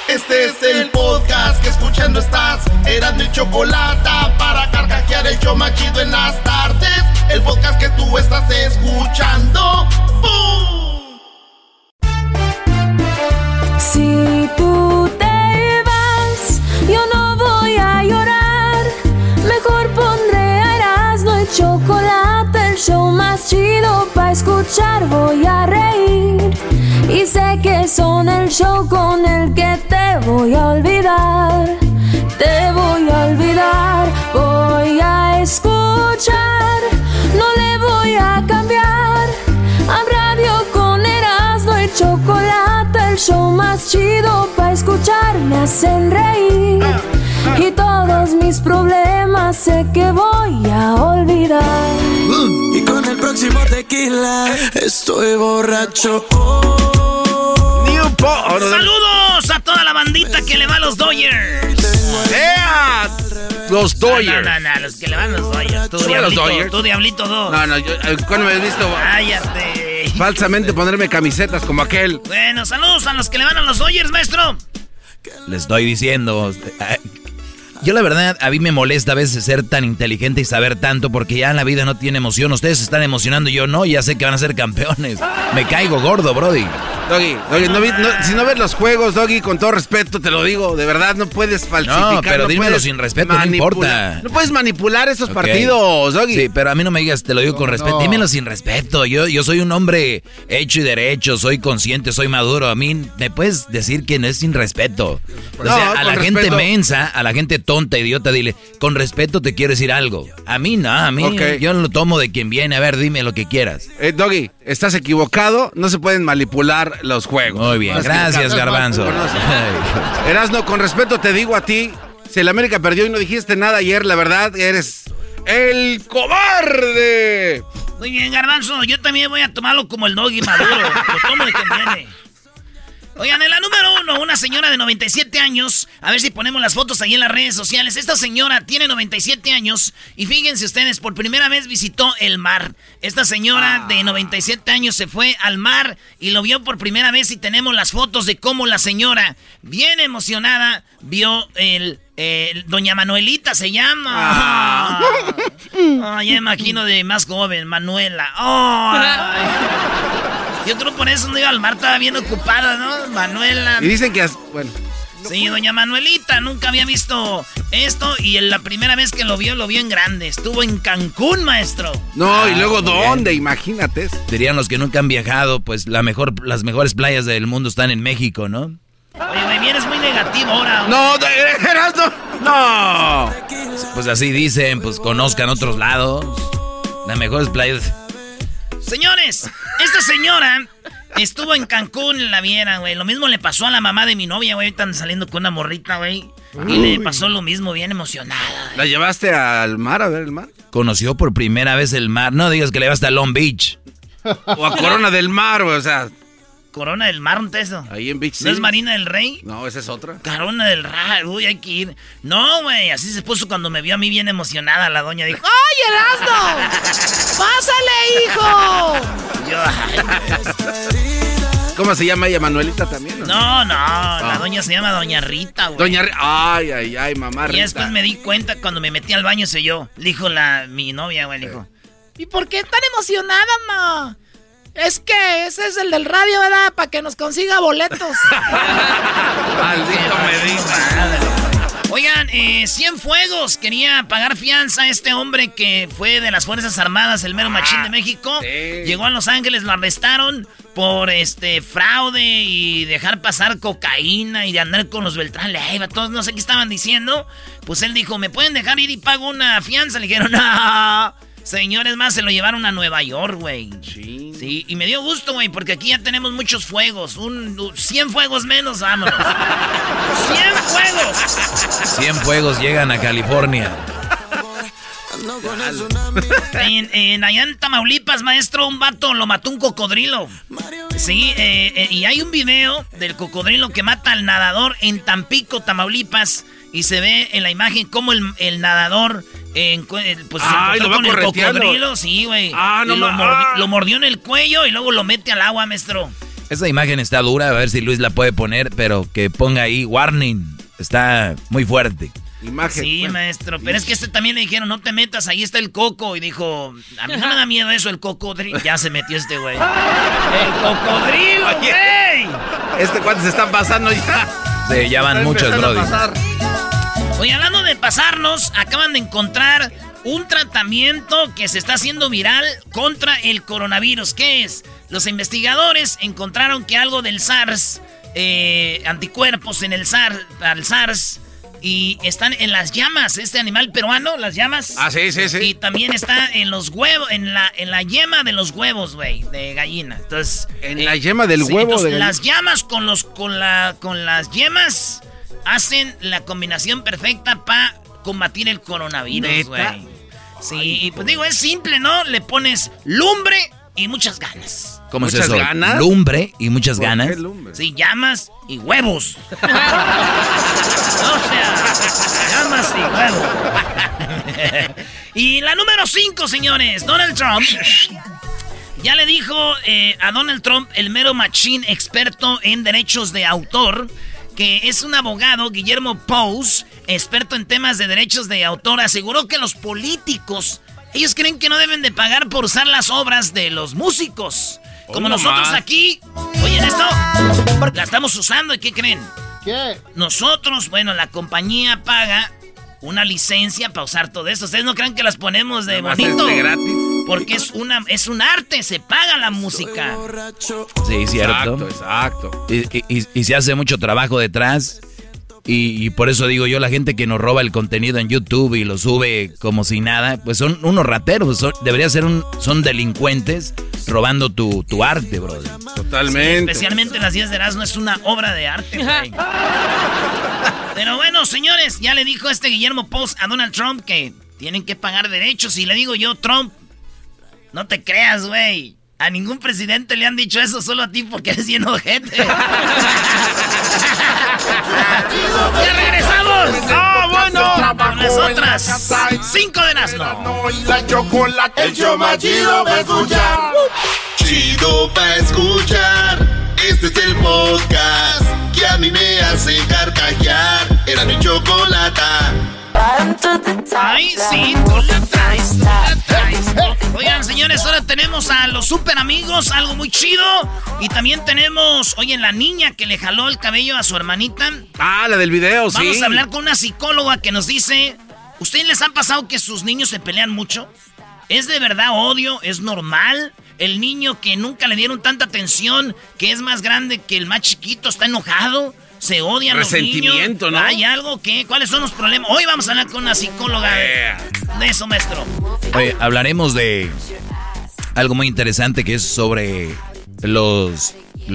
Este es el podcast que escuchando estás. Eran mi Chocolata para carcajear el show más chido en las tardes. El podcast que tú estás escuchando. ¡Bum! Si tú te vas, yo no voy a llorar. Mejor pondré a Erasmo y Chocolate, el show más chido para escuchar. Voy a reír y sé que son el show con el que te voy a olvidar. Te voy a olvidar, voy a escuchar, no le voy a cambiar. A radio con Erasmo y Chocolate, el show más chido para escuchar. Me hacen reír y todos mis problemas sé que voy a olvidar. Y con el próximo tequila estoy borracho. Saludos a toda la bandita que le va a los Dodgers. Los Dodgers. No, los que le van a los Dodgers. Tú, Diablito 2. No, yo cuando me he visto cállate. Falsamente ponerme camisetas como aquel. Bueno, saludos a los que le van a los Dodgers, maestro. Les estoy diciendo. Yo la verdad, a mí me molesta a veces ser tan inteligente y saber tanto porque ya en la vida no tiene emoción. Ustedes se están emocionando, yo no, ya sé que van a ser campeones. Me caigo gordo, brody. Doggy, si no ves los juegos, Doggy, con todo respeto te lo digo, de verdad no puedes falsificar. No, pero dímelo sin respeto, no importa. No puedes manipular esos partidos, Doggy. Sí, pero a mí no me digas, te lo digo con respeto. Dímelo sin respeto. Yo soy un hombre hecho y derecho, soy consciente, soy maduro. A mí me puedes decir que no es sin respeto. O sea, a la gente mensa, a la gente tonta, idiota, dile, con respeto te quiero decir algo. A mí no, yo lo tomo de quien viene. A ver, dime lo que quieras. Doggy, estás equivocado, no se pueden manipular los juegos. Muy bien, gracias, Garbanzo. Erasno, con respeto te digo a ti, si el América perdió y no dijiste nada ayer, la verdad, eres el cobarde. Muy bien, Garbanzo, yo también voy a tomarlo como el Doggy maduro. Lo tomo de quien viene. Oigan, en la número 1, una señora de 97 años. A ver si ponemos las fotos ahí en las redes sociales. Esta señora tiene 97 años y fíjense ustedes, por primera vez visitó el mar. Esta señora de 97 años se fue al mar y lo vio por primera vez y tenemos las fotos de cómo la señora, bien emocionada, vio Doña Manuelita se llama. Ya imagino de más joven, Manuela. Yo creo por eso no iba al mar, estaba bien ocupada, ¿no? Manuela. Y dicen que... Bueno. Sí, Doña Manuelita nunca había visto esto y la primera vez que lo vio en grande. Estuvo en Cancún, maestro. No, y luego ¿dónde? Imagínate. Dirían los que nunca han viajado, pues las mejores playas del mundo están en México, ¿no? Oye, me vienes muy negativo ahora. No. Pues así dicen, pues conozcan otros lados. Las mejores playas... Señores, esta señora estuvo en Cancún, la vieran, güey. Lo mismo le pasó a la mamá de mi novia, güey. Están saliendo con una morrita, güey. Y le pasó lo mismo, bien emocionada. ¿La llevaste al mar a ver el mar? Conoció por primera vez el mar. No digas que le llevaste a Long Beach. O a Corona del Mar, güey, o sea... Corona del Mar, ¿no es eso? Ahí en Beach City. ¿No es Marina del Rey? No, esa es otra. Corona del Mar, uy, hay que ir. No, güey, así se puso cuando me vio a mí bien emocionada. La doña dijo, ¡ay, Erasmo! ¡Pásale, hijo! Yo, ¿cómo se llama ella? ¿Manuelita también? No, la doña se llama Doña Rita, güey. Doña Rita, ay, mamá Rita. Y después me di cuenta cuando me metí al baño, se yo. Le dijo mi novia, güey, le dijo, ¿y por qué tan emocionada, ma? Es que ese es el del radio, ¿verdad? Para que nos consiga boletos. Maldito me dijo. Oigan, Cienfuegos quería pagar fianza a este hombre que fue de las Fuerzas Armadas, el mero machín de México. Sí. Llegó a Los Ángeles, lo arrestaron por fraude y dejar pasar cocaína y de andar con los Beltrán Leiva, todos no sé qué estaban diciendo. Pues él dijo, ¿me pueden dejar ir y pago una fianza? Le dijeron, no. Señores, más se lo llevaron a Nueva York, güey. Sí, y me dio gusto, güey, porque aquí ya tenemos muchos fuegos. 100 fuegos menos, vámonos. 100 fuegos. 100 fuegos llegan a California. Allá en Tamaulipas, maestro, un vato lo mató un cocodrilo. Sí, y hay un video del cocodrilo que mata al nadador en Tampico, Tamaulipas. Y se ve en la imagen cómo el nadador pues se encontró con el cocodrilo. Sí, güey. Lo mordió en el cuello y luego lo mete al agua, maestro. Esa imagen está dura, a ver si Luis la puede poner, pero que ponga ahí warning. Está muy fuerte. Imagen. Sí, maestro, pero es que también le dijeron, no te metas, ahí está el coco. Y dijo, a mí no me da miedo eso, el cocodrilo. Ya se metió este güey. ¡El cocodrilo, güey! Este cuate se está pasando ya. Sí, ya van muchos, brody. Oye, hablando de pasarnos, acaban de encontrar un tratamiento que se está haciendo viral contra el coronavirus. ¿Qué es? Los investigadores encontraron que algo del SARS, anticuerpos en el SARS, y están en las llamas, este animal peruano, las llamas. Ah, sí. Y también está en los huevos, en la yema de los huevos, güey, de gallina. Entonces, en la yema del huevo entonces, de gallina. Las llamas con las yemas hacen la combinación perfecta para combatir el coronavirus, güey. Sí, y pues digo, es simple, ¿no? Le pones lumbre y muchas ganas. ¿Cómo es eso? ¿Ganas? Lumbre y muchas ganas. ¿Qué lumbre? Sí, llamas y huevos. O sea, llamas y huevos. Y la número 5, señores, Donald Trump. Ya le dijo a Donald Trump, el mero machín experto en derechos de autor, que es un abogado, Guillermo Pous, experto en temas de derechos de autor, aseguró que los políticos, ellos creen que no deben de pagar por usar las obras de los músicos. Como nosotros aquí, oyen esto, la estamos usando, ¿y qué creen? ¿Qué? Nosotros, bueno, la compañía paga una licencia para usar todo eso. Ustedes no crean que las ponemos de bonito. ¿Es de gratis? Porque es un arte, se paga la música. Sí, cierto. Exacto. Y se hace mucho trabajo detrás. Y por eso digo yo, la gente que nos roba el contenido en YouTube y lo sube como si nada, pues son unos rateros. Son delincuentes robando tu arte, brother. Totalmente. Sí, especialmente las 10 de Erasmo es una obra de arte, güey. Pero bueno, señores, ya le dijo Guillermo Pous a Donald Trump que tienen que pagar derechos. Y le digo yo, Trump, no te creas, güey. A ningún presidente le han dicho eso, solo a ti porque eres bien ojete. ¡Ya regresamos! ¡Ah, bueno! Con las otras 5 de Erasmo. Y la chocolate, el show más chido para escuchar. Chido para escuchar. Este es el podcast que a mí me hace carcajear. Era mi chocolata. Ay, sí, tú la traes, Oigan, señores, ahora tenemos a los super amigos, algo muy chido. Y también tenemos, oye, la niña que le jaló el cabello a su hermanita. Ah, la del video, sí. Vamos a hablar con una psicóloga que nos dice, ¿ustedes les han pasado que sus niños se pelean mucho? ¿Es de verdad odio? ¿Es normal? El niño que nunca le dieron tanta atención, que es más grande que el más chiquito, está enojado. Se odian los niños. Resentimiento, ¿no? ¿Hay algo que? ¿Cuáles son los problemas? Hoy vamos a hablar con una psicóloga de eso, maestro. Oye, hablaremos de algo muy interesante que es sobre los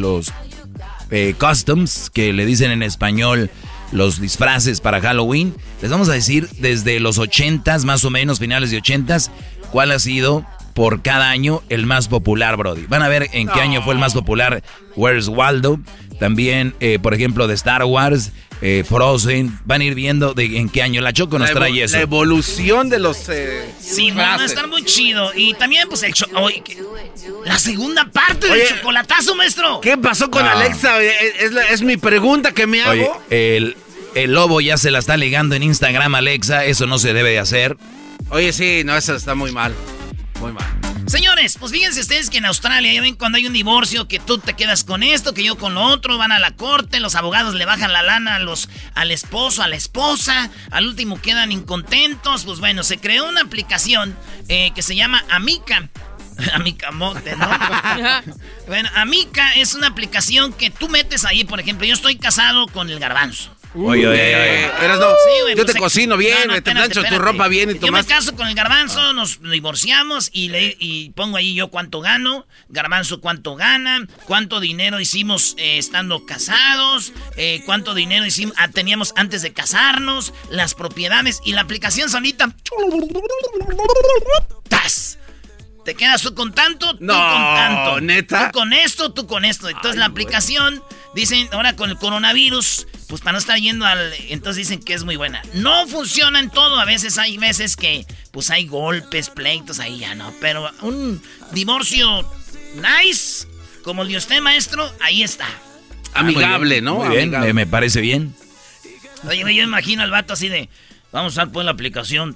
customs, que le dicen en español los disfraces para Halloween. Les vamos a decir desde los 80s, más o menos, finales de 80s, cuál ha sido por cada año el más popular, brody. Van a ver en qué año fue el más popular Where's Waldo. También, por ejemplo, de Star Wars, Frozen. Van a ir viendo en qué año. La Choco nos trae eso. La evolución de los sí, va a estar muy chido. Y también, pues, la segunda parte del chocolatazo, maestro. ¿Qué pasó con Alexa? Es mi pregunta que me hago. Oye, el lobo ya se la está ligando en Instagram, Alexa. Eso no se debe de hacer. Oye, sí, no, eso está muy mal. Muy mal. Señores, pues fíjense ustedes que en Australia, ya ven cuando hay un divorcio, que tú te quedas con esto, que yo con lo otro, van a la corte, los abogados le bajan la lana al esposo, a la esposa, al último quedan incontentos. Pues bueno, se creó una aplicación que se llama Amica. Amica Mote, ¿no? Bueno, Amica es una aplicación que tú metes ahí, por ejemplo, yo estoy casado con el Garbanzo. Oye. Yo te cocino bien, te plancho tu ropa bien y yo me caso con el Garbanzo, nos divorciamos y pongo ahí yo cuánto gano, Garbanzo cuánto gana, cuánto dinero hicimos estando casados, cuánto dinero teníamos antes de casarnos, las propiedades y la aplicación solita. ¡Tas! Te quedas tú con tanto, tú con tanto. ¿Neta? Tú con esto, tú con esto. Entonces la aplicación, dicen, ahora con el coronavirus, pues para no estar yendo entonces dicen que es muy buena. No funciona en todo, a veces hay veces que, pues hay golpes, pleitos, ahí ya no. Pero un divorcio nice, como el de usted, maestro, ahí está. Amigable, ¿no? Muy bien, me parece bien. Oye, yo imagino al vato así de, vamos a usar pues la aplicación.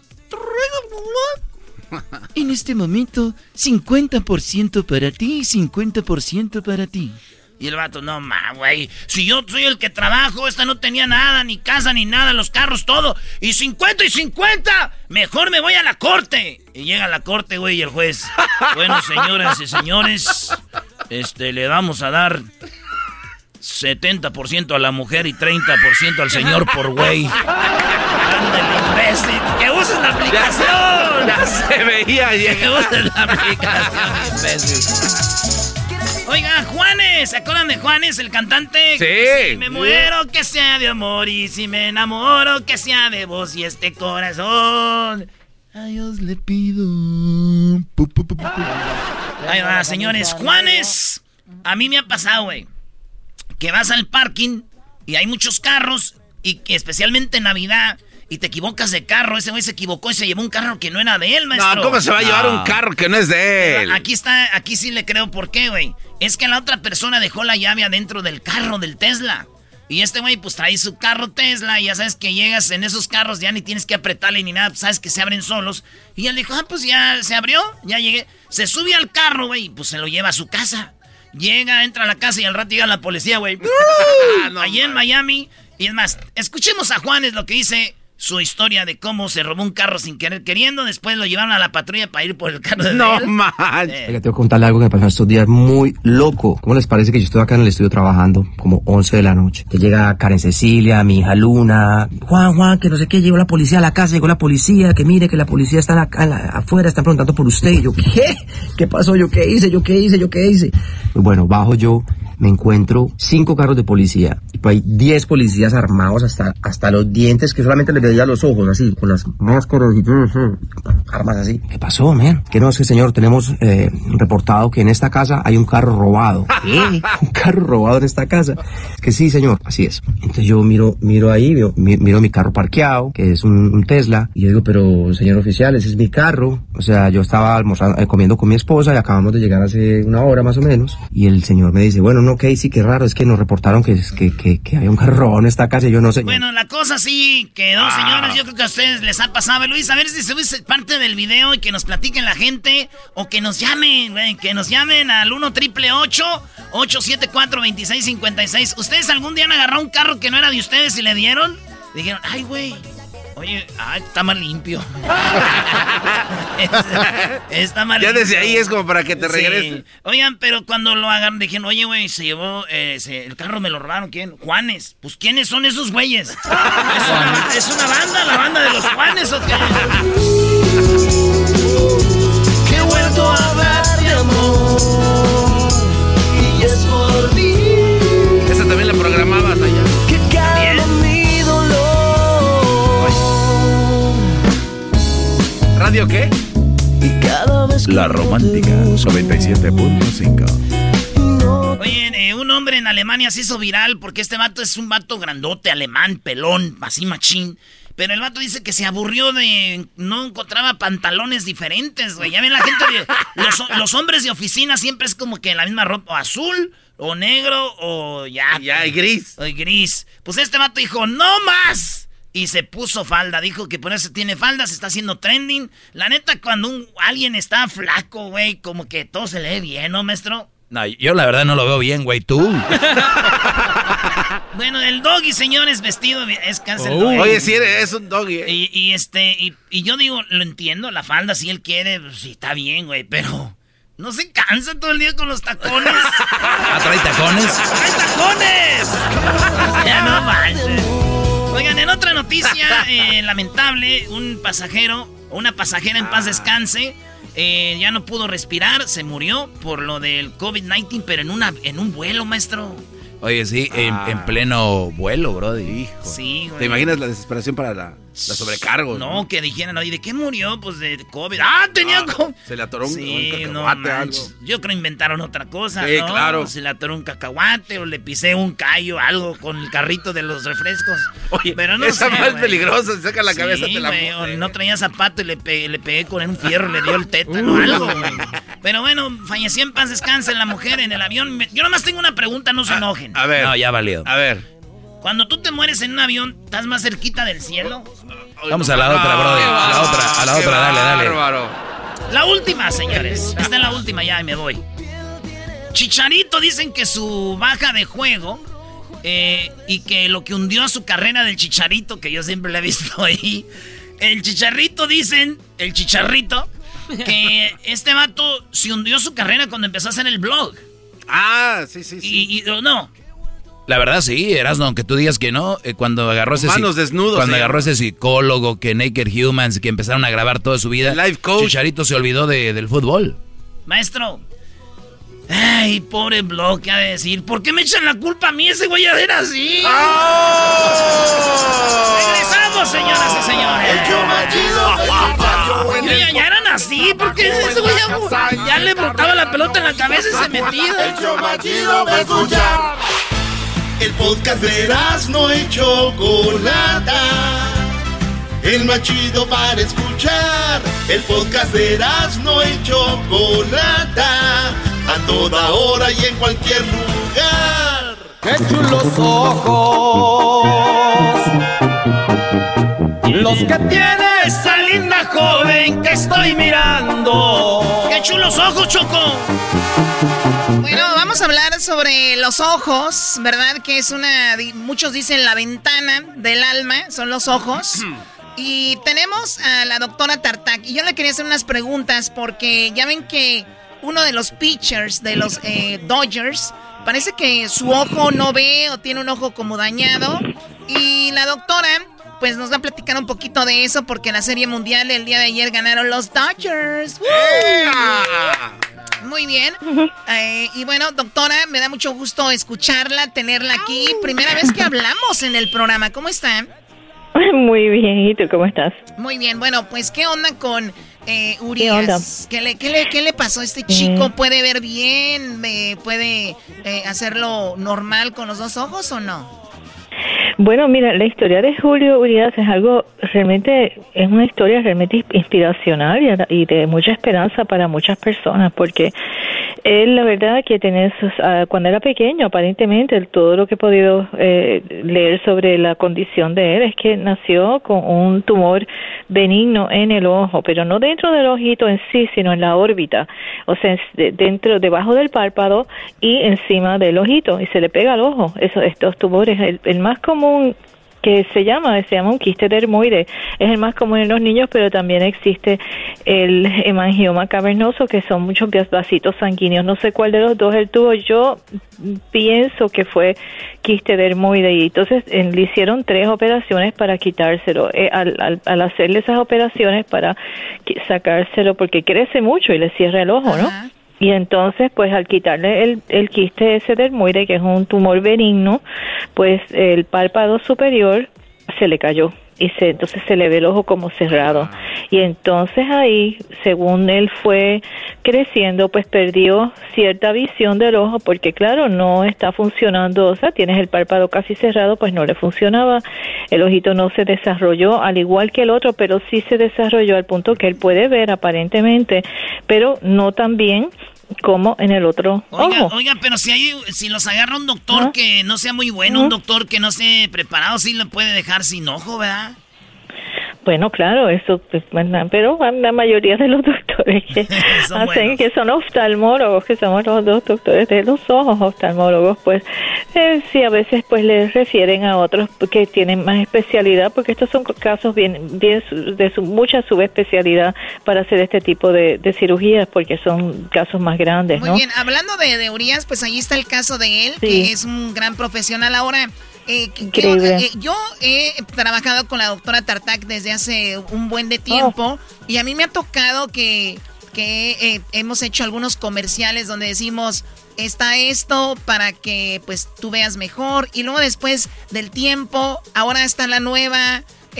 En este momento, 50% para ti, 50% para ti. Y el vato, no güey, si yo soy el que trabajo, esta no tenía nada, ni casa, ni nada, los carros, todo. Y 50 y 50, mejor me voy a la corte. Y llega a la corte, güey, y el juez, bueno, señoras y señores, le vamos a dar 70% a la mujer y 30% al señor por güey. Ándale, imbécil, que uses la aplicación. Ya se veía ayer. Que uses la aplicación, imbécil. Oiga, Juanes, ¿se acuerdan de Juanes, el cantante? Sí. Si me muero, que sea de amor, y si me enamoro, que sea de vos y este corazón. A Dios le pido. Ahí va, señores. Juanes, a mí me ha pasado, güey, que vas al parking y hay muchos carros, y que especialmente en Navidad, y te equivocas de carro. Ese güey se equivocó y se llevó un carro que no era de él, maestro. No, ¿cómo se va a llevar un carro que no es de él? Aquí sí le creo por qué, güey. Es que la otra persona dejó la llave adentro del carro del Tesla. Y este güey pues trae su carro Tesla, y ya sabes que llegas en esos carros, ya ni tienes que apretarle ni nada, pues sabes que se abren solos. Y él dijo, pues ya se abrió, ya llegué. Se sube al carro, güey, y pues se lo lleva a su casa. Llega, entra a la casa y al rato llega la policía, güey. Allí en Miami. Y es más, escuchemos a Juanes lo que dice su historia de cómo se robó un carro sin querer queriendo. Después lo llevaron a la patrulla para ir por el carro de él. No, man. Oiga, tengo que contarle algo que me pasó estos días muy loco. ¿Cómo les parece que yo estoy acá en el estudio trabajando como 11 de la noche? Que llega Karen Cecilia, mi hija Luna. Juan, que no sé qué, llegó la policía a la casa, llegó la policía, que mire que la policía está afuera, están preguntando por usted. Y yo, ¿qué? ¿Qué pasó? ¿Yo qué hice? Pues bueno, bajo yo, me encuentro 5 carros de policía. Y pues hay 10 policías armados hasta los dientes, que solamente les veía los ojos, así, con las máscaras y armas así. ¿Qué pasó, man? Que no, es que señor, tenemos reportado que en esta casa hay un carro robado. ¿Qué? ¿Un carro robado en esta casa? Que sí, señor, así es. Entonces yo miro ahí, miro mi carro parqueado, que es un Tesla, y yo digo, pero señor oficial, ese es mi carro. O sea, yo estaba almorzando, comiendo con mi esposa y acabamos de llegar hace una hora más o menos. Y el señor me dice, bueno, no, Casey, qué raro, es que nos reportaron que hay un carro robado en esta casa. Y yo no sé. Bueno, la cosa sí quedó, señores. Yo creo que a ustedes les ha pasado. Luis, a ver si se ve parte del video y que nos platiquen la gente. O que nos llamen, güey. Que nos llamen al 1-888-874-2656. ¿Ustedes algún día han agarrado un carro que no era de ustedes y le dieron? Dijeron, ay, güey. Oye, está más limpio. Está más limpio. Ya desde ahí es como para que te regreses. Sí. Oigan, pero cuando lo agarran, dijeron, oye, güey, se llevó, el carro me lo robaron. ¿Quién? Juanes. Pues, ¿quiénes son esos güeyes? ¿Es una banda? ¿La banda de los Juanes o qué? Que he vuelto a darte amor y es por ti. Esa también la programabas allá. Que calma mi dolor. ¿Radio qué? Y cada vez que La Romántica, 97.5. Oye, un hombre en Alemania se hizo viral porque este vato es un vato grandote, alemán, pelón, así machín. Pero el vato dice que se aburrió de... No encontraba pantalones diferentes, güey. Ya ven la gente de... Los hombres de oficina siempre es como que la misma ropa. O azul, o negro, o ya... Ya, y gris. O gris. Pues este vato dijo, ¡no más! Y se puso falda. Dijo que por eso tiene falda, se está haciendo trending. La neta, cuando alguien está flaco, güey, como que todo se le ve bien, ¿no, maestro? No, yo la verdad no lo veo bien, güey, tú. Bueno, el doggy, señores, vestido es cáncer el doggy. Oye, sí, es un doggy. Y yo digo, lo entiendo, la falda, si él quiere, pues, sí, está bien, güey, pero no se cansa todo el día con los tacones. ¿Trae tacones? ¡Trae tacones! Ya no manches. Oigan, en otra noticia lamentable, un pasajero, o una pasajera en paz descanse, ya no pudo respirar, se murió por lo del COVID-19, pero en un vuelo, maestro. Oye, sí, en pleno vuelo, brody. Hijo. Sí, güey. ¿Te imaginas la desesperación para la sobrecargo? No, que dijeran, oye, ¿de qué murió? Pues de COVID. ¡Ah, tenía COVID! Se le atoró un cacahuate, no algo. Yo creo inventaron otra cosa, sí, ¿no? Claro. Se le atoró un cacahuate o le pisé un callo, algo con el carrito de los refrescos. Oye, pero no esa sé, más güey. peligrosa, se saca la cabeza, te la güey, muerde. no traía zapato y le pegué con un fierro, le dio el tétano, algo, güey. Pero bueno, falleció en paz descanse la mujer en el avión. Yo nomás tengo una pregunta, no se enojen. A ver. No, ya valió. A ver. Cuando tú te mueres en un avión, ¿estás más cerquita del cielo? Vamos a la otra, brother. A la otra, dale. Bárbaro. La última, señores. Esta es la última ya y me voy. Chicharito dicen que su baja de juego y que lo que hundió a su carrera del Chicharito, que yo siempre le he visto ahí. El Chicharrito, que este vato se hundió su carrera cuando empezó a hacer el blog. Ah, sí. Y no. La verdad sí, Erasno, aunque tú digas que no, cuando agarró ese manos desnudos, cuando agarró ese psicólogo, que Naked Humans, que empezaron a grabar toda su vida, Life coach. Chicharito se olvidó del fútbol. Maestro. Ay, pobre blog, ¿qué ha de decir? ¿Por qué me echan la culpa a mí? Ese güey ya era así. ¡Oh! Regresamos, señoras y señores. El show más chido. Ya eran así, porque ese güey ya le botaba la pelota en la cabeza y se metía. El show más chido para escuchar. El podcast de Erasmo y Chocolata. El más chido para escuchar. El podcast de Erasmo y Chocolata. A toda hora y en cualquier lugar. ¡Qué chulos ojos! Los que tiene esa linda joven que estoy mirando. ¡Qué chulos ojos, Choco! Bueno, vamos a hablar sobre los ojos, ¿verdad? Que es muchos dicen la ventana del alma, son los ojos. Y tenemos a la doctora Tartak. Y yo le quería hacer unas preguntas porque ya ven que uno de los pitchers de los Dodgers parece que su ojo no ve o tiene un ojo como dañado. Y la doctora pues nos va a platicar un poquito de eso porque en la Serie Mundial el día de ayer ganaron los Dodgers. Muy bien. Y bueno, doctora, me da mucho gusto escucharla, tenerla aquí. Primera vez que hablamos en el programa. ¿Cómo está? Muy bien, ¿y tú cómo estás? Muy bien, bueno, pues ¿qué onda con Urias? ¿Qué le pasó a este chico? ¿Puede ver bien? ¿Puede hacerlo normal con los dos ojos o no? Bueno, mira, la historia de Julio Urias es una historia realmente inspiracional y de mucha esperanza para muchas personas, porque él, la verdad, que cuando era pequeño, aparentemente, todo lo que he podido leer sobre la condición de él es que nació con un tumor benigno en el ojo, pero no dentro del ojito en sí, sino en la órbita, o sea, debajo del párpado y encima del ojito, y se le pega al ojo. Estos tumores, el más común que se llama un quiste dermoide, es el más común en los niños, pero también existe el hemangioma cavernoso, que son muchos vasitos sanguíneos. No sé cuál de los dos él tuvo, yo pienso que fue quiste dermoide, y entonces le hicieron 3 operaciones para quitárselo. Al hacerle esas operaciones para sacárselo, porque crece mucho y le cierra el ojo, ¿no? Ajá. Y entonces, pues al quitarle el quiste ese dermoide, que es un tumor benigno, pues el párpado superior se le cayó y entonces se le ve el ojo como cerrado. Y entonces ahí, según él fue creciendo, pues perdió cierta visión del ojo, porque claro, no está funcionando, o sea, tienes el párpado casi cerrado, pues no le funcionaba, el ojito no se desarrolló al igual que el otro, pero sí se desarrolló al punto que él puede ver aparentemente, pero no tan bien como en el otro ojo. Oiga, pero si los agarra un doctor que no sea muy bueno, un doctor que no esté preparado, sí lo puede dejar sin ojo, ¿verdad? Bueno, claro, eso, pero la mayoría de los doctores que que son oftalmólogos, que somos los dos doctores de los ojos, oftalmólogos, pues sí, a veces pues les refieren a otros que tienen más especialidad, porque estos son casos bien de mucha subespecialidad para hacer este tipo de cirugías, porque son casos más grandes, ¿no? Muy bien, hablando de Urias, pues ahí está el caso de él, sí, que es un gran profesional ahora. Yo he trabajado con la doctora Tartak desde hace un buen de tiempo y a mí me ha tocado que hemos hecho algunos comerciales donde decimos, está esto para que pues tú veas mejor, y luego después del tiempo, ahora está la nueva,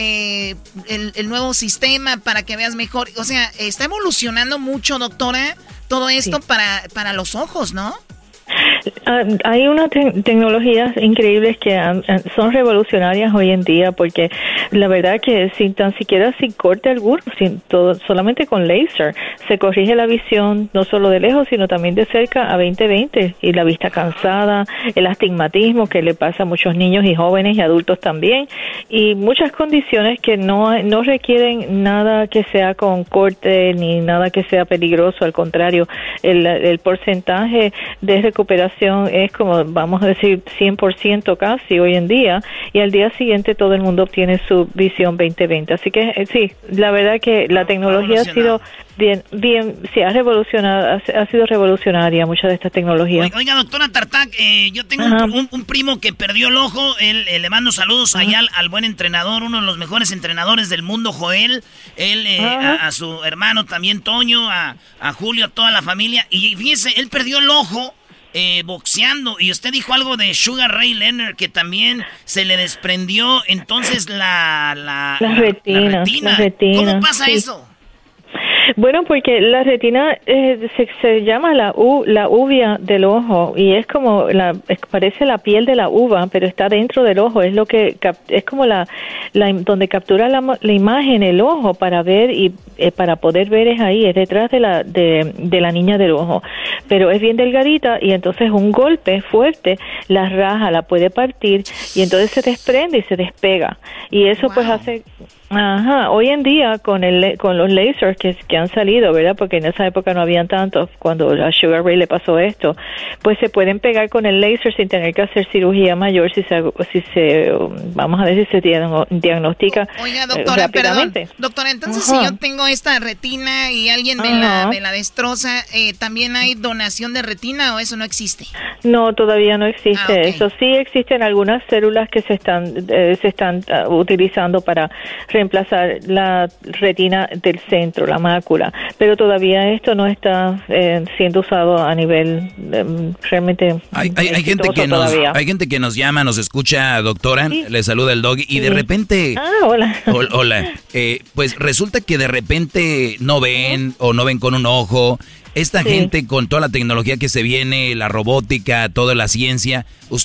el nuevo sistema para que veas mejor. O sea, está evolucionando mucho, doctora, todo esto, sí, para los ojos, ¿no? Hay unas tecnologías increíbles que son revolucionarias hoy en día, porque la verdad que sin corte alguno, solamente con láser se corrige la visión no solo de lejos sino también de cerca a 20/20, y la vista cansada, el astigmatismo que le pasa a muchos niños y jóvenes y adultos también, y muchas condiciones que no requieren nada que sea con corte ni nada que sea peligroso. Al contrario, el porcentaje de recuperación es como, vamos a decir, 100% casi hoy en día, y al día siguiente todo el mundo obtiene su visión 20/20. Así que sí, la verdad que la tecnología ha sido sí, ha sido revolucionaria muchas de estas tecnologías. Oiga, doctora Tartak, yo tengo un primo que perdió el ojo. Le mando saludos allá al buen entrenador, uno de los mejores entrenadores del mundo, Joel. Él, a su hermano también, Toño, a Julio, a toda la familia. Y fíjese, él perdió el ojo boxeando. Y usted dijo algo de Sugar Ray Leonard, que también se le desprendió entonces la retina. ¿Cómo pasa eso? Bueno, porque la retina se llama la uvia del ojo, y es como parece la piel de la uva, pero está dentro del ojo. Es lo que es como donde captura la imagen el ojo para ver, y para poder ver es ahí, es detrás de la niña del ojo, pero es bien delgadita, y entonces un golpe fuerte la raja, la puede partir, y entonces se desprende y se despega, y eso pues hace... hoy en día con los lasers que han salido, ¿verdad? Porque en esa época no habían tantos, cuando a Sugar Ray le pasó esto, pues se pueden pegar con el laser sin tener que hacer cirugía mayor si se vamos a ver si se diagnostica. Oiga, doctora, rápidamente. Perdón. Doctora, entonces si yo tengo esta retina y alguien me la destroza, ¿también hay donación de retina o eso no existe? No, todavía no existe. Eso sí, existen algunas células que se están utilizando para reemplazar la retina del centro, la mácula, pero todavía esto no está siendo usado a nivel realmente hay gente que nos llama, nos escucha, doctora, sí. Le saluda el Doggy, y de repente hola. Hola, pues resulta que de repente no ven o no ven con un ojo. Esta gente con toda la tecnología que se viene, la robótica, toda la ciencia,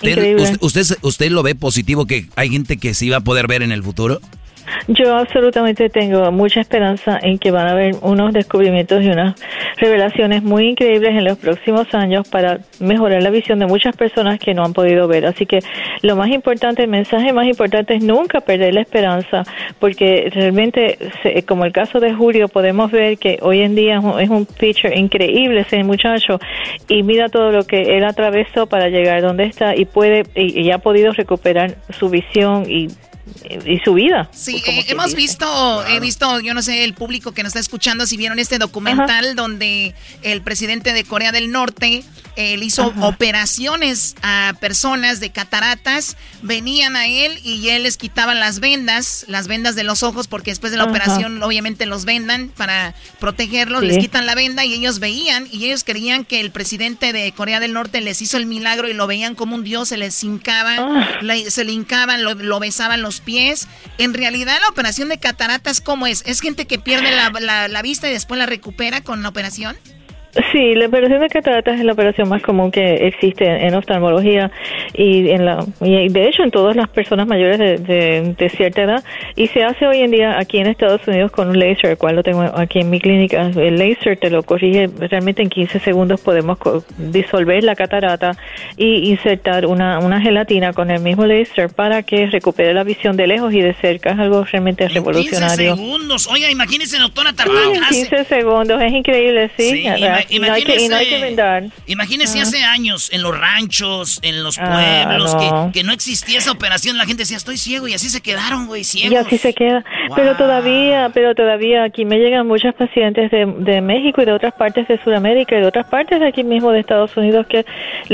¿usted lo ve positivo que hay gente que sí va a poder ver en el futuro? Yo absolutamente tengo mucha esperanza en que van a haber unos descubrimientos y unas revelaciones muy increíbles en los próximos años para mejorar la visión de muchas personas que no han podido ver. Así que lo más importante, el mensaje más importante es nunca perder la esperanza, porque realmente, como el caso de Julio, podemos ver que hoy en día es un pitcher increíble ese muchacho, y mira todo lo que él atravesó para llegar donde está, y ha podido recuperar su visión y su vida. Sí, he visto, yo no sé, el público que nos está escuchando, si vieron este documental donde el presidente de Corea del Norte él hizo operaciones a personas de cataratas, venían a él y él les quitaba las vendas de los ojos, porque después de la operación obviamente los vendan para protegerlos, les quitan la venda y ellos veían, y ellos creían que el presidente de Corea del Norte les hizo el milagro y lo veían como un dios, se les hincaban, se le hincaban, lo besaban los pies. En realidad la operación de cataratas, ¿cómo es? ¿Es gente que pierde la vista y después la recupera con la operación? Sí, la operación de cataratas es la operación más común que existe en oftalmología y de hecho en todas las personas mayores de cierta edad, y se hace hoy en día aquí en Estados Unidos con un láser, el cual lo tengo aquí en mi clínica. El láser te lo corrige realmente en 15 segundos. Podemos disolver la catarata y insertar una gelatina con el mismo láser para que recupere la visión de lejos y de cerca. Es algo realmente revolucionario. 15 segundos. Oiga, imagínese, doctora Tartak. Sí, 15 segundos, es increíble, sí. Y no hay que vendar. Imagínese hace años en los ranchos, en los pueblos, que no existía esa operación. La gente decía, estoy ciego, y así se quedaron, güey, ciegos. Y así se queda. Wow. Pero todavía aquí me llegan muchos pacientes de México y de otras partes de Sudamérica y de otras partes de aquí mismo de Estados Unidos que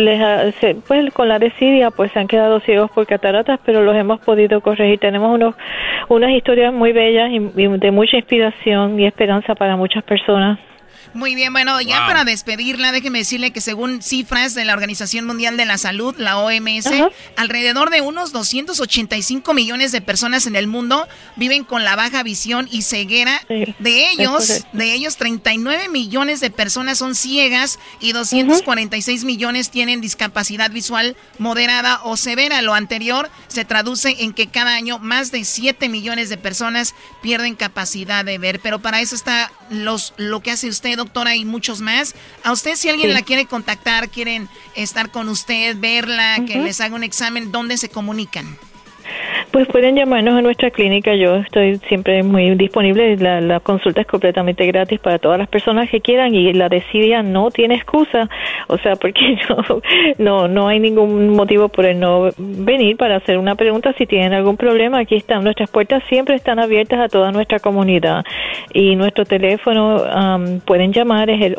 pues con la desidia pues se han quedado ciegos por cataratas, pero los hemos podido corregir. Tenemos unas historias muy bellas y de mucha inspiración y esperanza para muchas personas. Muy bien, bueno, ya para despedirla, déjeme decirle que según cifras de la Organización Mundial de la Salud, la OMS, alrededor de unos 285 millones de personas en el mundo viven con la baja visión y ceguera. De ellos 39 millones de personas son ciegas y 246 millones tienen discapacidad visual moderada o severa. Lo anterior se traduce en que cada año más de 7 millones de personas pierden capacidad de ver. Pero para eso está lo que hace usted, doctora, y muchos más. A usted, si alguien la quiere contactar, quieren estar con usted, verla, que les haga un examen, ¿dónde se comunican? Pues pueden llamarnos a nuestra clínica. Yo estoy siempre muy disponible. La consulta es completamente gratis para todas las personas que quieran y la desidia no tiene excusa. O sea, porque no hay ningún motivo por el no venir para hacer una pregunta. Si tienen algún problema, aquí están. Nuestras puertas siempre están abiertas a toda nuestra comunidad. Y nuestro teléfono pueden llamar, es el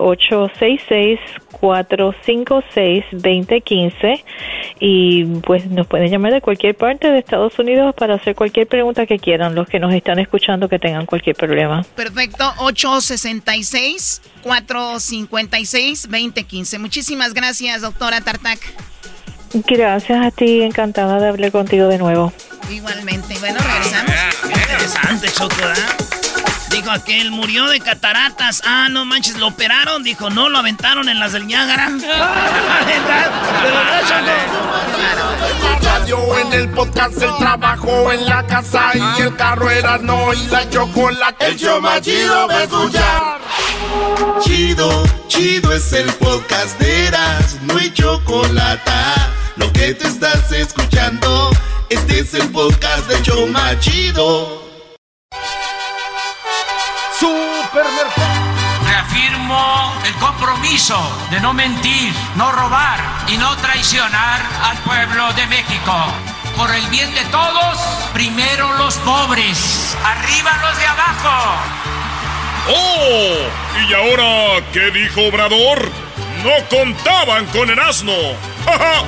866-456-2015 y pues nos pueden llamar de cualquier parte de Estados Unidos para hacer cualquier pregunta que quieran, los que nos están escuchando que tengan cualquier problema. Perfecto, 866-456-2015. Muchísimas gracias, doctora Tartak. Gracias a ti, encantada de hablar contigo de nuevo. Igualmente, bueno, regresamos. Interesante, Choco, ¿eh? Dijo aquel, murió de cataratas. Ah, no manches, ¿lo operaron? Dijo, no, lo aventaron en las del Niágara. Pero no, Choco. En el podcast, el trabajo, en la casa y el carro, Erasmo y la Chocolata. El show más chido para escuchar. Chido es el podcast de Erasmo y Chocolata. Lo que te estás escuchando, este es el podcast del show más chido. Reafirmo el compromiso de no mentir, no robar y no traicionar al pueblo de México. Por el bien de todos, primero los pobres, arriba los de abajo. ¡Oh! ¿Y ahora qué dijo Obrador? No contaban con el asno. ¡Ja, ja!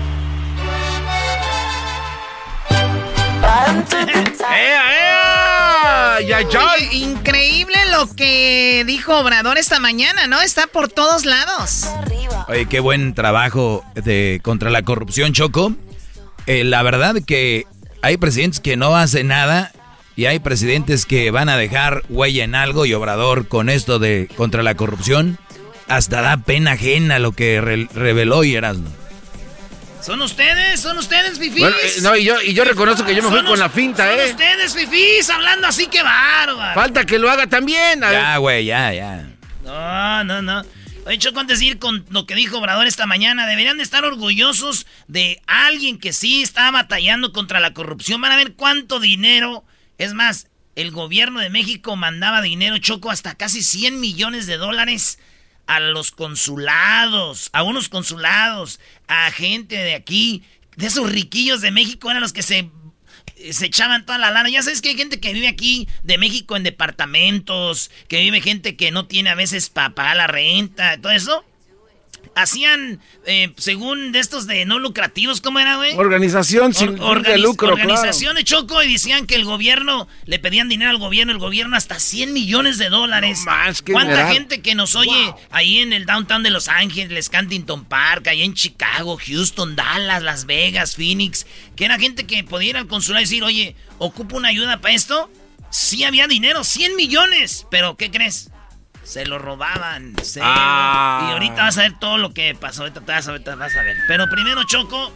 Increíble lo que dijo Obrador esta mañana, ¿no? Está por todos lados. Oye, qué buen trabajo contra la corrupción, Choco. La verdad que hay presidentes que no hacen nada y hay presidentes que van a dejar huella en algo, y Obrador con esto de contra la corrupción hasta da pena ajena lo que reveló Erasmo. ¿Son ustedes, fifís? Bueno, no, y yo reconozco que yo me fui con la finta, Son ustedes, fifís, hablando así, que bárbaro. Falta que lo haga también. Ya, güey, ya. No. Oye, Choco, antes de ir con lo que dijo Obrador esta mañana, deberían de estar orgullosos de alguien que sí está batallando contra la corrupción. Van a ver cuánto dinero. Es más, el gobierno de México mandaba dinero, Choco, hasta casi 100 millones de dólares a los consulados, a unos consulados, a gente de aquí, de esos riquillos de México, eran los que se echaban toda la lana. Ya sabes que hay gente que vive aquí de México en departamentos, que vive gente que no tiene a veces para pagar la renta, todo eso. Hacían, según de estos de no lucrativos, ¿cómo era, güey? Organización sin de lucro, organizaciones, claro. Choco, y decían que el gobierno, le pedían dinero al gobierno, el gobierno hasta 100 millones de dólares. No más, ¿Cuánta gente que nos oye ahí en el downtown de Los Ángeles, Cantington Park, ahí en Chicago, Houston, Dallas, Las Vegas, Phoenix, que era gente que podía ir al consulado y decir, oye, ¿ocupo una ayuda para esto? Sí había dinero, 100 millones, pero ¿qué crees? Se lo robaban. Y ahorita vas a ver todo lo que pasó. Ahorita vas a ver. Pero primero, Choco,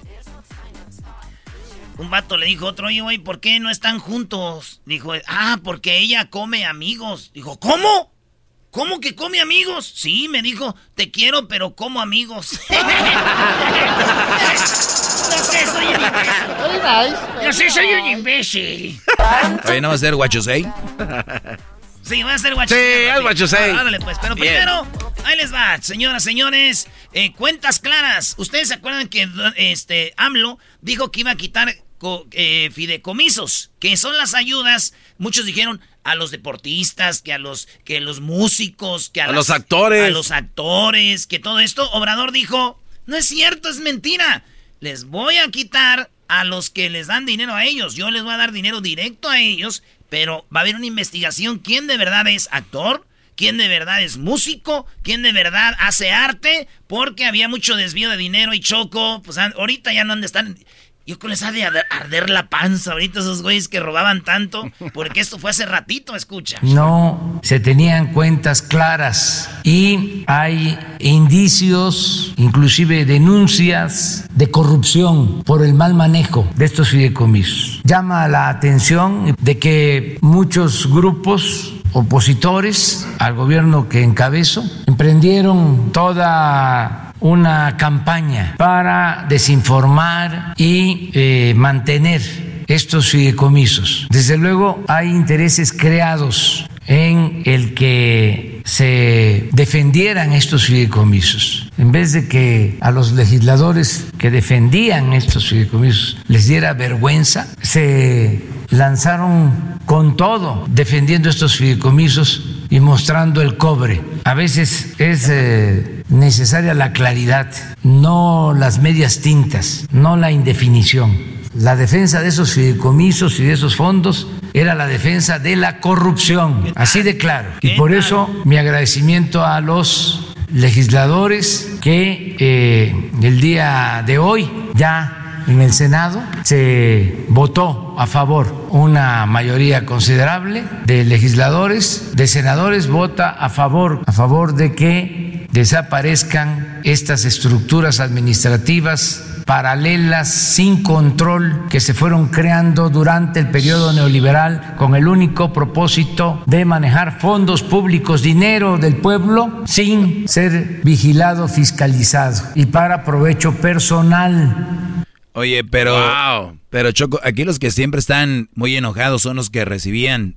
un vato le dijo a otro, oye, güey, ¿por qué no están juntos? Dijo, porque ella come amigos. Dijo, ¿cómo? ¿Cómo que come amigos? Sí, me dijo, te quiero, pero como amigos. No sé, soy un imbécil. Oye, ¿no va a ser guachosei? Sí, va a ser guachosei. Sí, es guachosei. Árale, pues. Pero primero, ahí les va, señoras, señores. Cuentas claras. ¿Ustedes se acuerdan que AMLO dijo que iba a quitar fideicomisos? Que son las ayudas, muchos dijeron, a los deportistas, que los músicos, que a los actores. A los actores, que todo esto. Obrador dijo, no es cierto, es mentira. Les voy a quitar a los que les dan dinero a ellos. Yo les voy a dar dinero directo a ellos. Pero va a haber una investigación. ¿Quién de verdad es actor? quién de verdad es músico, quién de verdad hace arte, porque había mucho desvío de dinero y Choco, pues ahorita ya no han de estar... Yo creo que les ha de arder la panza ahorita esos güeyes que robaban tanto, porque esto fue hace ratito, escucha. No se tenían cuentas claras y hay indicios, inclusive denuncias de corrupción por el mal manejo de estos fideicomisos. Llama la atención de que muchos grupos opositores al gobierno que encabezo emprendieron toda una campaña para desinformar y mantener estos fideicomisos. Desde luego hay intereses creados en el que se defendieran estos fideicomisos. En vez de que a los legisladores que defendían estos fideicomisos les diera vergüenza, se lanzaron con todo defendiendo estos fideicomisos y mostrando el cobre. A veces es necesaria la claridad, no las medias tintas, no la indefinición. La defensa de esos fideicomisos y de esos fondos era la defensa de la corrupción, así de claro. Y por eso mi agradecimiento a los legisladores que el día de hoy ya en el Senado se votó a favor, una mayoría considerable de legisladores, de senadores vota a favor de que desaparezcan estas estructuras administrativas paralelas sin control que se fueron creando durante el periodo neoliberal con el único propósito de manejar fondos públicos, dinero del pueblo, sin ser vigilado, fiscalizado y para provecho personal. Oye, pero Choco, aquí los que siempre están muy enojados son los que recibían,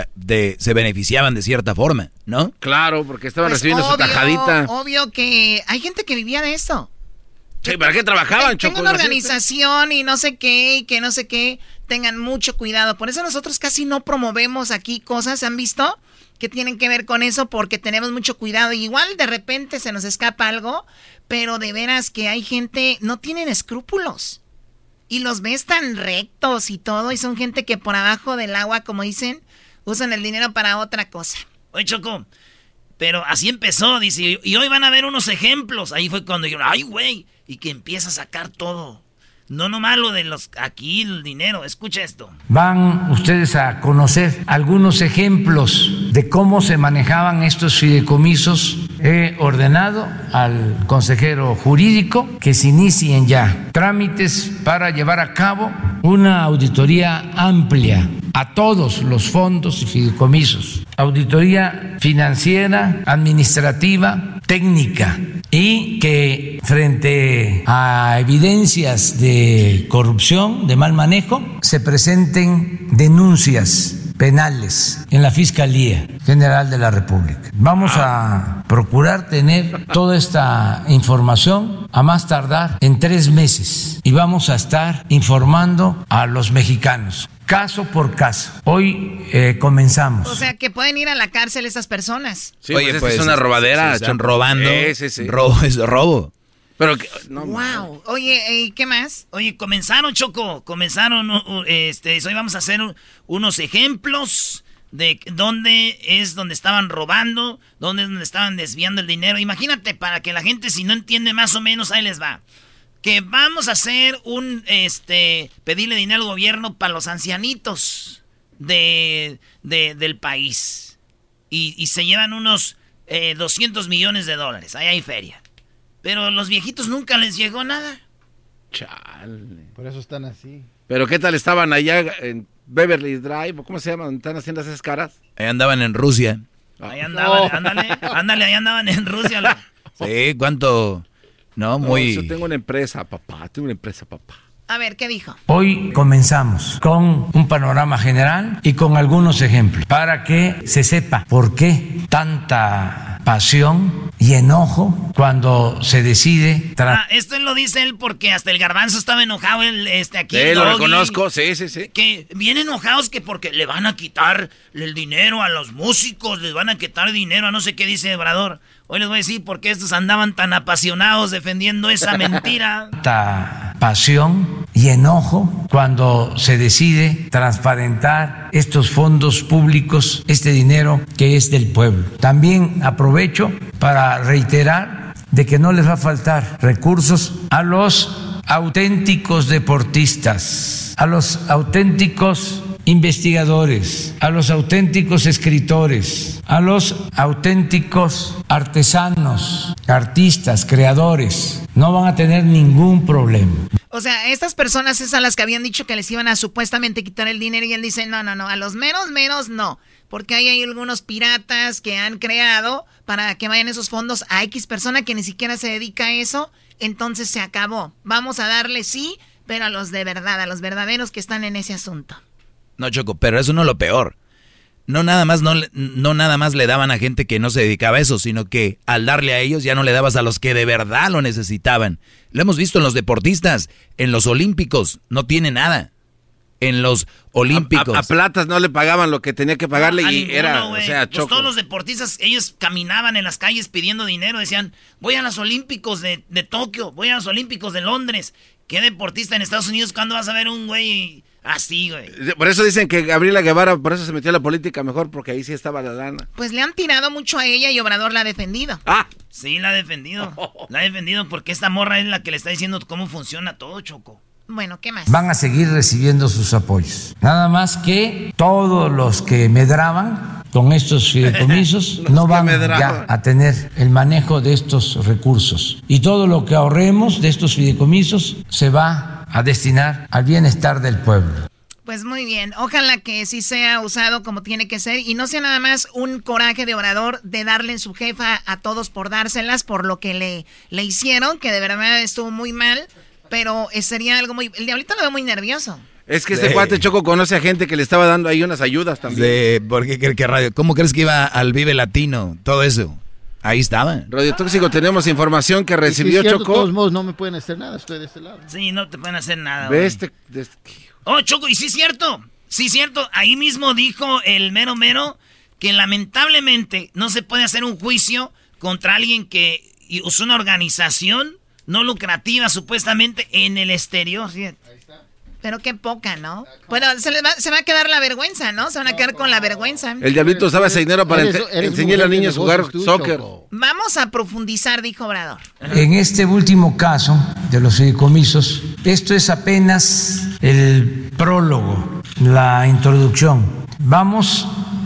se beneficiaban de cierta forma, ¿no? Claro, porque estaban recibiendo su tajadita. Obvio que hay gente que vivía de esto. Sí, ¿para qué trabajaban, Choco? Tengo una organización y no sé qué, y que no sé qué. Tengan mucho cuidado. Por eso nosotros casi no promovemos aquí cosas, ¿han visto? Que tienen que ver con eso porque tenemos mucho cuidado. Y igual de repente se nos escapa algo, pero de veras que hay gente, no tienen escrúpulos. Y los ves tan rectos y todo, y son gente que por abajo del agua, como dicen, usan el dinero para otra cosa. Oye, Choco, pero así empezó, dice, y hoy van a ver unos ejemplos. Ahí fue cuando dijeron, ¡ay, güey! Y que empieza a sacar todo. No nomás lo de aquí, el dinero. Escucha esto. Van ustedes a conocer algunos ejemplos de cómo se manejaban estos fideicomisos. He ordenado al consejero jurídico que se inicien ya trámites para llevar a cabo una auditoría amplia a todos los fondos y fideicomisos. Auditoría financiera, administrativa, técnica. Y que frente a evidencias de corrupción, de mal manejo, se presenten denuncias penales en la Fiscalía General de la República. Vamos a procurar tener toda esta información a más tardar en 3 meses y vamos a estar informando a los mexicanos. Caso por caso. Hoy comenzamos. O sea, que pueden ir a la cárcel esas personas. Sí, oye, pues es una robadera. Están robando. Sí. Robo es robo. Pero wow. Oye, ¿y qué más? Oye, comenzaron, Choco. Comenzaron, hoy vamos a hacer unos ejemplos de dónde estaban robando, dónde estaban desviando el dinero. Imagínate, para que la gente, si no entiende más o menos, ahí les va. Que vamos a hacer pedirle dinero al gobierno para los ancianitos del país. Y se llevan unos $200 millones. Ahí hay feria. Pero a los viejitos nunca les llegó nada. Chale. Por eso están así. Pero ¿qué tal estaban allá en Beverly Drive? ¿Cómo se llaman? ¿Están haciendo esas caras? Ahí andaban en Rusia. Ahí andaban, ándale, ahí andaban en Rusia. Sí, ¿cuánto? No, muy... Yo tengo una empresa, papá. A ver, ¿qué dijo? Hoy comenzamos con un panorama general y con algunos ejemplos para que se sepa por qué tanta pasión y enojo cuando se decide... Esto lo dice él porque hasta el Garbanzo estaba enojado aquí. Sí, lo reconozco, sí. Que bien enojados que porque le van a quitar el dinero a los músicos, les van a quitar dinero a no sé qué dice Obrador. Hoy les voy a decir por qué estos andaban tan apasionados defendiendo esa mentira. Tanta pasión y enojo cuando se decide transparentar estos fondos públicos, este dinero que es del pueblo. También aprovecho para reiterar de que no les va a faltar recursos a los auténticos deportistas, a los auténticos investigadores, a los auténticos escritores, a los auténticos artesanos, artistas, creadores. No van a tener ningún problema. O sea, estas personas es a las que habían dicho que les iban a supuestamente quitar el dinero y él dice, no, a los meros no. Porque hay algunos piratas que han creado para que vayan esos fondos a X persona que ni siquiera se dedica a eso. Entonces se acabó. Vamos a darle sí, pero a los de verdad, a los verdaderos que están en ese asunto. No, Choco, pero eso no es lo peor. No nada más le daban a gente que no se dedicaba a eso, sino que al darle a ellos ya no le dabas a los que de verdad lo necesitaban. Lo hemos visto en los deportistas, en los olímpicos, no tiene nada. En los olímpicos. A Platas no le pagaban lo que tenía que pagarle y ninguno, era, o sea, Choco. Pues todos los deportistas, ellos caminaban en las calles pidiendo dinero, decían, voy a los olímpicos de Tokio, voy a los olímpicos de Londres. ¿Qué deportista en Estados Unidos cuándo vas a ver un güey así, güey? Por eso dicen que Gabriela Guevara, por eso se metió a la política mejor, porque ahí sí estaba la lana. Pues le han tirado mucho a ella y Obrador la ha defendido. Sí, la ha defendido. La ha defendido porque esta morra es la que le está diciendo cómo funciona todo, Choco. Bueno, ¿qué más? Van a seguir recibiendo sus apoyos. Nada más que todos los que medraban con estos fideicomisos no van ya a tener el manejo de estos recursos. Y todo lo que ahorremos de estos fideicomisos se va a destinar al bienestar del pueblo. Pues muy bien, ojalá que sí sea usado como tiene que ser y no sea nada más un coraje de Obrador de darle en su jefa a todos por dárselas por lo que le hicieron, que de verdad estuvo muy mal. Pero sería algo muy... El diablito lo veo muy nervioso. Es que este cuate Choco conoce a gente que le estaba dando ahí unas ayudas también. Sí, ¿por qué crees que radio? ¿Cómo crees que iba al Vive Latino? Todo eso. Ahí estaba. Radio Tóxico, tenemos información que recibió Choco. De todos modos no me pueden hacer nada, estoy de este lado. Sí, no te pueden hacer nada. ¿Ves? Choco, y sí es cierto. Sí es cierto. Ahí mismo dijo el mero que lamentablemente no se puede hacer un juicio contra alguien que usó una organización no lucrativa supuestamente en el exterior, ¿sí? Pero qué poca, ¿no? Bueno, se va a quedar la vergüenza, ¿no? Se van a quedar con la vergüenza. El diablito usaba ese dinero para enseñar a niños a jugar soccer. Vamos a profundizar, dijo Obrador. En este último caso de los fideicomisos, esto es apenas el prólogo, la introducción. Vamos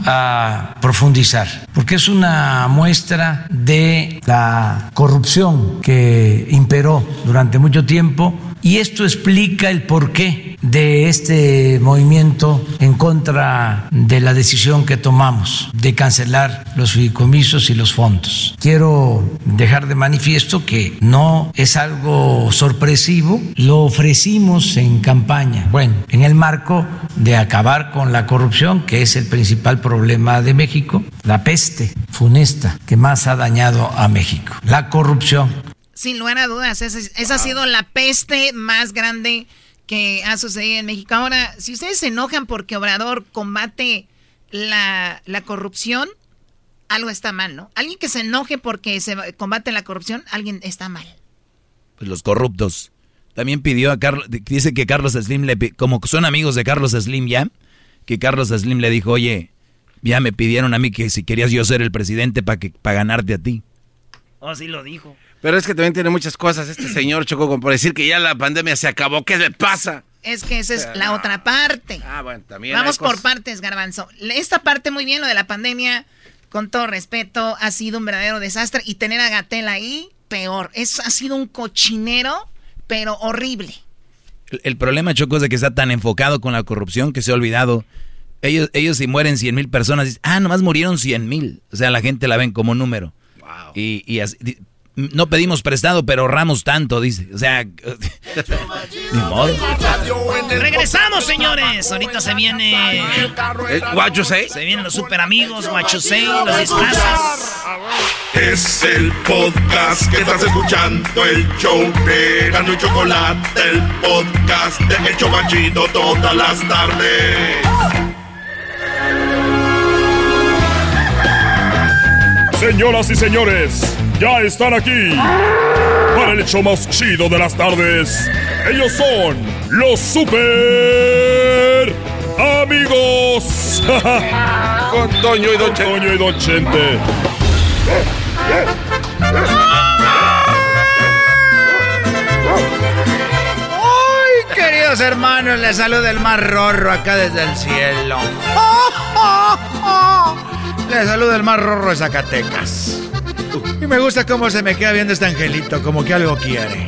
a profundizar, porque es una muestra de la corrupción que imperó durante mucho tiempo y esto explica el porqué de este movimiento en contra de la decisión que tomamos de cancelar los fideicomisos y los fondos. Quiero dejar de manifiesto que no es algo sorpresivo, lo ofrecimos en campaña, bueno, en el marco de acabar con la corrupción, que es el principal problema de México, la peste funesta que más ha dañado a México, la corrupción. Sin lugar a dudas, esa ha sido la peste más grande que ha sucedido en México. Ahora, si ustedes se enojan porque Obrador combate la corrupción, algo está mal, ¿no? Alguien que se enoje porque se combate la corrupción, alguien está mal. Pues los corruptos. También pidió a Carlos, dice que Carlos Slim, como son amigos de Carlos Slim ya, que Carlos Slim le dijo, oye, ya me pidieron a mí que si querías yo ser el presidente para ganarte a ti. Oh, sí lo dijo. Pero es que también tiene muchas cosas este señor Choco, como por decir que ya la pandemia se acabó. ¿Qué le pasa? Es que esa es la otra parte. Bueno, también vamos por partes, Garbanzo. Esta parte muy bien, lo de la pandemia, con todo respeto, ha sido un verdadero desastre. Y tener a Gatell ahí, peor. Ha sido un cochinero, pero horrible. El problema, Choco, es de que está tan enfocado con la corrupción que se ha olvidado. Ellos si mueren 100,000 personas, dicen, nomás murieron 100,000. O sea, la gente la ven como número. Wow. Y así... No pedimos prestado, pero ahorramos tanto, dice. O sea, ni modo. Regresamos, señores. Ahorita se viene... What you say? Se vienen los super amigos, What you say, los disfrazas. Es el podcast que estás escuchando, el show de Erasmo y Chocolate, el podcast de El Chobachito todas las tardes. Señoras y señores, ya están aquí para el show más chido de las tardes. Ellos son los super amigos. Con Toño y Don Chente. Toño y Don Chente. ¡Ay, queridos hermanos! Les saluda el más rorro acá desde el cielo. Les saluda el más rorro de Zacatecas. Y me gusta cómo se me queda viendo este angelito, como que algo quiere.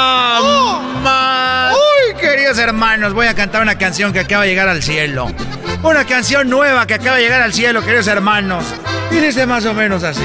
¡Uy, queridos hermanos! Voy a cantar una canción que acaba de llegar al cielo. Una canción nueva que acaba de llegar al cielo, queridos hermanos. Y dice más o menos así.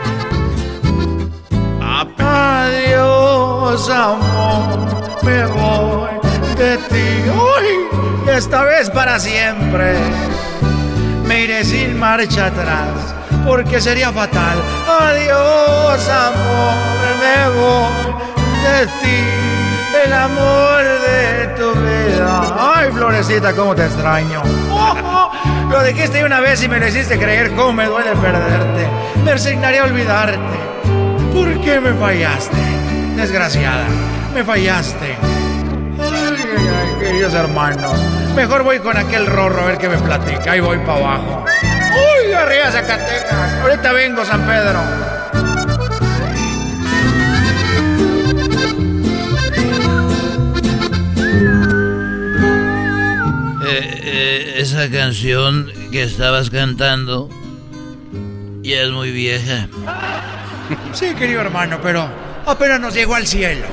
Adiós, amor, me voy de ti. ¡Uy! Esta vez para siempre. Me iré sin marcha atrás, porque sería fatal. Adiós, amor, me voy de ti, el amor de tu vida. Ay, Florecita, cómo te extraño. Lo dijiste una vez y me lo hiciste creer. Cómo me duele perderte. Me resignaría a olvidarte. ¿Por qué me fallaste? Desgraciada, me fallaste. Ay, queridos hermanos, mejor voy con aquel rorro a ver qué me platica. Y voy para abajo. ¡Uy, arriba Zacatecas! Ahorita vengo, San Pedro. Esa canción que estabas cantando ya es muy vieja. Sí, querido hermano, pero apenas nos llegó al cielo.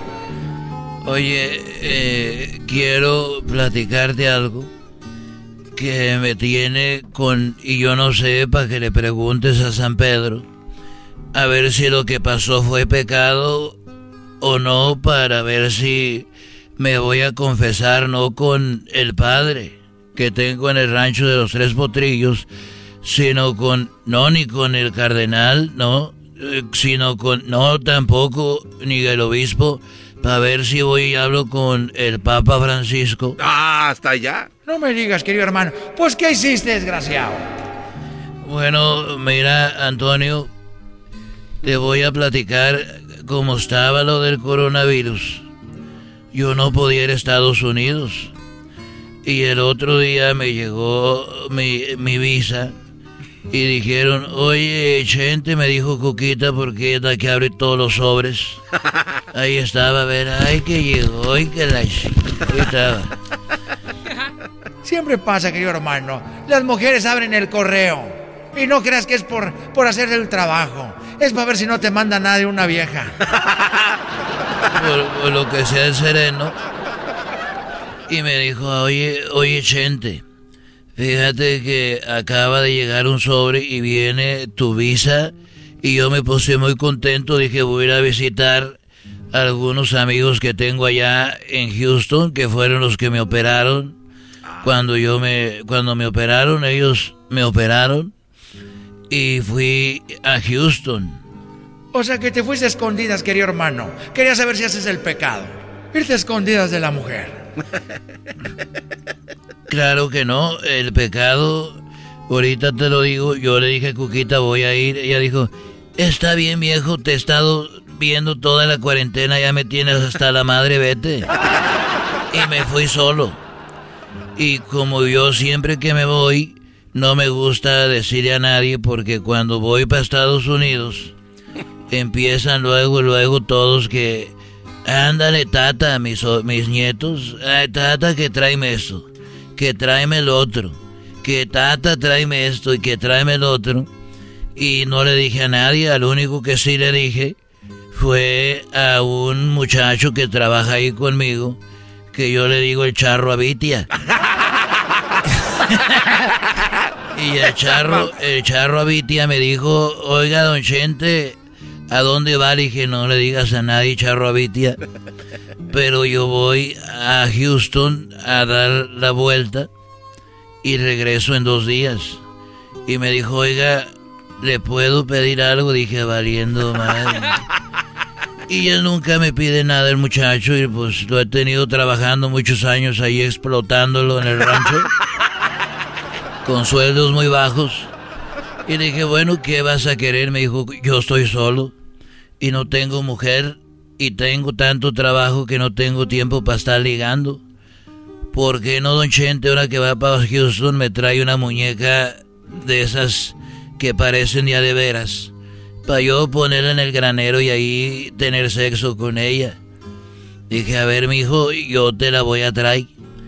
Oye, quiero platicarte algo que me tiene con... Y yo no sé, para que le preguntes a San Pedro, a ver si lo que pasó fue pecado o no, para ver si me voy a confesar, no con el padre que tengo en el rancho de los Tres Potrillos, sino con... No, ni con el cardenal, no, sino con... No, tampoco, ni el obispo, para ver si voy y hablo con el Papa Francisco. Ah, hasta allá. No me digas, querido hermano. Pues, ¿qué hiciste, desgraciado? Bueno, mira, Antonio, te voy a platicar cómo estaba lo del coronavirus. Yo no podía ir a Estados Unidos. Y el otro día me llegó mi visa. Y dijeron, oye, Chente, me dijo Cuquita, porque es la que abre todos los sobres. Ahí estaba, a ver, ay, que llegó, y que la... Ahí estaba. Siempre pasa, querido hermano. Las mujeres abren el correo. Y no creas que es por hacer el trabajo. Es para ver si no te manda nadie una vieja. Por lo que sea el sereno. Y me dijo, oye, Chente, fíjate que acaba de llegar un sobre y viene tu visa. Y yo me puse muy contento, dije, voy a ir a visitar a algunos amigos que tengo allá en Houston, que fueron los que me operaron. Cuando me operaron, ellos me operaron y fui a Houston. O sea que te fuiste a escondidas, querido hermano. Quería saber si haces el pecado. Irte a escondidas de la mujer. Claro que no, el pecado, ahorita te lo digo, yo le dije a Cuquita, voy a ir. Ella dijo, está bien, viejo, te he estado viendo toda la cuarentena, ya me tienes hasta la madre, vete. Y me fui solo. Y como yo siempre que me voy, no me gusta decirle a nadie, porque cuando voy para Estados Unidos, empiezan luego todos que, ándale, tata, mis nietos, ay, tata, que tráeme esto, que tráeme el otro, que tata, tráeme esto y que tráeme el otro. Y no le dije a nadie, al único que sí le dije fue a un muchacho que trabaja ahí conmigo, que yo le digo el Charro Abitia. Y el Charro Abitia me dijo, oiga, don Chente, ¿a dónde va? Le dije, no le digas a nadie, Charro Abitia, pero yo voy a Houston a dar la vuelta y regreso en 2 días. Y me dijo, oiga, ¿le puedo pedir algo? Dije, valiendo madre. Y él nunca me pide nada, el muchacho, y pues lo he tenido trabajando muchos años ahí, explotándolo en el rancho, con sueldos muy bajos. Y le dije, bueno, ¿qué vas a querer? Me dijo, yo estoy solo y no tengo mujer y tengo tanto trabajo que no tengo tiempo para estar ligando. ¿Por qué no, don Chente, ahora que va para Houston, me trae una muñeca de esas que parecen ya de veras? Para yo ponerla en el granero y ahí tener sexo con ella. Dije, a ver, mijo, yo te la voy a traer.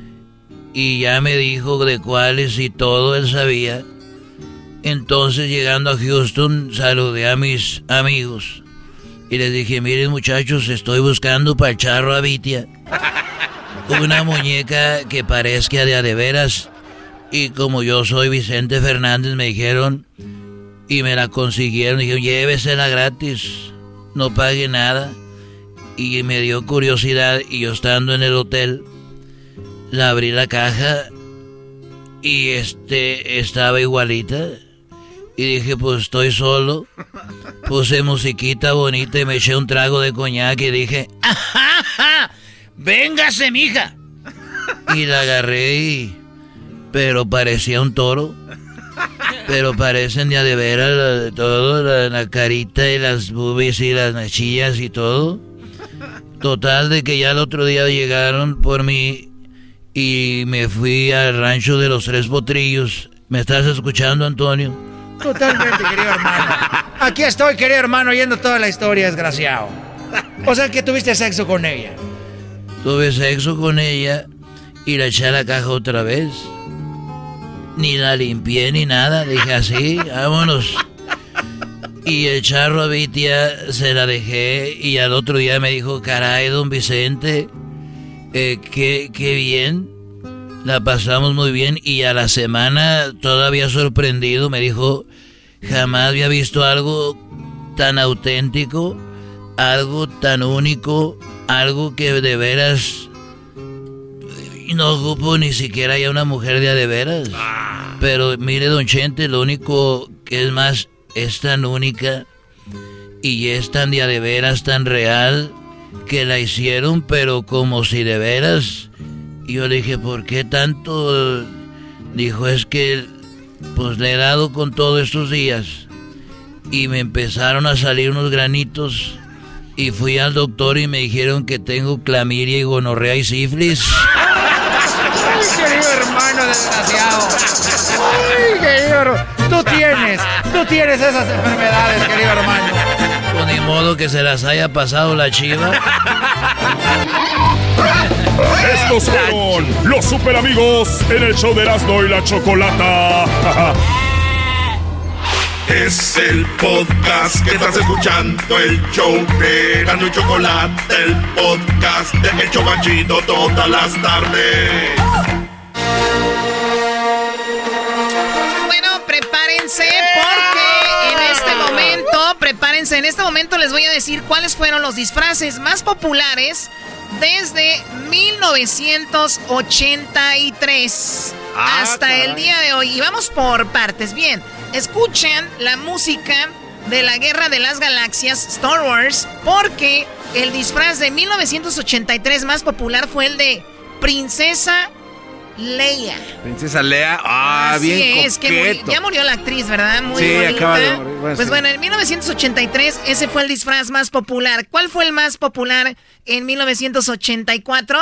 Y ya me dijo de cuáles y todo, él sabía. Entonces, llegando a Houston, saludé a mis amigos. Y les dije, miren, muchachos, estoy buscando para el charro Abitia una muñeca que parezca de a de veras. Y como yo soy Vicente Fernández, me dijeron, y me la consiguieron. Dijeron, llévesela gratis, no pague nada. Y me dio curiosidad, y yo estando en el hotel, la abrí la caja, y estaba igualita. Y dije, pues estoy solo. Puse musiquita bonita y me eché un trago de coñac y dije, ¡ajá! ¡Véngase, mija! Y la agarré pero parecía un toro. Pero parecen ya de veras todo, la carita y las boobies y las mechillas y todo. Total de que ya el otro día llegaron por mí y me fui al rancho de los 3 Potrillos. ¿Me estás escuchando, Antonio? Totalmente, querido hermano. Aquí estoy, querido hermano, oyendo toda la historia, desgraciado. O sea que tuviste sexo con ella. Tuve sexo con ella y la eché a la caja otra vez. Ni la limpié ni nada, dije así, vámonos. Y el charro Abitia se la dejé y al otro día me dijo, caray, don Vicente, qué bien, la pasamos muy bien. Y a la semana, todavía sorprendido, me dijo, jamás había visto algo tan auténtico, algo tan único, algo que de veras no ocupo ni siquiera ya una mujer de veras. Pero mire, don Chente, lo único que es más, es tan única y es tan de veras, tan real, que la hicieron, pero como si de veras. Y yo le dije, ¿por qué tanto? Dijo, es que pues le he dado con todo estos días y me empezaron a salir unos granitos y fui al doctor y me dijeron que tengo clamidia y gonorrea y sífilis. Ay, querido hermano desgraciado. Ay, querido, tú tienes esas enfermedades, querido hermano. Pues ni modo que se las haya pasado la chiva. Estos fueron los super amigos en el show de Erasmo y la Chocolata. Es el podcast que estás escuchando, el show de Erasmo y Chocolata, el podcast de El Chobachito todas las tardes. Bueno, prepárense porque en este momento les voy a decir cuáles fueron los disfraces más populares desde 1983 hasta el día de hoy. Y vamos por partes. Bien, escuchen la música de la Guerra de las Galaxias, Star Wars, porque el disfraz de 1983 más popular fue el de Princesa Leia. Princesa Leia, bien es que ya murió la actriz, ¿verdad? Muy bonita. Acaba de morir. Pues bueno, en 1983 ese fue el disfraz más popular. ¿Cuál fue el más popular en 1984?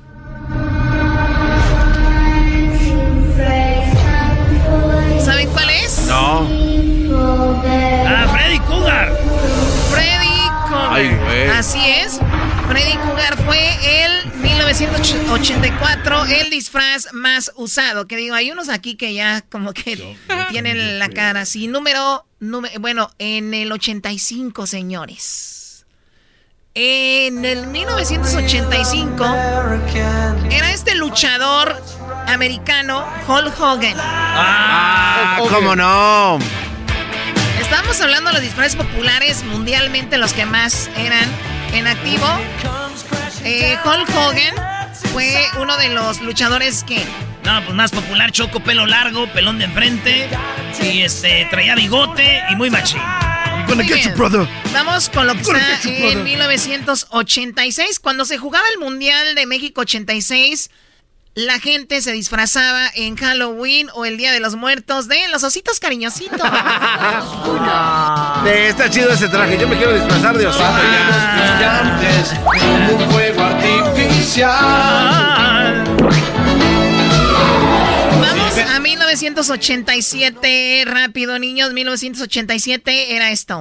¿Saben cuál es? No. Freddy Cougar. Freddy Cougar. Ay, güey. Así es. Freddy Cougar fue el 1984 el disfraz más usado. Que digo, hay unos aquí que ya como que tienen la cara así. Bueno, en el 85, señores. En el 1985 era este luchador americano, Hulk Hogan. ¿Cómo no? Estamos hablando de los disfraces populares mundialmente, los que más eran en activo. Hulk Hogan fue uno de los luchadores que... No, pues más popular, Choco, pelo largo, pelón de enfrente, y traía bigote y muy machín. Vamos con lo que está en 1986, cuando se jugaba el Mundial de México 86. la gente se disfrazaba en Halloween o el Día de los Muertos de los ositos cariñositos. Está chido ese traje. Yo me quiero disfrazar de osito. Brillantes como un fuego artificial. Vamos a 1987. Rápido, niños. 1987 era esto.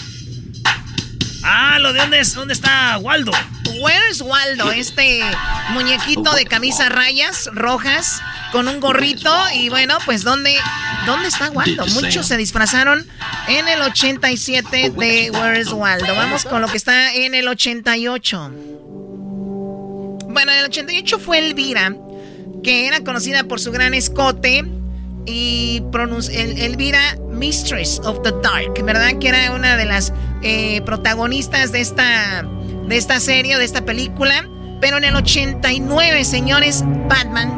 Lo de dónde está Waldo. Where's Waldo? Este muñequito de camisa rayas rojas con un gorrito. Y bueno, pues ¿dónde está Waldo? Muchos se disfrazaron en el 87 de Where's Waldo. Vamos con lo que está en el 88. Bueno, en el 88 fue Elvira, que era conocida por su gran escote y Elvira, Mistress of the Dark, ¿verdad? Que era una de las protagonistas de esta serie, de esta película. Pero en el 89, señores, Batman.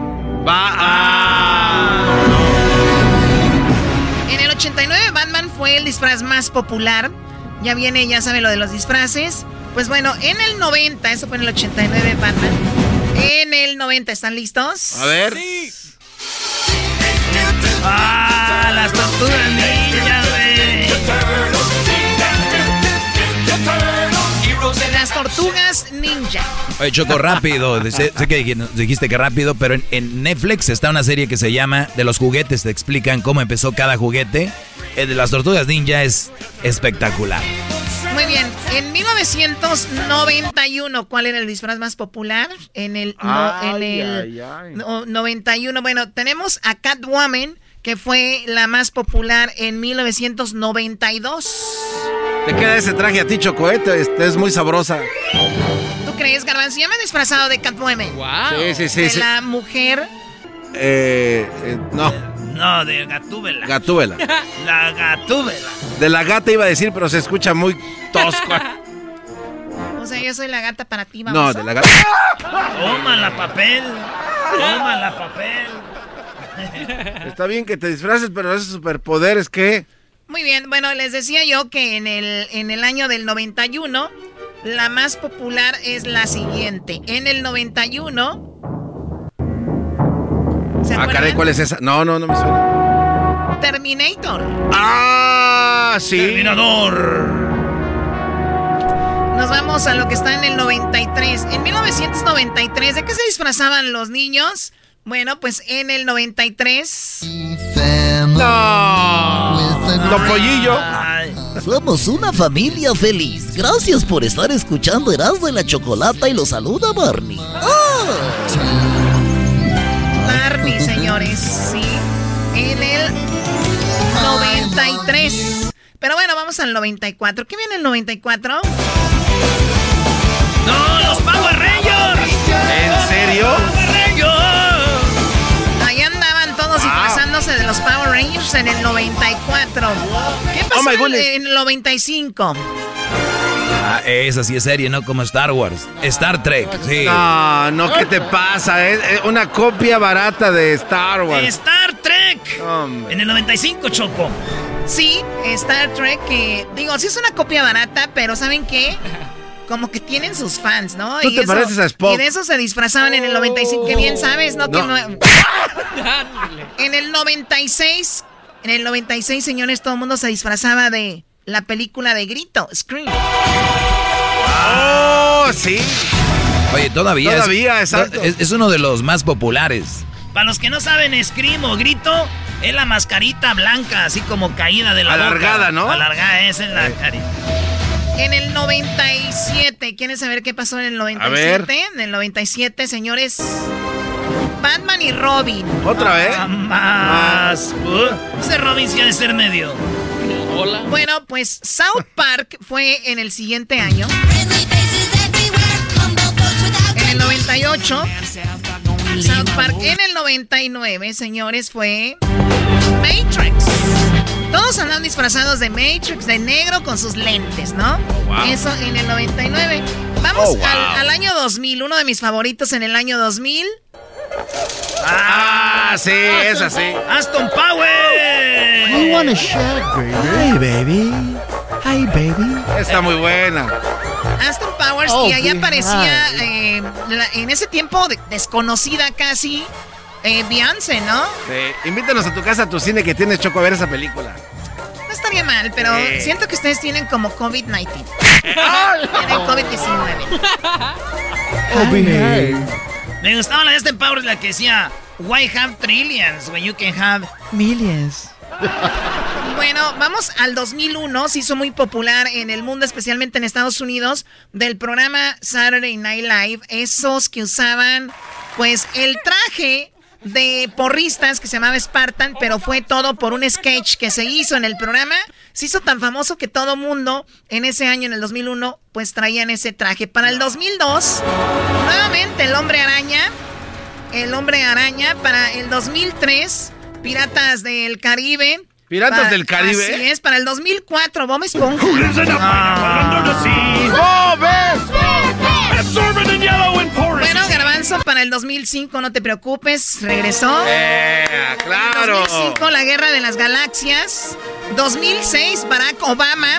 En el 89, Batman fue el disfraz más popular. Ya saben lo de los disfraces. Pues bueno, en el 90, eso fue en el 89, Batman. En el 90, ¿están listos? A ver. Sí. Las tortugas ninja, güey. Las tortugas ninja. Oye, Choco, rápido. Sé que dijiste que rápido, pero en Netflix está una serie que se llama De los juguetes. Te explican cómo empezó cada juguete. El de las tortugas ninja es espectacular. Muy bien. En 1991, ¿cuál era el disfraz más popular? En el 91. Bueno, tenemos a Catwoman, que fue la más popular en 1992. Te queda ese traje a ti, Choco, es muy sabrosa. ¿Tú crees, Garbanzo? Ya me he disfrazado de Catwoman. Wow. Sí. De la mujer. No. No, de Gatúbela. Gatúbela. La Gatúbela. De la gata iba a decir, pero se escucha muy tosco. O sea, yo soy la gata para ti, vamos. No, de la gata. Tómala papel. Está bien que te disfraces, pero esos superpoderes, ¿qué? Muy bien, bueno, les decía yo que en el año del 91, la más popular es la siguiente. En el 91... ¿Se acuerdan? Caray, ¿cuál es esa? No me suena. Terminator. Sí. Terminador. Nos vamos a lo que está en el 93. En 1993, ¿de qué se disfrazaban los niños? Bueno, pues en el 93... Topollillo. Somos una familia feliz. Gracias por estar escuchando Erasmo y la Chocolata y los saluda Barney. Barney, señores, sí. En el 93. Pero bueno, vamos al 94. ¿Qué viene el 94? ¡No, los Power Rangers! ¿En serio? ¡Power Rangers! Ahí andaban todos disfrazándose de los Power Rangers en el 94. ¿Qué pasó en el 95? Esa sí es serie, ¿no? Como Star Wars. Star Trek, sí. No, ¿qué te pasa? Es una copia barata de Star Wars. Star Trek. Hombre. En el 95, Choco. Sí, Star Trek, sí es una copia barata, pero ¿saben qué? Como que tienen sus fans, ¿no? Tú te pareces a Spock. Y de eso se disfrazaban en el 95. Que bien sabes, ¿no? En el 96, señores, todo el mundo se disfrazaba de la película de Grito, Scream. Sí. Oye, todavía exacto. Es uno de los más populares. Para los que no saben, Scream o Grito es la mascarita blanca, así como caída de la alargada, boca. ¿no? Alargada, esa es la carita. En el 97, ¿quieren saber qué pasó en el 97? A ver. En el 97, señores, Batman y Robin. ¿Otra vez? Más. Ese Robin sí ha de ser medio. Hola. Bueno, pues South Park fue en el siguiente año. En el 98. South Park. En el 99, señores, fue Matrix. Todos andan disfrazados de Matrix, de negro con sus lentes, ¿no? Wow. Eso en el 99. Vamos al año 2000, uno de mis favoritos en el año 2000. Sí, es así. Aston Power. You wanna shag, baby? Hey, baby. Hi, baby. Está muy buena. Austin Powers, y ahí aparecía en ese tiempo desconocida casi Beyoncé, ¿no? Sí. Invítanos a tu casa, a tu cine que tienes, Choco, a ver esa película. No estaría mal, pero siento que ustedes tienen como COVID-19. Tienen COVID-19. Me gustaba la de Austin Powers, la que decía, why have trillions when you can have millions? Bueno, vamos al 2001, se hizo muy popular en el mundo, especialmente en Estados Unidos, del programa Saturday Night Live, esos que usaban, pues, el traje de porristas que se llamaba Spartan, pero fue todo por un sketch que se hizo en el programa. Se hizo tan famoso que todo mundo en ese año, en el 2001, pues traían ese traje. Para el 2002, nuevamente el Hombre Araña. Para el 2003, Piratas del Caribe. ¿Piratas del Caribe? Así es, para el 2004, Bob Esponja. Bueno, Garbanzo, para el 2005, no te preocupes, regresó. ¡Claro! 2005, La Guerra de las Galaxias. 2006, Barack Obama.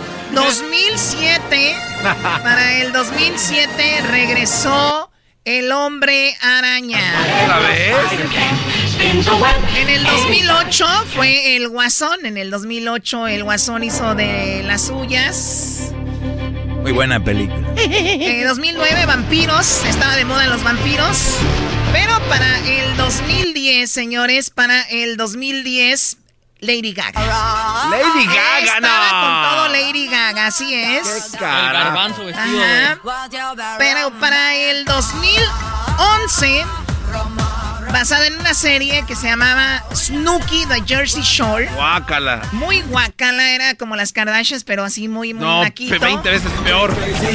2007, para el 2007, regresó el Hombre Araña. ¿Otra vez? En el 2008 fue el Guasón. En el 2008 el Guasón hizo de las suyas. Muy buena película. 2009 vampiros. Estaba de moda los vampiros. Pero para el 2010, señores, para el 2010, Lady Gaga. Lady Gaga, estaba con todo Lady Gaga, así es. Qué cara. El garbanzo vestido de... Pero para el 2011... basada en una serie que se llamaba Snooki, The Jersey Shore. Guácala. Muy guácala, era como las Kardashians, pero así muy naquito. 20 veces peor.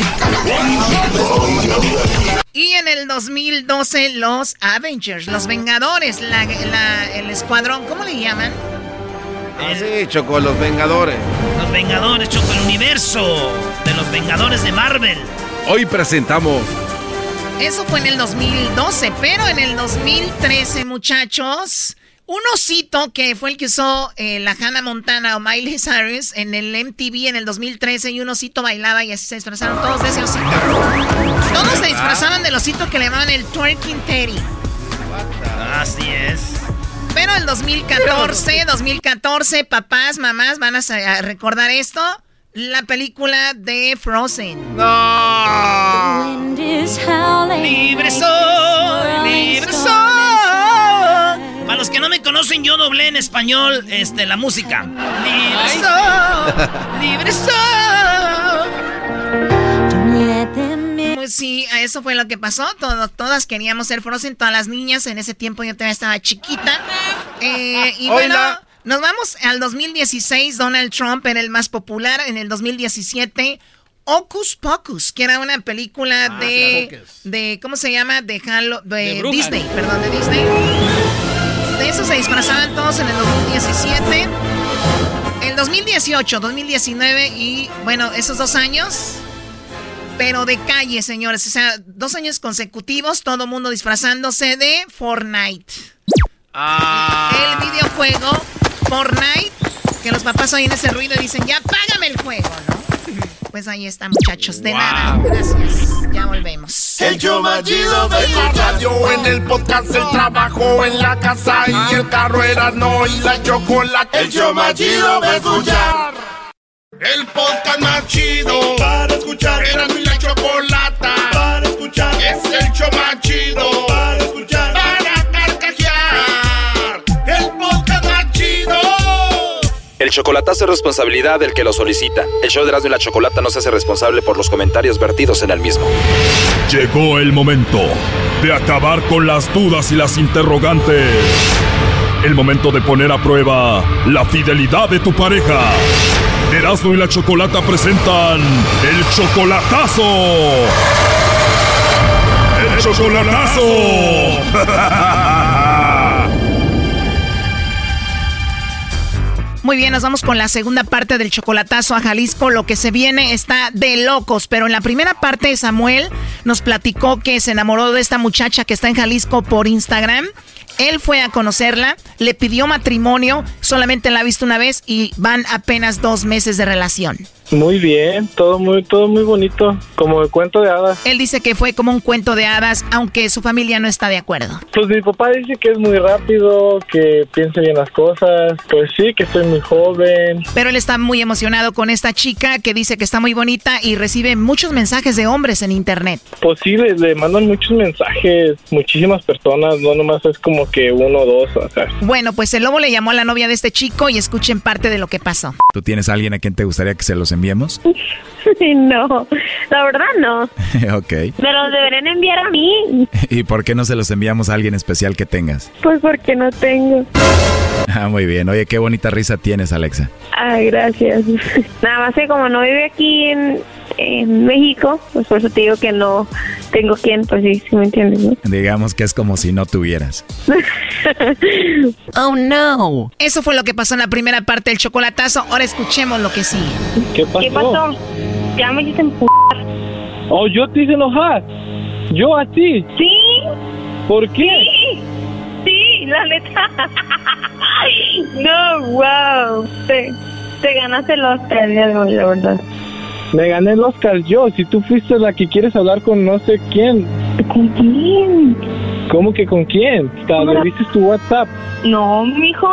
Y en el 2012, los Avengers, los Vengadores, el escuadrón, ¿cómo le llaman? Sí, Choco, los Vengadores. Los Vengadores, Choco, el universo de los Vengadores de Marvel. Hoy presentamos... Eso fue en el 2012, pero en el 2013, muchachos, un osito que fue el que usó la Hannah Montana o Miley Cyrus en el MTV en el 2013, y un osito bailaba y así se disfrazaron todos de ese osito. Todos se disfrazaban del osito que le llamaban el Twerking Teddy. Así es. Pero el 2014, papás, mamás, van a recordar esto. La película de Frozen. ¡No! ¡Libre soy! ¡Libre soy! Para los que no me conocen, yo doblé en español la música. ¡Libre soy! ¡Libre soy! Pues sí, eso fue lo que pasó. Todas queríamos ser Frozen, todas las niñas. En ese tiempo yo todavía estaba chiquita. Y bueno... Nos vamos al 2016, Donald Trump era el más popular. En el 2017, Hocus Pocus, que era una película de ¿cómo se llama? De Disney, perdón, de Disney. De eso se disfrazaban todos en el 2017. El 2018, 2019 y, bueno, esos 2 años, pero de calle, señores. O sea, 2 años consecutivos, todo mundo disfrazándose de Fortnite. El videojuego Fortnite, que los papás oyen ese ruido y dicen, ya págame el juego, ¿no? Pues ahí está, muchachos, de nada, gracias, ya volvemos. El show más chido de la radio, en el podcast, el trabajo, en la casa y el carro, Erasmo y la Chocolata. El show más chido de escuchar. El podcast más chido para escuchar. Erasmo y la Chocolata para escuchar. Es el show más chido para escuchar. El chocolatazo es responsabilidad del que lo solicita. El show de Erasmo y la Chocolata no se hace responsable por los comentarios vertidos en el mismo. Llegó el momento de acabar con las dudas y las interrogantes. El momento de poner a prueba la fidelidad de tu pareja. Erasmo y la Chocolata presentan el chocolatazo. ¡El chocolatazo! Muy bien, nos vamos con la segunda parte del chocolatazo a Jalisco. Lo que se viene está de locos, pero en la primera parte Samuel nos platicó que se enamoró de esta muchacha que está en Jalisco por Instagram. Él fue a conocerla, le pidió matrimonio, solamente la ha visto una vez y van apenas 2 meses de relación. Muy bien, todo muy bonito, como el cuento de hadas. Él dice que fue como un cuento de hadas, aunque su familia no está de acuerdo. Pues mi papá dice que es muy rápido, que piensa bien las cosas, pues sí, que estoy muy joven. Pero él está muy emocionado con esta chica que dice que está muy bonita y recibe muchos mensajes de hombres en internet. Pues sí, le mandan muchos mensajes, muchísimas personas, no nomás es como que 1 o 2, o sea. Bueno, pues el lobo le llamó a la novia de este chico y escuchen parte de lo que pasó. ¿Tú tienes a alguien a quien te gustaría que se los enviemos? No, la verdad no. Ok. Me los deberían enviar a mí. ¿Y por qué no se los enviamos a alguien especial que tengas? Pues porque no tengo. Ah, muy bien. Oye, qué bonita risa tienes, Alexa. Ay, gracias. Nada más que como no vive aquí en México, pues por eso te digo que no tengo quien, pues sí me entiendes, ¿no? Digamos que es como si no tuvieras. Oh, no. Eso fue lo que pasó en la primera parte del chocolatazo. Ahora escuchemos lo que sigue. ¿Qué pasó? Ya me hice Oh, yo te hice enojar. ¿Yo a ti? Sí. ¿Por qué? Sí, la neta. No, wow. Te ganaste el Oscar el día de hoy, la verdad. Me gané el Oscar yo, si tú fuiste la que quieres hablar con no sé quién. ¿Con quién? ¿Cómo que con quién? ¿Le viste tu WhatsApp? No, mijo.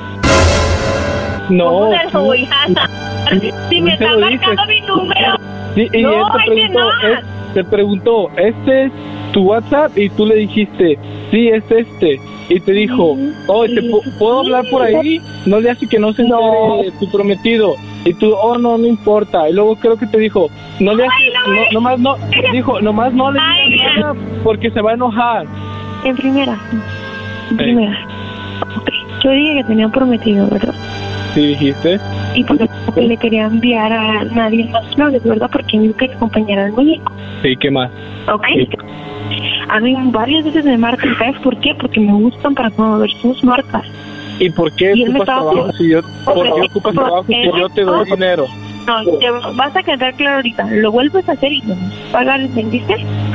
No. ¿Cómo de eso, hija? Si me está marcando mi número. Sí, y no, él te preguntó, ¿este es tu WhatsApp? Y tú le dijiste, sí, es este. Y te dijo, ¿puedo hablar por ahí? No le hace que no se entere tu prometido. Y tú, no importa. Y luego creo que te dijo, no le hace, nomás no le digas nada porque se va a enojar. En primera. Okay. Yo dije que tenía prometido, ¿verdad? Sí, dijiste. Y porque le quería enviar a nadie más flores, ¿verdad? Porque me dijo que acompañara al México. Sí, ¿qué más? Ok. Sí. A mí varias veces me marcan, ¿sabes por qué? Porque me gustan para promover sus marcas. ¿Y por qué ocupas trabajo si yo te doy dinero? No, te vas a quedar claro ahorita. Lo vuelves a hacer y no pagar, ¿entendiste?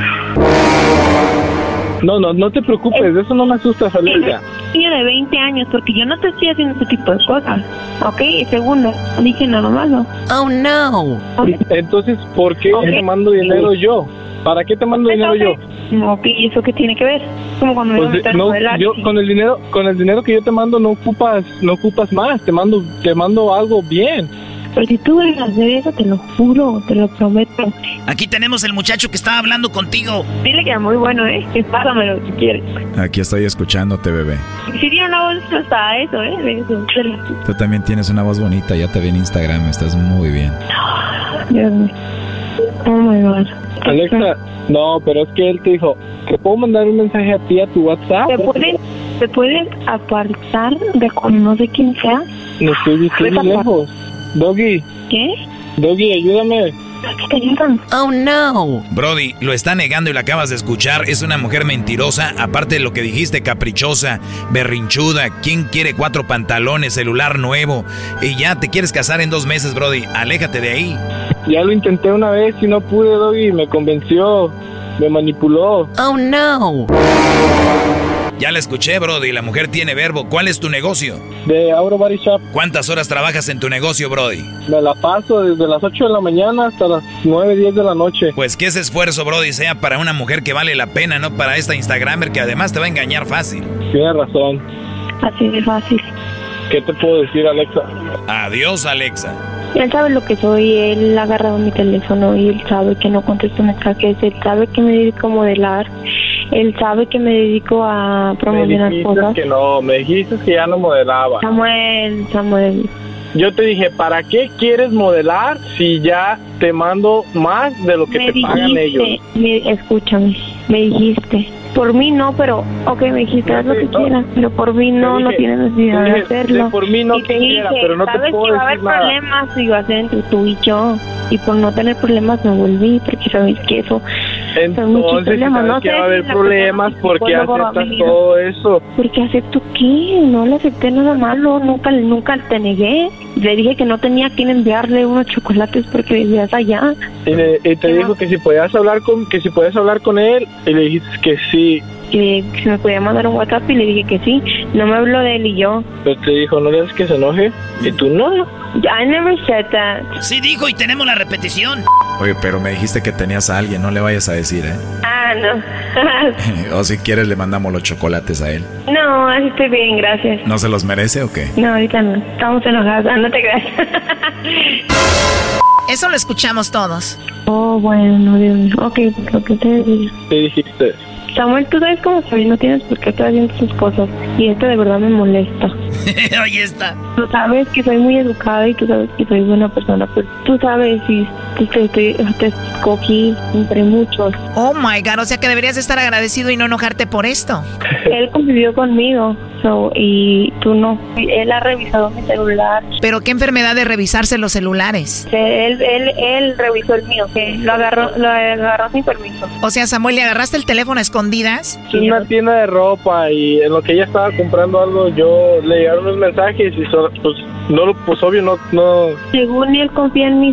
No te preocupes, de eso no me asustas, Alexa. Niño de 20 años, porque yo no te estoy haciendo ese tipo de cosas, ¿ok? Y segundo, dije nada malo. Oh, no. Entonces, ¿por qué te mando dinero yo? ¿Para qué te mando dinero yo? Ok, ¿y eso qué tiene que ver? Como cuando me pues yo con el dinero que yo te mando no ocupas más, te mando algo bien. Pero si tú vas a hacer eso, te lo juro, te lo prometo. Aquí tenemos el muchacho que estaba hablando contigo. Dile que es muy bueno, pásamelo si quieres. Aquí estoy escuchándote, bebé. Sí tiene una voz hasta eso, de eso. Tú también tienes una voz bonita, ya te vi en Instagram, estás muy bien. Dios mío. Oh my God. Alexa, no, pero es que él te dijo, ¿te puedo mandar un mensaje a ti a tu WhatsApp? ¿Te puedes apartar de con no sé quién sea? Me estoy diciendo lejos. Doggy. ¿Qué? Doggy, ayúdame. Oh, no. Brody, lo está negando y lo acabas de escuchar. Es una mujer mentirosa. Aparte de lo que dijiste, caprichosa, berrinchuda. ¿Quién quiere 4 pantalones, celular nuevo? Y ya te quieres casar en 2 meses, Brody. Aléjate de ahí. Ya lo intenté una vez y no pude, Doggy. Me convenció. Me manipuló. Oh, no. Ya la escuché, Brody. La mujer tiene verbo. ¿Cuál es tu negocio? De Auro Body Shop. ¿Cuántas horas trabajas en tu negocio, Brody? Me la paso desde las 8 de la mañana hasta las 9, 10 de la noche. Pues que ese esfuerzo, Brody, sea para una mujer que vale la pena, no para esta Instagramer que además te va a engañar fácil. Tienes razón. Así de fácil. ¿Qué te puedo decir, Alexa? Adiós, Alexa. Él sabe lo que soy, él ha agarrado mi teléfono y él sabe que no contesto mensajes, él sabe que me dedico a modelar, él sabe que me dedico a promocionar cosas. Me dijiste que ya no modelaba. Samuel. Yo te dije, ¿para qué quieres modelar si ya te mando más de lo que te pagan ellos? Escúchame, me dijiste. Por mí no, pero, me dijiste, haz lo que quieras, pero por mí no tienes necesidad de hacerlo. Por mí no quisiera, pero no te puedo decir nada. Sabes que va a haber problemas y va a ser entre tú y yo, y por no tener problemas me volví, porque sabes que eso entonces sabes que va a haber problemas porque aceptas todo eso. Porque acepto qué, no le acepté nada malo, nunca te negué. Le dije que no tenía quien enviarle unos chocolates porque vivías allá. Y te dijo que si podías hablar con él, y le dijiste que sí. que si me podía mandar un WhatsApp y le dije que sí. No me habló de él y yo. Pero te dijo, ¿no le das que se enoje? ¿Y tú no? I never said that. Sí dijo y tenemos la repetición. Oye, pero me dijiste que tenías a alguien, no le vayas a decir, ¿eh? Ah, no. O si quieres le mandamos los chocolates a él. No, así estoy bien, gracias. ¿No se los merece o qué? No, ahorita no. Estamos enojados. No te creas. Eso lo escuchamos todos. Oh, bueno, Dios mío. Ok, lo que te digo. ¿Qué dijiste? Samuel, tú sabes cómo soy, no tienes por qué estar haciendo sus cosas. Y esto de verdad me molesta. Ahí está. Tú sabes que soy muy educada y tú sabes que soy buena persona, pero tú sabes si te escogí entre muchos. Oh my God, o sea que deberías estar agradecido y no enojarte por esto. Él convivió conmigo, y tú no. Él ha revisado mi celular. ¿Pero qué enfermedad de revisarse los celulares? Él revisó el mío, que lo agarró sin permiso. O sea, Samuel, ¿le agarraste el teléfono a escondidas? Es una tienda de ropa y en lo que ella estaba comprando algo, yo le llegaron unos mensajes y pues obvio no. Según él confía en mí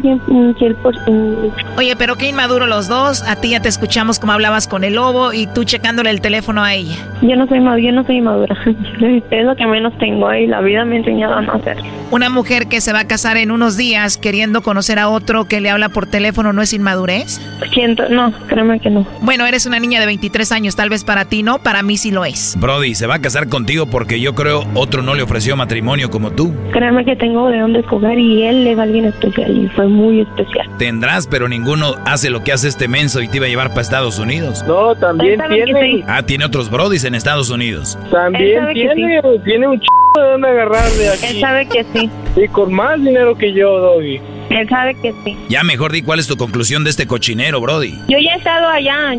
100%. Oye, pero qué inmaduro los dos. A ti ya te escuchamos como hablabas con el lobo y tú checándole el teléfono a ella. Yo no soy inmadura. Es lo que menos tengo y la vida me ha enseñado a no hacerlo. Una mujer que se va a casar en unos días queriendo conocer a otro que le habla por teléfono, ¿no es inmadurez? No, créeme que no. Bueno, eres una niña de 23 años, tal vez para ti no, para mí sí lo es. Brody, se va a casar contigo porque yo creo otro no le ofreció matrimonio como tú. Créeme que tengo de dónde escoger y él es alguien especial y fue muy especial. Tendrás, pero ninguno hace lo que hace este menso y te iba a llevar para Estados Unidos. No, también tiene. Ah, tiene otros brodis en Estados Unidos. También tiene un de dónde agarrarle aquí. Él sabe que sí. Y con más dinero que yo, Doggy. Él sabe que sí. Ya mejor di cuál es tu conclusión de este cochinero, Brody. Yo ya he estado allá.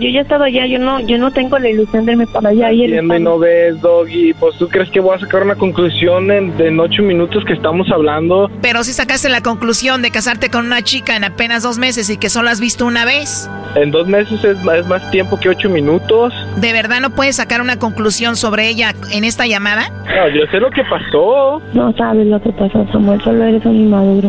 Yo no tengo la ilusión de irme para allá. Y no ves, Doggy. Pues tú crees que voy a sacar una conclusión en 8 minutos que estamos hablando. Pero si sacaste la conclusión de casarte con una chica en apenas 2 meses y que solo has visto una vez. En 2 meses es más tiempo que 8 minutos. ¿De verdad no puedes sacar una conclusión sobre ella en esta llamada? No, yo sé lo que pasó. No sabes lo que pasó, Samuel. Solo eres un inmaduro.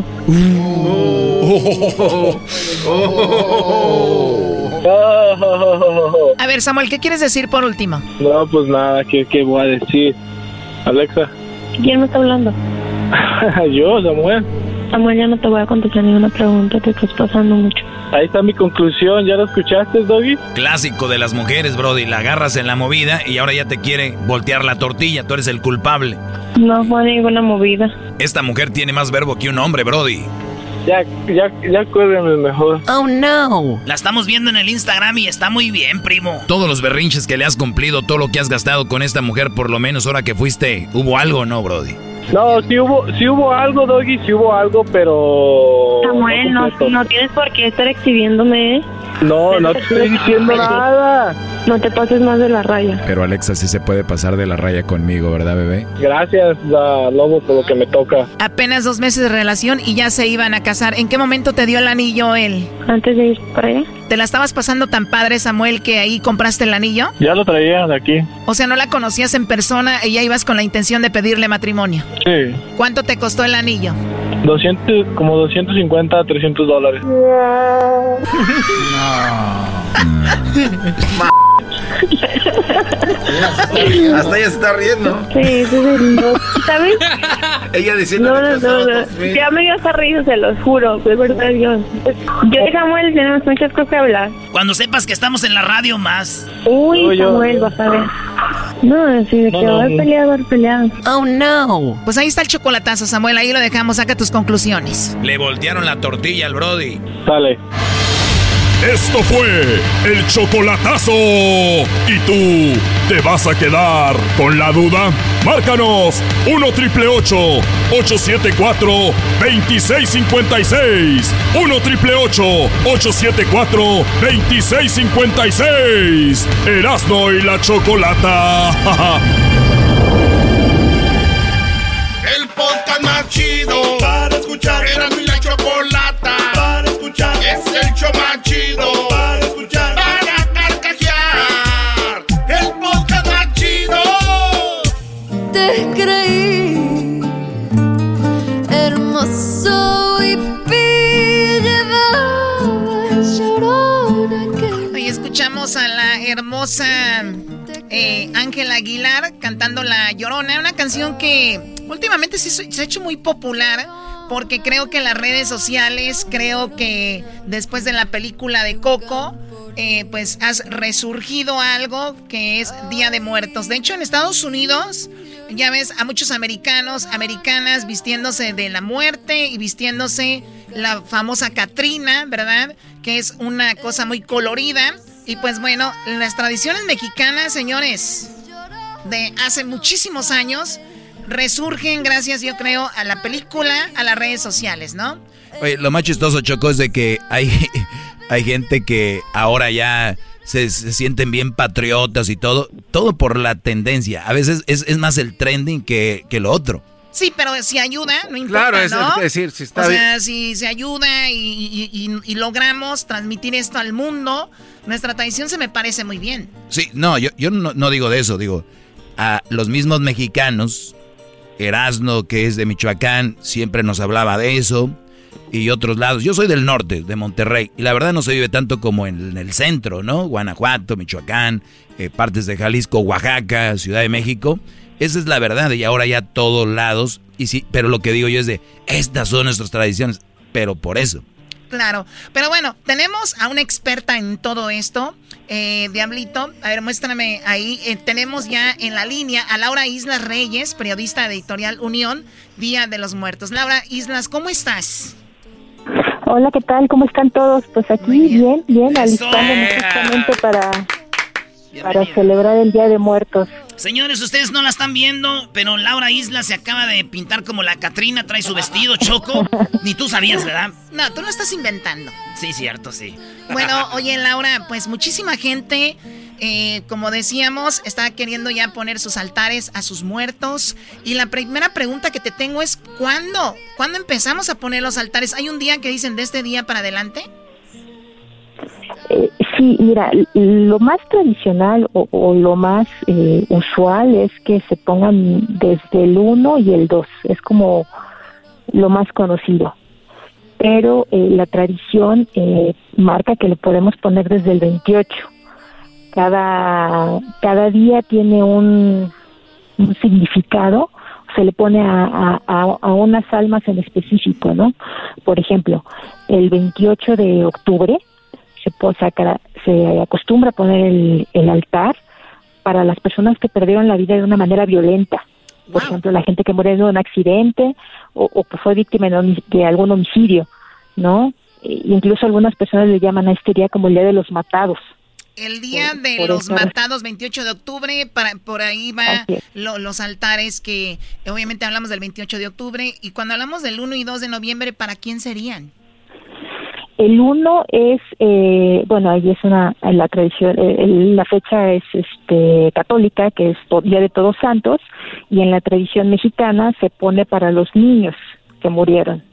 A ver, Samuel, ¿qué quieres decir por último? No, pues nada, ¿qué voy a decir? Alexa. ¿Quién me está hablando? Yo, Samuel. Samuel, ya no te voy a contestar ninguna pregunta, te estás pasando mucho. Ahí está mi conclusión, ¿ya lo escuchaste, Doggy? Clásico de las mujeres, Brody, la agarras en la movida y ahora ya te quiere voltear la tortilla, tú eres el culpable. No fue ninguna movida. Esta mujer tiene más verbo que un hombre, Brody. Ya acuérdenme mejor. Oh, no. La estamos viendo en el Instagram y está muy bien, primo. Todos los berrinches que le has cumplido, todo lo que has gastado con esta mujer, por lo menos ahora que fuiste, ¿hubo algo o no, Brody? No, sí hubo algo, Doggy, sí hubo algo, pero... Samuel, no tienes por qué estar exhibiéndome, ¿eh? No te estoy diciendo nada. No te pases más de la raya. Pero Alexa sí se puede pasar de la raya conmigo, ¿verdad, bebé? Gracias, Lobo, por lo que me toca. Apenas 2 meses de relación y ya se iban a casar. ¿En qué momento te dio el anillo él? Antes de ir para allá. ¿Te la estabas pasando tan padre, Samuel, que ahí compraste el anillo? Ya lo traía de aquí. O sea, ¿no la conocías en persona y ya ibas con la intención de pedirle matrimonio? Sí. ¿Cuánto te costó el anillo? Como $250 a $300. Hasta ella se está riendo. Sí, ¿sabes? Ella diciendo no. Ya me dio hasta reír, se los juro, de verdad, Dios. Yo y Samuel tenemos muchas cosas que hablar. Cuando sepas que estamos en la radio más. Uy, Samuel, vas a ver. No, así de que va a pelear. Oh, no. Pues ahí está el chocolatazo, Samuel, ahí lo dejamos, saca tus conclusiones. Le voltearon la tortilla al Brody. Dale. Esto fue el chocolatazo. ¿Y tú te vas a quedar con la duda? Márcanos 1-888-874-2656. 1-888-874-2656. Erasmo y la Chocolata. El podcast más chido para escuchar. Erasmo y la Chocolata para escuchar. Es el show más chido para escuchar. Para carcajear. El podcast más chido. Te creí hermoso y llevaba llorona que... Hoy escuchamos a la hermosa Ángela Aguilar cantando La Llorona, una canción que últimamente se ha hecho muy popular porque creo que en las redes sociales, creo que después de la película de Coco, pues has resurgido algo que es Día de Muertos. De hecho, en Estados Unidos ya ves a muchos americanas vistiéndose de la muerte y vistiéndose la famosa Catrina, ¿verdad? Que es una cosa muy colorida. Y pues bueno, las tradiciones mexicanas, señores, de hace muchísimos años, resurgen gracias, yo creo, a la película, a las redes sociales, ¿no? Oye, lo más chistoso, Choco, es de que hay gente que ahora ya se sienten bien patriotas y todo por la tendencia. A veces es más el trending que lo otro. Sí, pero si ayuda, no importa, claro, ¿no? Es decir, si está bien. O sea, si se ayuda y logramos transmitir esto al mundo, nuestra tradición se me parece muy bien. Sí, no, yo no digo de eso, digo, a los mismos mexicanos, Erasno, que es de Michoacán, siempre nos hablaba de eso, y otros lados. Yo soy del norte, de Monterrey, y la verdad no se vive tanto como en el centro, ¿no? Guanajuato, Michoacán, partes de Jalisco, Oaxaca, Ciudad de México. Esa es la verdad, y ahora ya todos lados, y sí, pero lo que digo yo es de, estas son nuestras tradiciones, pero por eso. Claro, pero bueno, tenemos a una experta en todo esto, Diablito, a ver, muéstrame ahí, tenemos ya en la línea a Laura Islas Reyes, periodista de Editorial Unión, Día de los Muertos. Laura Islas, ¿cómo estás? Hola, ¿qué tal? ¿Cómo están todos? Pues aquí bien, alistándonos justamente para celebrar el Día de Muertos. Señores, ustedes no la están viendo, pero Laura Isla se acaba de pintar como la Catrina, trae su vestido, Choco. Ni tú sabías, ¿verdad? No, tú lo estás inventando. Sí, cierto, sí. Bueno, oye, Laura, pues muchísima gente, como decíamos, está queriendo ya poner sus altares a sus muertos. Y la primera pregunta que te tengo es, ¿cuándo? ¿Cuándo empezamos a poner los altares? ¿Hay un día que dicen de este día para adelante? Sí, mira, lo más tradicional o lo más usual es que se pongan desde el 1 y el 2, es como lo más conocido. Pero la tradición marca que lo podemos poner desde el 28. Cada día tiene un significado, se le pone a unas almas en específico, ¿no? Por ejemplo, el 28 de octubre se acostumbra a poner el altar para las personas que perdieron la vida de una manera violenta. Por ejemplo, la gente que murió en un accidente o que fue víctima de algún homicidio, ¿no? Incluso algunas personas le llaman a este día como el Día de los Matados. El Día de los Matados, 28 de octubre, por ahí va los altares que obviamente hablamos del 28 de octubre. Y cuando hablamos del 1 y 2 de noviembre, ¿para quién serían? El 1 es, ahí es la tradición, la fecha es católica, que es Día de Todos Santos, y en la tradición mexicana se pone para los niños que murieron.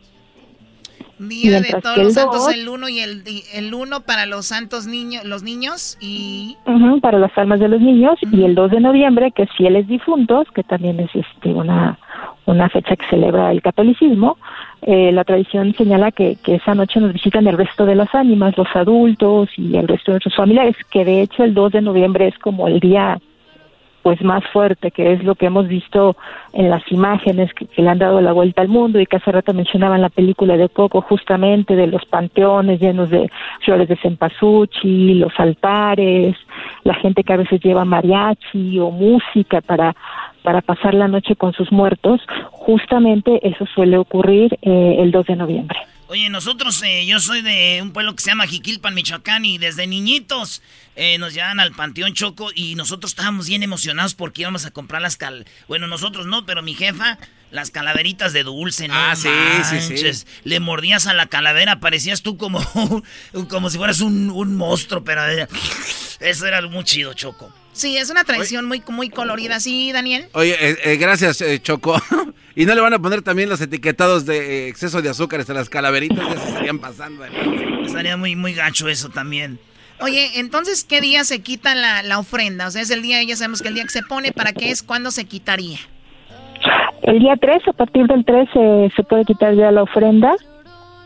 Día de Todos los Santos, el 1 y el 1 para los santos niños, los niños y... para las almas de los niños, y el 2 de noviembre, que es Fieles Difuntos, que también es una fecha que celebra el catolicismo. La tradición señala que esa noche nos visitan el resto de las ánimas, los adultos y el resto de nuestros familiares, que de hecho el 2 de noviembre es como el día pues más fuerte, que es lo que hemos visto en las imágenes que le han dado la vuelta al mundo, y que hace rato mencionaban la película de Coco, justamente de los panteones llenos de flores de cempasúchil, los altares, la gente que a veces lleva mariachi o música para pasar la noche con sus muertos. Justamente eso suele ocurrir el 2 de noviembre. Oye, nosotros, yo soy de un pueblo que se llama Jiquilpan, Michoacán, y desde niñitos nos llevan al Panteón, Choco, y nosotros estábamos bien emocionados porque íbamos a comprar bueno, nosotros no, pero mi jefa, las calaveritas de dulce, ¿no? Ah, sí. Le mordías a la calavera, parecías tú como si fueras un monstruo, pero eso era muy chido, Choco. Sí, es una tradición muy, muy colorida, ¿sí, Daniel? Oye, gracias, Choco. ¿Y no le van a poner también los etiquetados de exceso de azúcares a las calaveritas? Ya se estarían pasando. Estaría muy, muy gacho eso también. Oye, entonces, ¿qué día se quita la ofrenda? O sea, es el día, ya sabemos que el día que se pone, ¿para qué es? ¿Cuándo se quitaría? El día 3, a partir del 3 se puede quitar ya la ofrenda.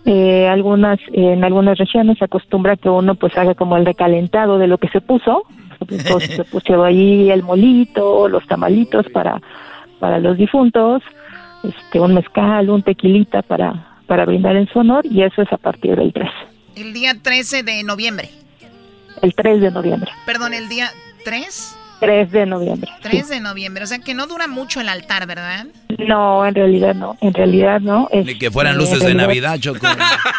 En algunas regiones se acostumbra que uno pues haga como el recalentado de lo que se puso, Entonces se pusieron ahí el molito, los tamalitos para los difuntos, un mezcal, un tequilita para brindar en su honor, y eso es a partir del 3. El día 13 de noviembre. El 3 de noviembre. Perdón, ¿el día 3? 3 de noviembre. 3 de noviembre, o sea que no dura mucho el altar, ¿verdad? No, en realidad no. Ni que fueran luces de Navidad, Choco.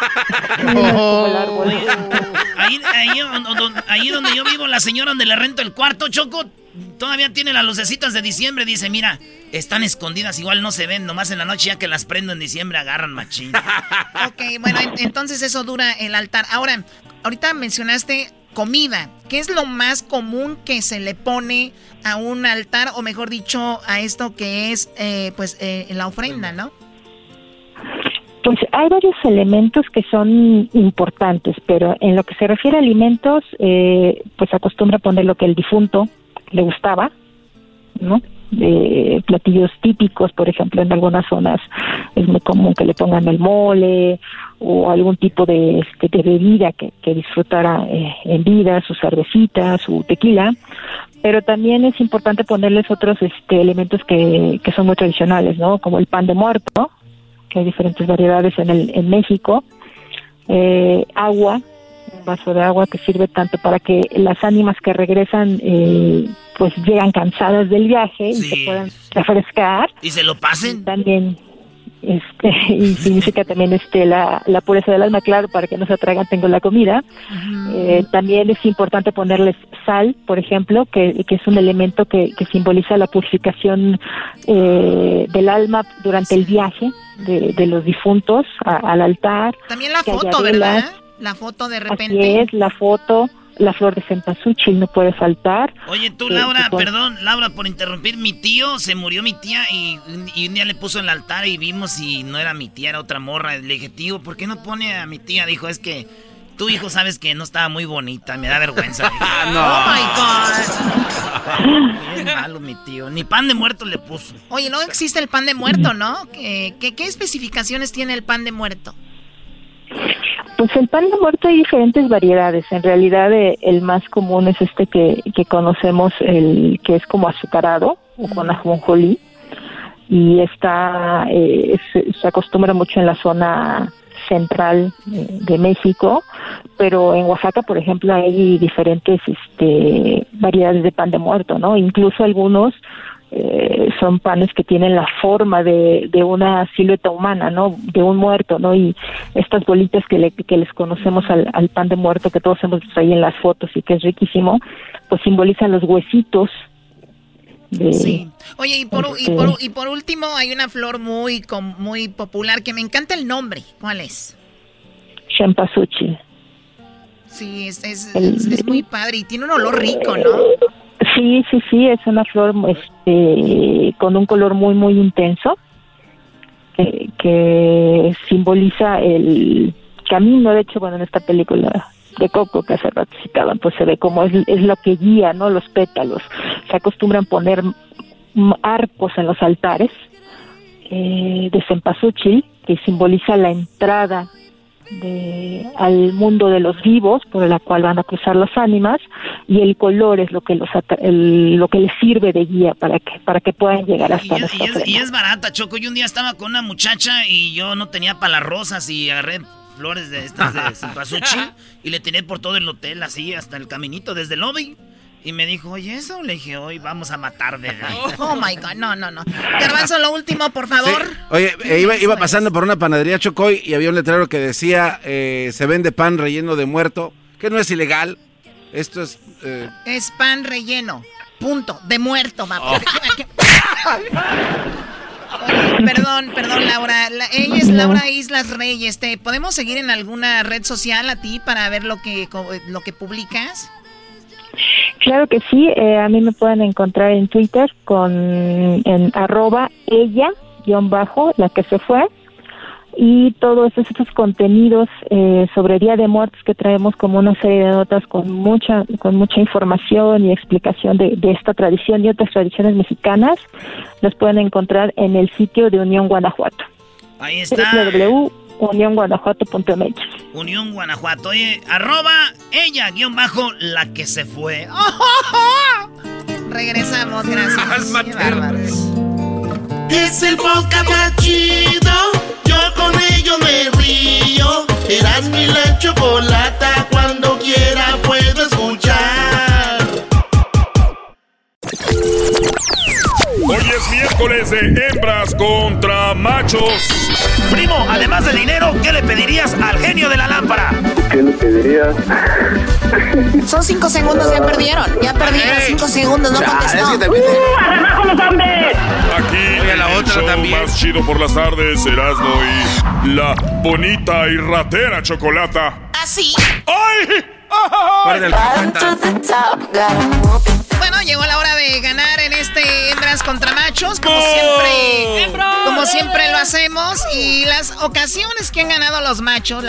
Ahí donde yo vivo, la señora donde le rento el cuarto, Choco, todavía tiene las lucecitas de diciembre. Dice, mira, están escondidas, igual no se ven, nomás en la noche ya que las prendo en diciembre agarran machín. Ok, bueno, entonces eso dura el altar. Ahora, ahorita mencionaste comida. ¿Qué es lo más común que se le pone a un altar, o mejor dicho, a esto que es la ofrenda, ¿no? Pues hay varios elementos que son importantes, pero en lo que se refiere a alimentos, pues acostumbra poner lo que el difunto le gustaba, ¿no? Platillos típicos, por ejemplo, en algunas zonas es muy común que le pongan el mole o algún tipo de bebida que disfrutara en vida, su cervecita, su tequila, pero también es importante ponerles otros elementos que son muy tradicionales, ¿no? Como el pan de muerto, que hay diferentes variedades en México, agua, un vaso de agua que sirve tanto para que las ánimas que regresan pues llegan cansadas del viaje y se puedan refrescar. ¿Y se lo pasen? También, y significa también la pureza del alma, claro, para que no se atraganten con la comida. También es importante ponerles sal, por ejemplo, que es un elemento que simboliza la purificación del alma durante el viaje de los difuntos al altar. También la foto, ¿verdad? La foto de repente. Así es, la foto. La flor de cempasúchil no puede faltar. Oye, tú, Laura, perdón, Laura, por interrumpir. Mi tío, se murió mi tía y un día le puso en el altar y vimos y no era mi tía, era otra morra. Le dije, tío, ¿por qué no pone a mi tía? Dijo, es que tu hijo sabes que no estaba muy bonita, me da vergüenza. Dije, Oh my God. Bien malo mi tío, ni pan de muerto le puso. Oye, no existe el pan de muerto, ¿no? ¿Qué especificaciones tiene el pan de muerto? Pues el pan de muerto hay diferentes variedades. En realidad el más común es que conocemos, el que es como azucarado o con ajonjolí, y se acostumbra mucho en la zona central de México, pero en Oaxaca, por ejemplo, hay diferentes variedades de pan de muerto, ¿no? Incluso algunos son panes que tienen la forma de una silueta humana, ¿no? De un muerto, ¿no? Y estas bolitas que les conocemos al pan de muerto, que todos hemos visto ahí en las fotos y que es riquísimo, pues simbolizan los huesitos. Sí. Oye, y por último hay una flor muy popular que me encanta el nombre. ¿Cuál es? Cempasúchil. Sí, es muy padre y tiene un olor rico, ¿no? Sí, es una flor con un color muy, muy intenso que simboliza el camino. De hecho, en esta película de Coco que hace rato citaban, pues se ve como es lo que guía, ¿no? Los pétalos. Se acostumbran poner arcos en los altares de cempasúchil, que simboliza la entrada al mundo de los vivos, por la cual van a cruzar las ánimas, y el color es lo que les sirve de guía para que puedan llegar hasta nuestra ofrenda. Y es barata, Choco. Yo un día estaba con una muchacha y yo no tenía para las rosas y agarré flores de estas de cempasúchil y le tiré por todo el hotel, así hasta el caminito desde el lobby. Y me dijo, oye, eso. Le dije, hoy vamos a matar, bebé. Oh my God, no. Garbanzo, lo último, por favor. Sí. Oye, iba pasando por una panadería, Chocoy, y había un letrero que decía, se vende pan relleno de muerto, que no es ilegal. Esto es... Es pan relleno, punto, de muerto, va. Oye, perdón, Laura. Ella es Laura Islas Reyes. ¿Podemos seguir en alguna red social a ti para ver lo que publicas? Claro que sí, a mí me pueden encontrar en Twitter en @ella_ la que se fue, y todos estos contenidos sobre Día de Muertos que traemos como una serie de notas con mucha información y explicación de esta tradición y otras tradiciones mexicanas, los pueden encontrar en el sitio de Unión Guanajuato. Ahí está. unionguanajuato.mx. Unión Guanajuato. Oye, @ella_la que se fue. Regresamos, gracias. Qué bárbaros. Es el podcast más chido. Yo con ello me río. Erasmo y la Chocolata, cuando quiera puedo escuchar. Hoy es miércoles de hembras contra machos. Primo, además de dinero, ¿qué le pedirías al genio de la lámpara? ¿Qué le pedirías? Son 5 segundos, ya perdieron. Ya perdieron 5 segundos, no contestó. ¡Abajo los hombres! Aquí Oye, la el otra show también. más chido por las tardes, Erasmo y la bonita y ratera Chocolata. ¿Así? ¡Ay! Bueno, llegó la hora de ganar en este Hembras contra Machos, como siempre lo hacemos. Y las ocasiones que han ganado los machos,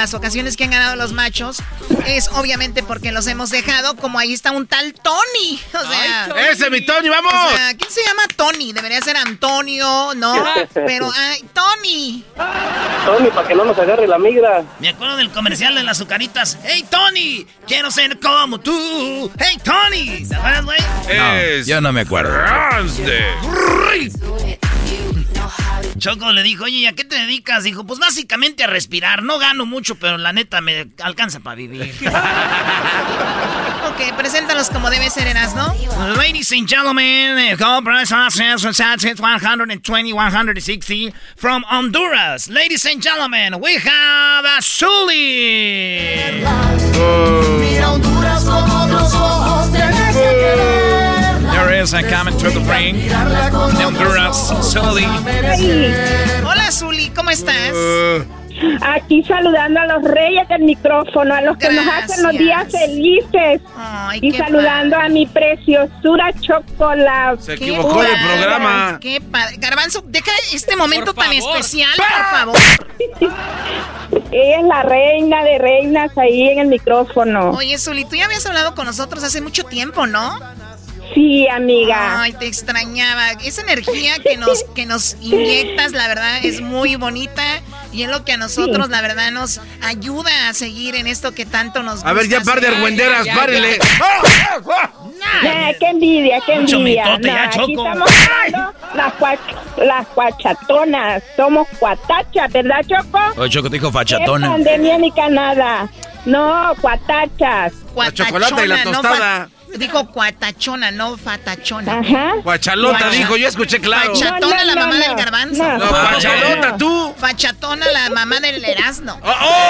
es obviamente porque los hemos dejado, como ahí está un tal Tony. O sea, Ay, ¡ese mi Tony, vamos! O sea, ¿quién se llama Tony? Debería ser Antonio, ¿no? Pero, Tony. Tony, para que no nos agarre la migra. Me acuerdo del comercial de las azucaritas. ¡Hey, Tony! ¡Quiero ser como tú! ¡Hey, Tony! ¿Te acuerdas, güey? No, yo no me acuerdo. Choco le dijo, oye, ¿y a qué te dedicas? Dijo, pues básicamente a respirar. No gano mucho, pero la neta me alcanza para vivir. Ok, preséntalos como debe ser, Erasmo. Ladies and gentlemen, call price 120, 160 from Honduras. Ladies and gentlemen, we have a Zully. Mira Honduras con otros ojos, tienes que querer. There is a coming to the ring. De Honduras, Zully. Hola, Zully, ¿cómo estás? Aquí saludando a los reyes del micrófono, a los que nos hacen los días felices. Ay, y saludando a mi preciosura Chocolata. Se equivocó del programa. Qué padre. Garbanzo, deja este momento tan especial, por favor. Ella es la reina de reinas ahí en el micrófono. Oye, Zully, tú ya habías hablado con nosotros hace mucho tiempo, ¿no? Sí, amiga. Ay, te extrañaba. Esa energía que nos inyectas, la verdad, es muy bonita. Y es lo que a nosotros, la verdad, nos ayuda a seguir en esto que tanto nos gusta. A ver, ya par de argüenderas, párenle. Qué envidia, qué envidia. Mitote, ya, aquí Choco. estamos las cuachatonas. Somos cuatachas, ¿verdad, Choco? Oye, Choco te dijo ¿Qué fachatona. pandemia ni canada? No, cuatachas. La chocolate y la tostada. Dijo cuatachona, no fatachona. Ajá. Guachalota dijo, yo escuché claro. Fachatona, la mamá del Garbanzo. No, Guachalota, tú. Fachatona, la mamá del Erasmo.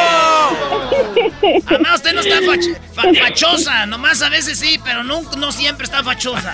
Además, usted no está fachosa. Nomás a veces sí, pero no siempre está fachosa.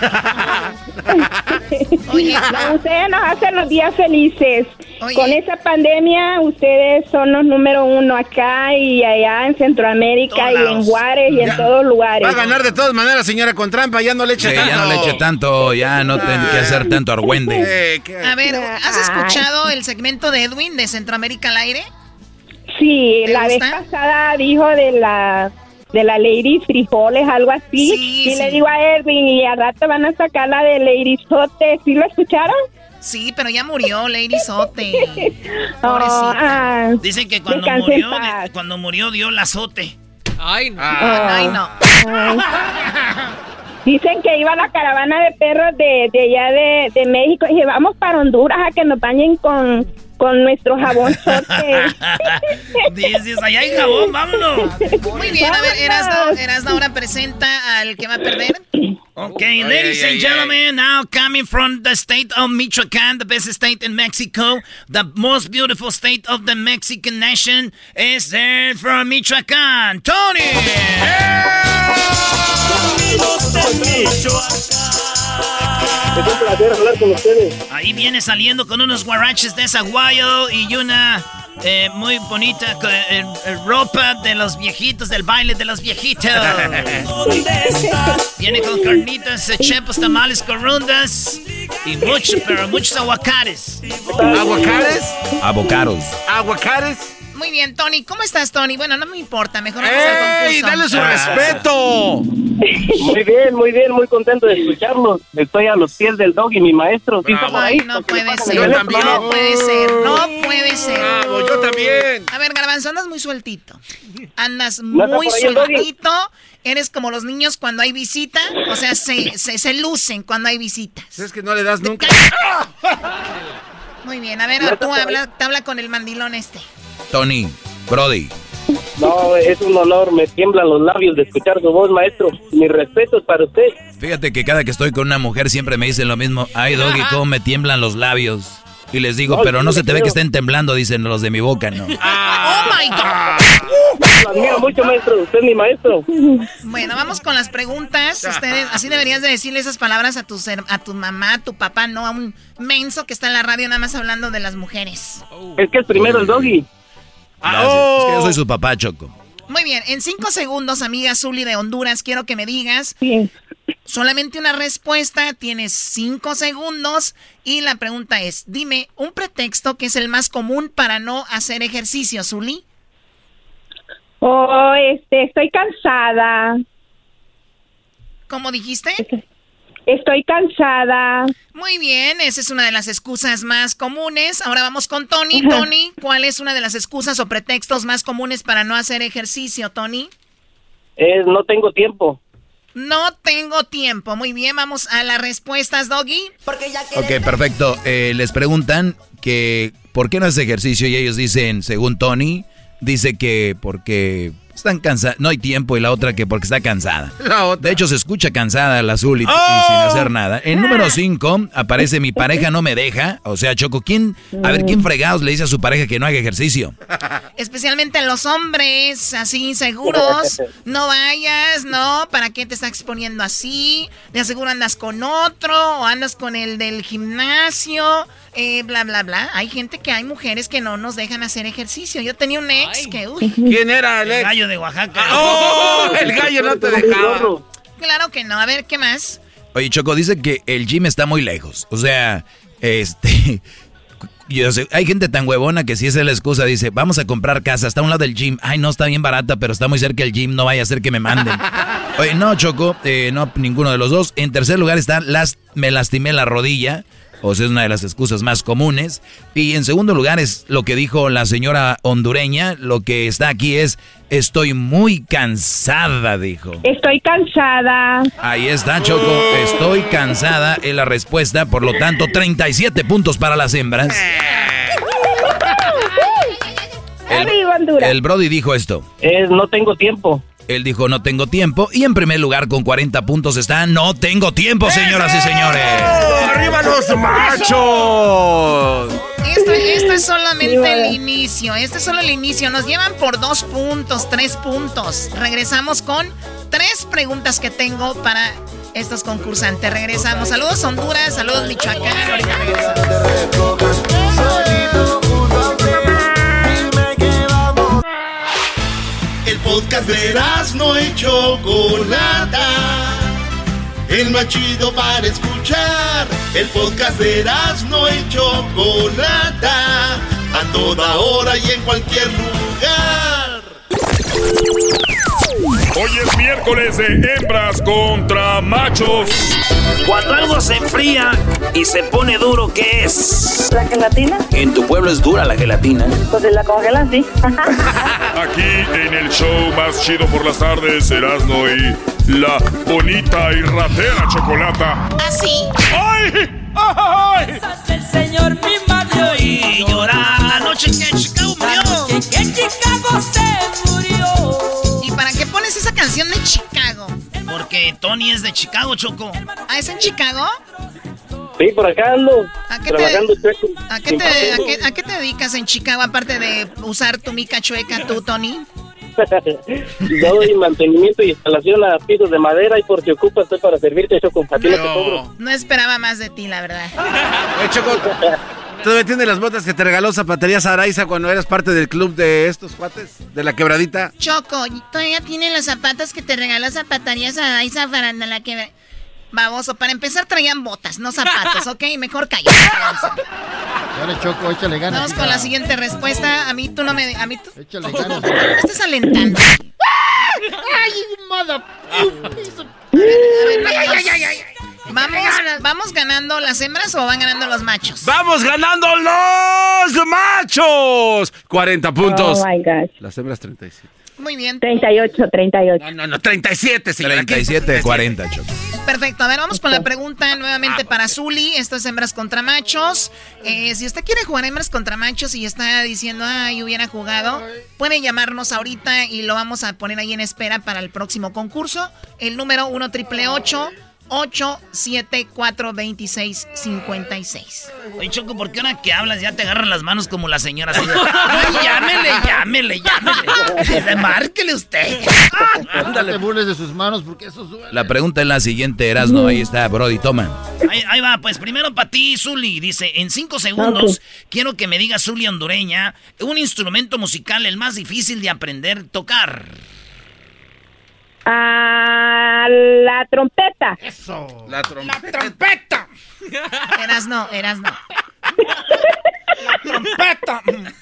Oye, ustedes nos hacen los días felices. Oye. Con esa pandemia, ustedes son los número 1 acá y allá en Centroamérica y en Juárez y en todos lugares. Va a ganar de todas maneras, señora, con trampa. Ya no le eche tanto. Ya no le eche tanto. Ya no tiene que hacer tanto argüende. A ver, ¿has escuchado el segmento de Edwin de Centroamérica al aire? Sí, la vez gusta? pasada dijo de la Lady Frijoles, algo así. Sí, y le digo a Edwin, y al rato van a sacar la de Lady Sote. ¿Sí lo escucharon? Sí, pero ya murió Lady Sote. Pobrecita. Dicen que cuando murió dio el azote. Ay, no. Ay, no. Dicen que iba la caravana de perros de allá de México. Y dije, vamos para Honduras a que nos bañen con nuestro jabón sote. Dices, allá hay jabón, vámonos. Muy bien, a ver, Erasmo ahora presenta al que va a perder. Okay, ladies and gentlemen, now coming from the state of Michoacán, the best state in Mexico, the most beautiful state of the Mexican nation, is there from Michoacán, Tony. Es un placer hablar con ustedes. Ahí viene saliendo con unos guaraches de Zaguayo y una muy bonita ropa de los viejitos, del baile de los viejitos. Viene con carnitas, chepos, tamales, corundas y muchos aguacates. ¿Aguacates? Aguacates. Muy bien, Tony. ¿Cómo estás, Tony? Bueno, no me importa. Mejor vamos al concurso. ¡Dale su respeto! Muy bien, muy contento de escucharlos. Estoy a los pies del Doggy, mi maestro. ¿Sí estamos ahí? No puede ser. No puede ser. Bravo, yo también. A ver, Garbanzo, andas muy sueltito. Andas muy sueltito. Eres como los niños cuando hay visita. O sea, se lucen cuando hay visitas. Es que no le das nunca. Muy bien, a ver, tú habla con el mandilón este. Tony, Brody. No, es un honor, me tiemblan los labios de escuchar su voz, maestro. Mis respetos para usted. Fíjate que cada que estoy con una mujer siempre me dicen lo mismo. Ay, Doggy, cómo me tiemblan los labios. Y les digo, pero no se te ve que estén temblando, dicen los de mi boca, ¿no? ¡Oh, my God! Lo admiro mucho, maestro. Usted es mi maestro. Bueno, vamos con las preguntas. Ustedes, así deberías de decirle esas palabras a tu mamá, a tu papá, no a un menso que está en la radio nada más hablando de las mujeres. Es que es primero el Doggy. Gracias. Es que yo soy su papá, Choco. Muy bien, en 5 segundos, amiga Zuli de Honduras, quiero que me digas solamente una respuesta, tienes 5 segundos y la pregunta es, dime un pretexto que es el más común para no hacer ejercicio, Zuli. Estoy cansada. ¿Cómo dijiste? Estoy cansada. Muy bien, esa es una de las excusas más comunes. Ahora vamos con Tony. Tony, ¿cuál es una de las excusas o pretextos más comunes para no hacer ejercicio, Tony? No tengo tiempo. No tengo tiempo. Muy bien, vamos a las respuestas, Doggy. Ok, perfecto. Les preguntan que ¿por qué no hace ejercicio? Y ellos dicen, según Tony, dice que porque están cansados, no hay tiempo, y la otra que porque está cansada. De hecho, se escucha cansada la Azul y sin hacer nada. En número 5 aparece mi pareja no me deja. O sea, Choco, a ver, ¿quién fregados le dice a su pareja que no haga ejercicio? Especialmente los hombres, así inseguros. No vayas, no, ¿para qué te estás exponiendo así? De seguro andas con otro o andas con el del gimnasio, bla, bla, bla. Hay mujeres que no nos dejan hacer ejercicio. Yo tenía un ex que, ¿Quién era el ex? El gallo de Oaxaca. ¡Oh! El gallo no te dejaba. Claro que no. A ver, ¿qué más? Oye, Choco, dice que el gym está muy lejos. O sea, yo sé, hay gente tan huevona que si esa es la excusa, dice, vamos a comprar casa, está a un lado del gym. Ay, no, está bien barata, pero está muy cerca el gym, no vaya a ser que me manden. Oye, no, Choco, no, ninguno de los dos. En tercer lugar está, me lastimé la rodilla. O sea, es una de las excusas más comunes. Y en segundo lugar es lo que dijo la señora hondureña. Lo que está aquí es, estoy muy cansada, dijo. Estoy cansada. Ahí está, Choco. Estoy cansada es la respuesta. Por lo tanto, 37 puntos para las hembras. El Brody dijo esto. No tengo tiempo. Él dijo, no tengo tiempo. Y en primer lugar, con 40 puntos está, no tengo tiempo, señoras y señores. ¡Arriba los machos! Esto es solamente el inicio. Este es solo el inicio. Nos llevan por 2 puntos, 3 puntos. Regresamos con 3 preguntas que tengo para estos concursantes. Regresamos. Saludos Honduras, saludos Michoacán. Ahorita regresamos. El podcast de Erazno y Chocolata, el más chido para escuchar. El podcast de Erazno y Chocolata, a toda hora y en cualquier lugar. Hoy es miércoles de hembras contra machos. Cuando algo se enfría y se pone duro, ¿qué es? ¿La gelatina? En tu pueblo es dura la gelatina. Pues si la congelan, sí. Aquí en el show más chido por las tardes, Erazno y la bonita y ratera Chocolata. ¿Así? ¡Ay! ¡Ay! El Señor mi madre Y llorar la noche que Chicago murió. que Chicago se murió. ¿Y para qué pones esa canción de Chicago? Porque Tony es de Chicago, Choco. ¿Ah, es en Chicago? Sí, por acá ando. ¿A qué te dedicas en Chicago, aparte de usar tu mica chueca, tú, Tony? Doy mantenimiento y instalación a pisos de madera, y por si ocupas estoy para servirte, Choco. A ti no te cobro. No esperaba más de ti, la verdad. Choco, ¿todavía tienes las botas que te regaló Zapaterías Araiza cuando eras parte del club de estos cuates? ¿De la quebradita? Choco, ¿todavía tienen los zapatos que te regaló Zapaterías Araiza para la quebradita? Baboso, para empezar traían botas, no zapatos, ¿ok? Mejor cállate. Dale, Choco, échale ganas. Vamos con la siguiente respuesta. A mí tú no me... A mí tú... Échale ganas. ¿Por qué me estás alentando? ¡Ay, mother... A ver, ¿Vamos ganando las hembras o van ganando los machos? ¡Vamos ganando los machos! 40 puntos. Oh, my gosh. Las hembras 37. Muy bien. 38. No, 37, señora. 37, 40, Choco. Perfecto, a ver, vamos con la pregunta nuevamente para Zuli. Esto es hembras contra machos. Si usted quiere jugar hembras contra machos y está diciendo, yo hubiera jugado, puede llamarnos ahorita y lo vamos a poner ahí en espera para el próximo concurso. El número 1-888-874-2656. Oye, Choco, ¿por qué ahora que hablas ya te agarran las manos como la señora? Así de, llámele. Márquele usted. No te burles de sus manos porque eso duele. La pregunta es la siguiente, Erasno. Ahí está, Brody, toma. Ahí va, pues primero para ti, Zuli. Dice, en 5 segundos, quiero que me digas, Zuli hondureña, un instrumento musical el más difícil de aprender a tocar. La trompeta. Eso. La trompeta. Erasno. La trompeta.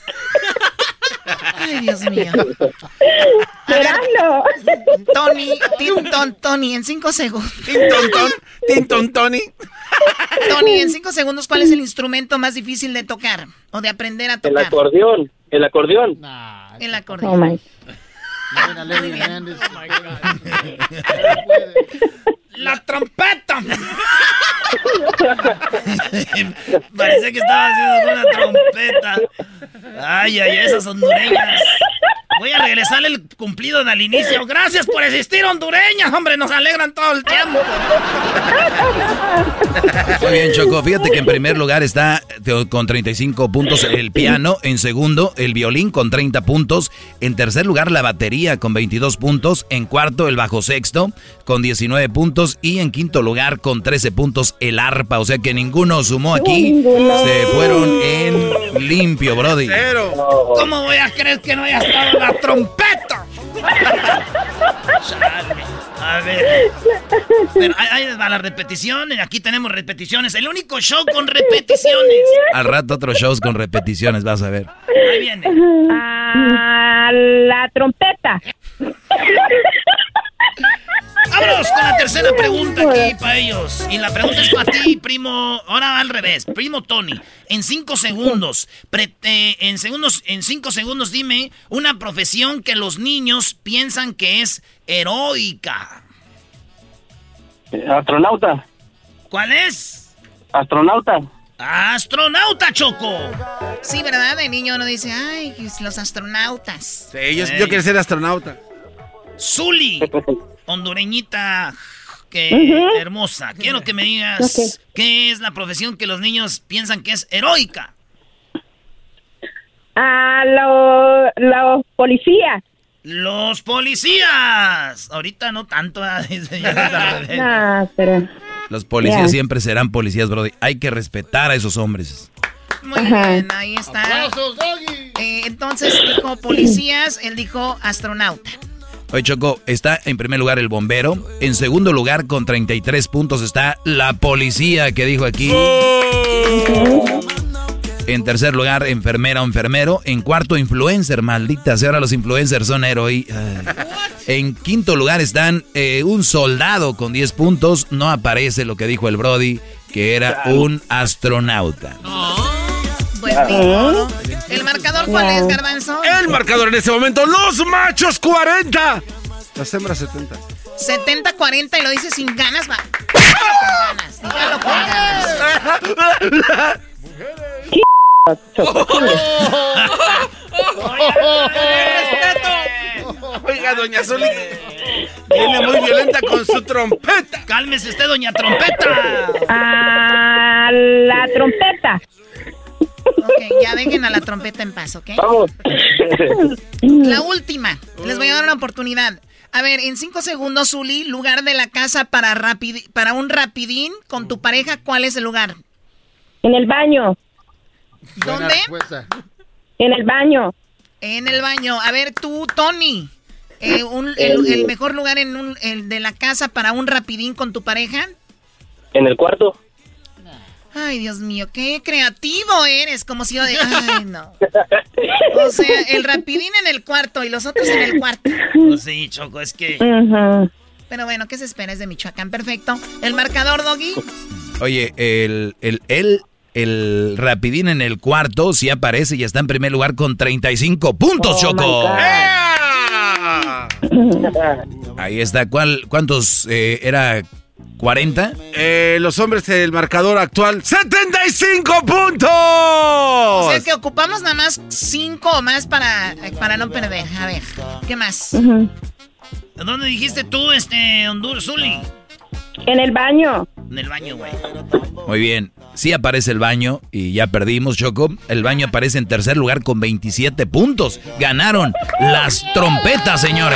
Ay, Dios mío. Erasno. Tony, en 5 segundos. Tony. Tony, en 5 segundos, ¿cuál es el instrumento más difícil de tocar o de aprender a tocar? El acordeón. El acordeón. Oh my. La trompeta. Parece que estaba haciendo una trompeta. Ay, esas hondureñas. Voy a regresarle el cumplido al inicio. Gracias por existir, hondureñas. Hombre, nos alegran todo el tiempo. Muy bien, Choco. Fíjate que en primer lugar está con 35 puntos el piano. En segundo, el violín con 30 puntos. En tercer lugar, la batería con 22 puntos. En cuarto, el bajo sexto con 19 puntos. Y en quinto lugar, con 13 puntos, el arpa. O sea que ninguno sumó aquí. Se fueron en limpio, brody. ¿Cómo voy a creer que no haya estado la trompeta? A ver. Pero ahí va la repetición. Aquí tenemos repeticiones. El único show con repeticiones. Al rato otros shows con repeticiones, vas a ver. Ahí viene. La trompeta. Vámonos con la tercera pregunta aquí para ellos. Y la pregunta es para ti, primo. Ahora al revés, primo Tony. En 5 segundos, en 5 segundos dime una profesión que los niños piensan que es heroica. Astronauta. ¿Cuál es? Astronauta. ¡Astronauta, Choco! Sí, ¿verdad? De niño uno dice, ay, los astronautas. Sí, yo quiero ser astronauta. Zuli, hondureñita, hermosa. Quiero que me digas qué es la profesión que los niños piensan que es heroica. Los policías. Los policías. Ahorita no tanto. Pero... Los policías siempre serán policías, brody. Hay que respetar a esos hombres. Muy bien, ahí está. Entonces dijo policías, él dijo astronauta. Oye, Choco, está en primer lugar el bombero. En segundo lugar, con 33 puntos, está la policía, que dijo aquí. En tercer lugar, enfermera o enfermero. En cuarto, influencer, maldita sea, ahora los influencers son héroes. En quinto lugar están un soldado con 10 puntos. No aparece lo que dijo el Brody, que era un astronauta. Bueno, ¿el marcador cuál es, Garbanzo? El marcador en este momento, los machos 40. Las hembras 70. 70-40 y lo dice sin ganas, va. Dígalo con ganas. Oiga, doña Zuli viene muy violenta con su trompeta. Cálmese usted, doña trompeta. La trompeta. Ok, ya dejen a la trompeta en paz, ¿ok? Vamos. La última. Les voy a dar una oportunidad. A ver, en 5 segundos, Zuli, lugar de la casa para un rapidín con tu pareja, ¿cuál es el lugar? En el baño. ¿Dónde? En el baño. En el baño. A ver, tú, Tony. El mejor lugar el de la casa para un rapidín con tu pareja. En el cuarto. Ay, Dios mío, qué creativo eres, como si yo de... Ay, no. O sea, el rapidín en el cuarto y los otros en el cuarto. Pues sí, Choco, es que... Pero bueno, ¿qué se espera? Es de Michoacán, perfecto. ¿El marcador, Doggy? Oye, el Rapidín en el cuarto sí aparece y está en primer lugar con 35 puntos, Choco. Ahí está. ¿Cuántos era? ¿40? Los hombres del marcador actual, ¡75 puntos! O sea que ocupamos nada más 5 o más para no perder. A ver, ¿qué más? ¿Dónde dijiste tú, Honduras, Zuli? En el baño. En el baño, güey. Muy bien. Sí aparece el baño y ya perdimos, Choco. El baño aparece en tercer lugar con 27 puntos. Ganaron las trompetas, señores.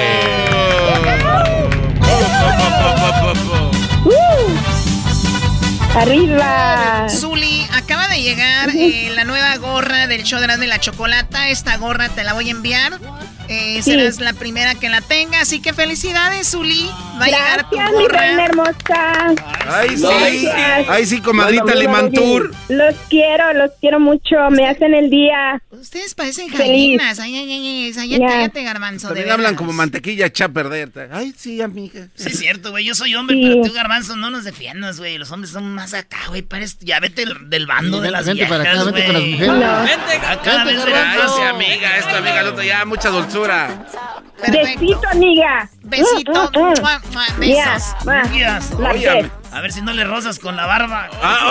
¡Arriba! Zuli, acaba de llegar la nueva gorra del show de Erasmo y la Chocolata. Esta gorra te la voy a enviar. Serás la primera que la tenga, así que felicidades, Zuli. Va a llegar tu gorra. Mi reina hermosa. Ay, sí. Ay, sí, comadrita Limantur. Los quiero mucho. Me hacen el día. Ustedes parecen gallinas. Ay, cállate, Garbanzo. También hablan como mantequilla echa a perder. Ay, sí, amiga. Sí, es cierto, güey. Yo soy hombre, pero tú, Garbanzo, no nos defiendas, güey. Los hombres son más acá, güey. Ya vete del bando de las viejas, para acá, vete con las mujeres. No. Vente acá, Ay, amiga, esto, amiga, el otro, ya, mucha dulzura. Besito, amiga. Besito. Besos. Oye, a ver si no le rozas con la barba.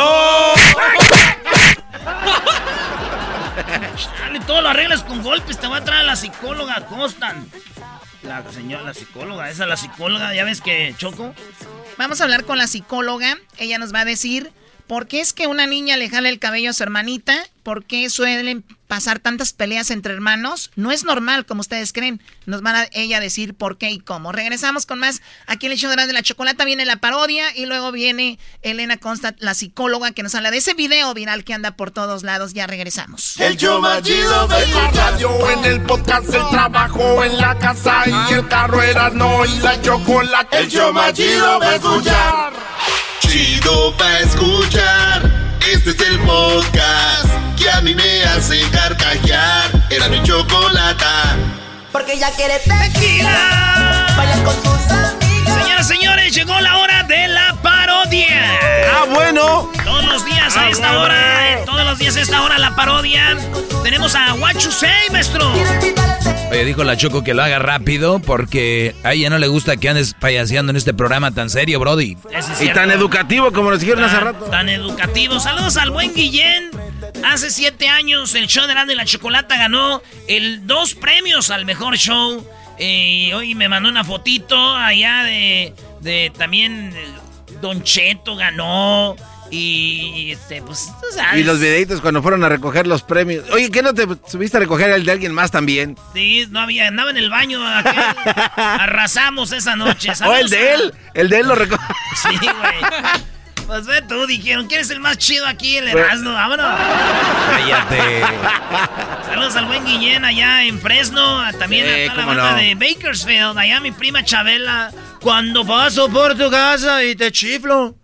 Dale, todo lo arreglas con golpes. Te voy a traer a la psicóloga. ¿Cómo están? La psicóloga. Esa es la psicóloga. ¿Ya ves que, Choco? Vamos a hablar con la psicóloga. Ella nos va a decir por qué es que una niña le jala el cabello a su hermanita. ¿Por qué suelen pasar tantas peleas entre hermanos? No es normal, como ustedes creen. Nos van a ella decir por qué y cómo. Regresamos con más. Aquí en el show de la Chocolata viene la parodia y luego viene Elena Constant, la psicóloga, que nos habla de ese video viral que anda por todos lados. Ya regresamos. El show más chido de la radio, en el podcast, el trabajo, en la casa y el carro. Erasmo y la Chocolata. El show más chido de escuchar. Chido pa' escuchar. Este es el podcast que a mí me hace carcajear. Era mi Chocolata. Porque ya quiere tequila. Vaya con sus amigas. Señoras, señores, llegó la hora de la parodia. Bueno. Todos los días a esta hora, la parodia. Tenemos a What You Say, maestro. Oye, dijo la Choco que lo haga rápido porque a ella no le gusta que andes payaseando en este programa tan serio, brody. Y tan educativo como nos dijeron hace rato. Tan educativo. Saludos al buen Guillén. Hace 7 años el show de Erasmo y la Chocolata ganó 2 premios al mejor show. Hoy me mandó una fotito allá de también Don Cheto ganó. Y pues tú sabes. Y los videitos cuando fueron a recoger los premios. Oye, ¿qué no te subiste a recoger el de alguien más también? Sí, no había, andaba en el baño aquel. Arrasamos esa noche. El de él lo recogió. Sí, güey. Pues ve tú, dijeron, ¿quién es el más chido aquí? El Erasmo, vámonos. Cállate. Saludos al buen Guillén allá en Fresno. También a la banda de Bakersfield. Allá mi prima Chabela. Cuando paso por tu casa y te chiflo.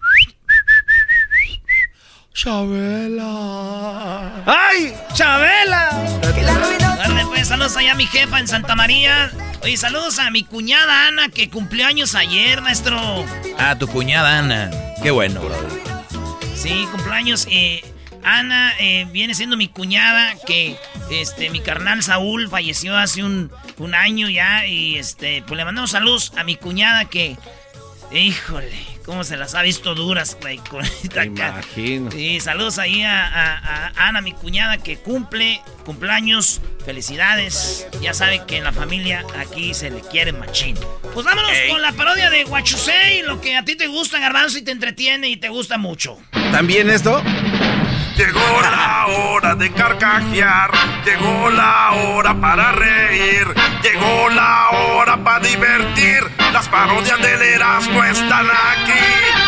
Chabela. ¡Ay! ¡Chabela! Dale, pues, saludos allá a mi jefa en Santa María. Oye, saludos a mi cuñada Ana, que cumplió años ayer, maestro. Ah, tu cuñada Ana. Qué bueno, bro. Sí, cumpleaños. Ana viene siendo mi cuñada, que mi carnal Saúl falleció hace un año ya. Y pues le mandamos saludos a mi cuñada que... Híjole, cómo se las ha visto duras, güey. Me imagino. Sí, saludos ahí a Ana, mi cuñada, que cumpleaños. Felicidades. Ya sabe que en la familia aquí se le quiere machín. Pues vámonos con la parodia de What You Say, lo que a ti te gusta, Garbanzo, y te entretiene y te gusta mucho. ¿También esto? Llegó la hora de carcajear, llegó la hora para reír, llegó la hora para divertir. Las parodias del Erasmo están aquí.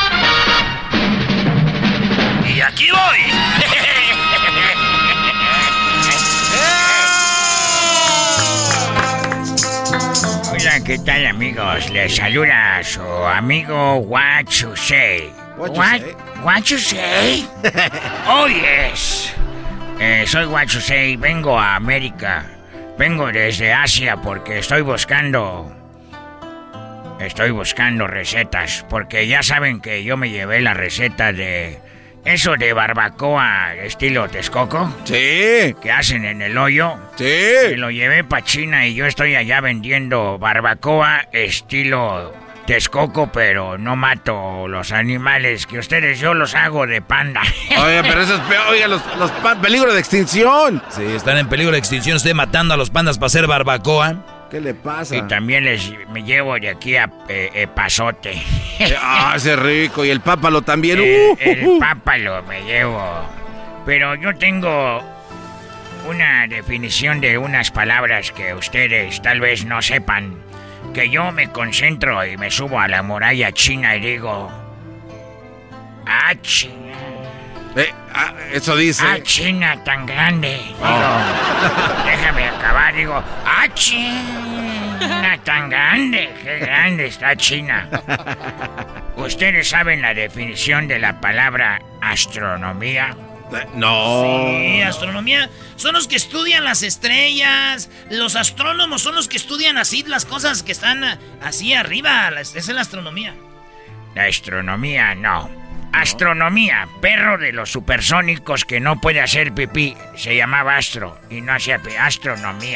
Y aquí voy. Hola, ¿qué tal, amigos? Les saluda su amigo What You Say. What you say? Oh, yes. Soy What You Say. Vengo a América. Vengo desde Asia porque estoy buscando Estoy buscando recetas, porque ya saben que yo me llevé la receta de eso de barbacoa estilo Texcoco. Sí. Que hacen en el hoyo. Sí. Me lo llevé para China y yo estoy allá vendiendo barbacoa estilo Texcoco, pero no mato los animales que ustedes, yo los hago de panda. Oiga, pero eso es peor. Oiga, los peligro de extinción. Sí, están en peligro de extinción. Usted matando a los pandas para hacer barbacoa. ¿Qué le pasa? Y también me llevo de aquí a pasote. Ese rico. Y el pápalo también. El pápalo me llevo. Pero yo tengo una definición de unas palabras que ustedes tal vez no sepan. Que yo me concentro y me subo a la muralla china y digo... ¡Ah, China! Eso dice... ¡Ah, China tan grande! Digo, déjame acabar, digo... ¡Ah, China tan grande! ¡Qué grande está China! ¿Ustedes saben la definición de la palabra astronomía? No. Sí, astronomía. Son los que estudian las estrellas. Los astrónomos son los que estudian así las cosas que están así arriba. Esa es la astronomía. La astronomía, no. Astronomía, perro de los supersónicos que no puede hacer pipí. Se llamaba Astro y no hacía pipí. Astronomía.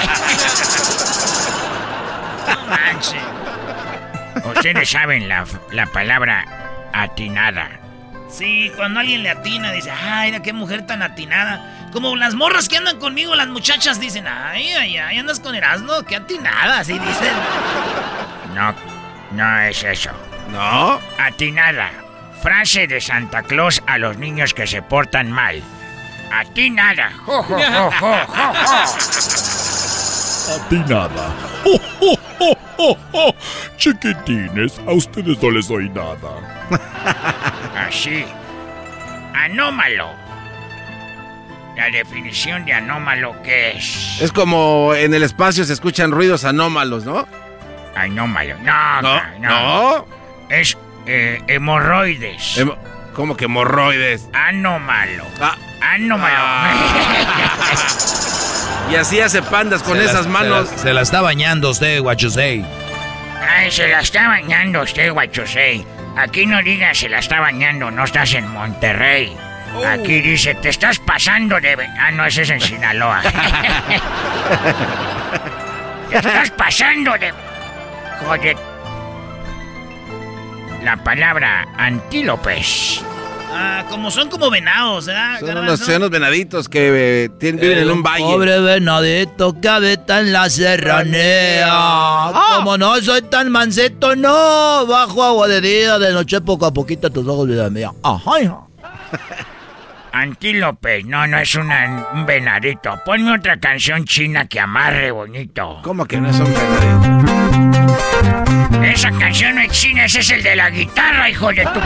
No manches. Ustedes saben la palabra atinada. Sí, cuando alguien le atina, dice, ay, mira qué mujer tan atinada. Como las morras que andan conmigo, las muchachas dicen, ay, andas con Erasmo, qué atinada, así dicen. No es eso. ¿No? Atinada. Frase de Santa Claus a los niños que se portan mal. Atinada. Jo, jo, jo, jo, jo, jo. Atinada. ¡Oh, oh, oh, oh, oh! Chiquitines, a ustedes no les doy nada. Así. Anómalo. La definición de anómalo, ¿qué es? Es como en el espacio se escuchan ruidos anómalos, ¿no? Anómalo. No. Es hemorroides. ¿Cómo que hemorroides? Anómalo. Anómalo. Y así hace pandas con esas manos. Se la está bañando usted, Guachusei. Ay, se la está bañando usted, Guachusei. Aquí no digas se la está bañando, no estás en Monterrey. Aquí dice, te estás pasando de... Ah, no, ese es en Sinaloa. Te estás pasando de... Joder. La palabra antílopes. Son como venados, ¿verdad? Son unos venaditos que viven en un valle. Pobre venadito que habita en la serranía. Como no soy tan manceto, no. Bajo agua de día, de noche, poco a poquito tus ojos vida mía. Ajá. Antílope, no es un venadito. Ponme otra canción china que amarre bonito. ¿Cómo que no es un venadito? Esa canción no es china, ese es el de la guitarra, hijo de tu...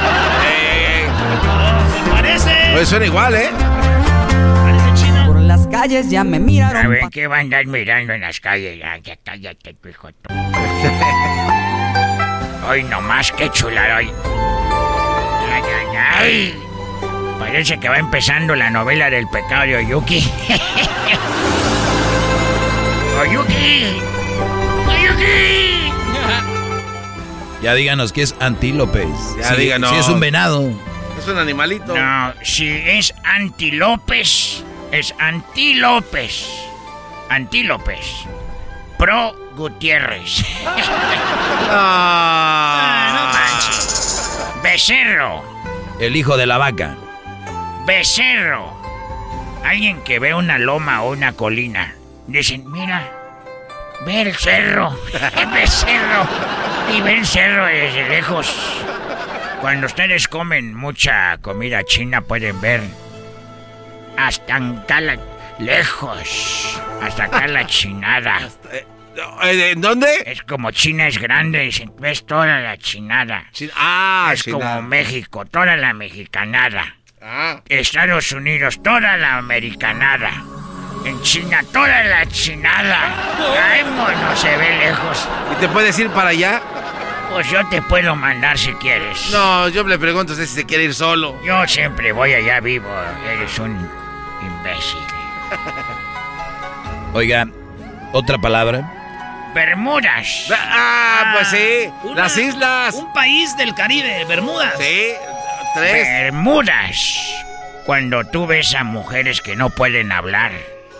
¿Se parece? Pues suena igual, ¿eh? Parece chino. Por las calles ya me miraron. A ver, ¿qué va a andar mirando en las calles? Ya cállate, tu hijo. Hoy nomás, qué chulada hoy. Ay. Parece que va empezando la novela del pecado de Oyuki. ¡Oyuki! ¡Oyuki! Ya díganos qué es antílopes. Ya díganos. Si es un venado. Es un animalito. No, si es antílopes, es antílopes. Antílopes. Pro Gutiérrez. No manches. Becerro. El hijo de la vaca. Becerro. Alguien que ve una loma o una colina. Dicen, mira, ve el cerro. Becerro. Y ve el cerro desde lejos. Cuando ustedes comen mucha comida china pueden ver hasta acá lejos. Hasta acá la chinada. ¿En dónde? Es como China es grande, dicen, ves toda la chinada. Es chinada. Como México, toda la mexicanada. Estados Unidos, toda la americanada. En China, toda la chinada. Ay, mono, se ve lejos. ¿Y te puedes ir para allá? Pues yo te puedo mandar si quieres. No, yo le pregunto si se quiere ir solo. Yo siempre voy allá vivo. Eres un imbécil. Oiga, otra palabra. Bermudas. Pues sí. Las islas. Un país del Caribe, Bermudas. Sí, 3. Bermudas. Cuando tú ves a mujeres que no pueden hablar.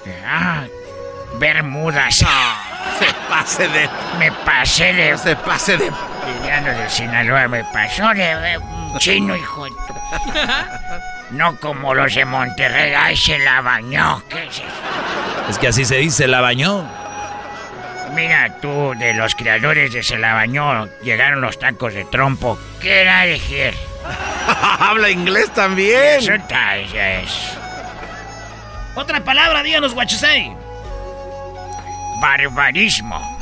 Bermudas. No, se pase de... Me pasé de... No se pase de... Liliano de Sinaloa me pasó de chino, hijo de tu... No como los de Monterrey. Ay, se la bañó. ¿Qué es eso? Es que así se dice, la bañó. Mira tú, de los creadores de Se la bañó, llegaron los tacos de trompo. ¿Qué era elegir? Habla inglés también. Eso es. Otra palabra, díganos, what you say. Barbarismo.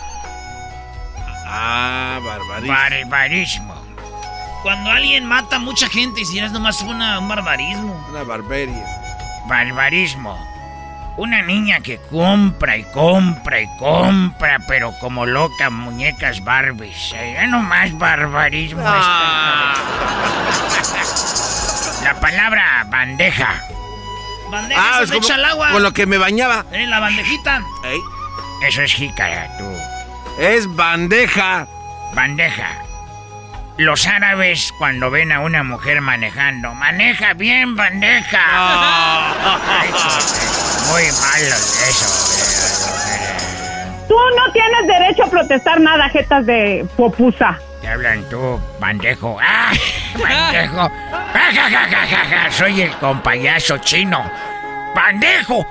Barbarismo. Cuando alguien mata a mucha gente y si es nomás un barbarismo. Una barbarie. Barbarismo. Una niña que compra y compra y compra, pero como loca, muñecas Barbies. Ya nomás barbarismo. La palabra bandeja. Bandeja se echa al agua. Con lo que me bañaba. En la bandejita. ¿Eh? Eso es jícara, tú. Es bandeja. Bandeja. Los árabes, cuando ven a una mujer manejando, maneja bien, bandeja. Ay, muy malo eso. Tú no tienes derecho a protestar nada, jetas de popusa. Te hablan tú, bandejo. ¡Ah! Bandejo. Soy el compayazo chino. ¡Bandejo!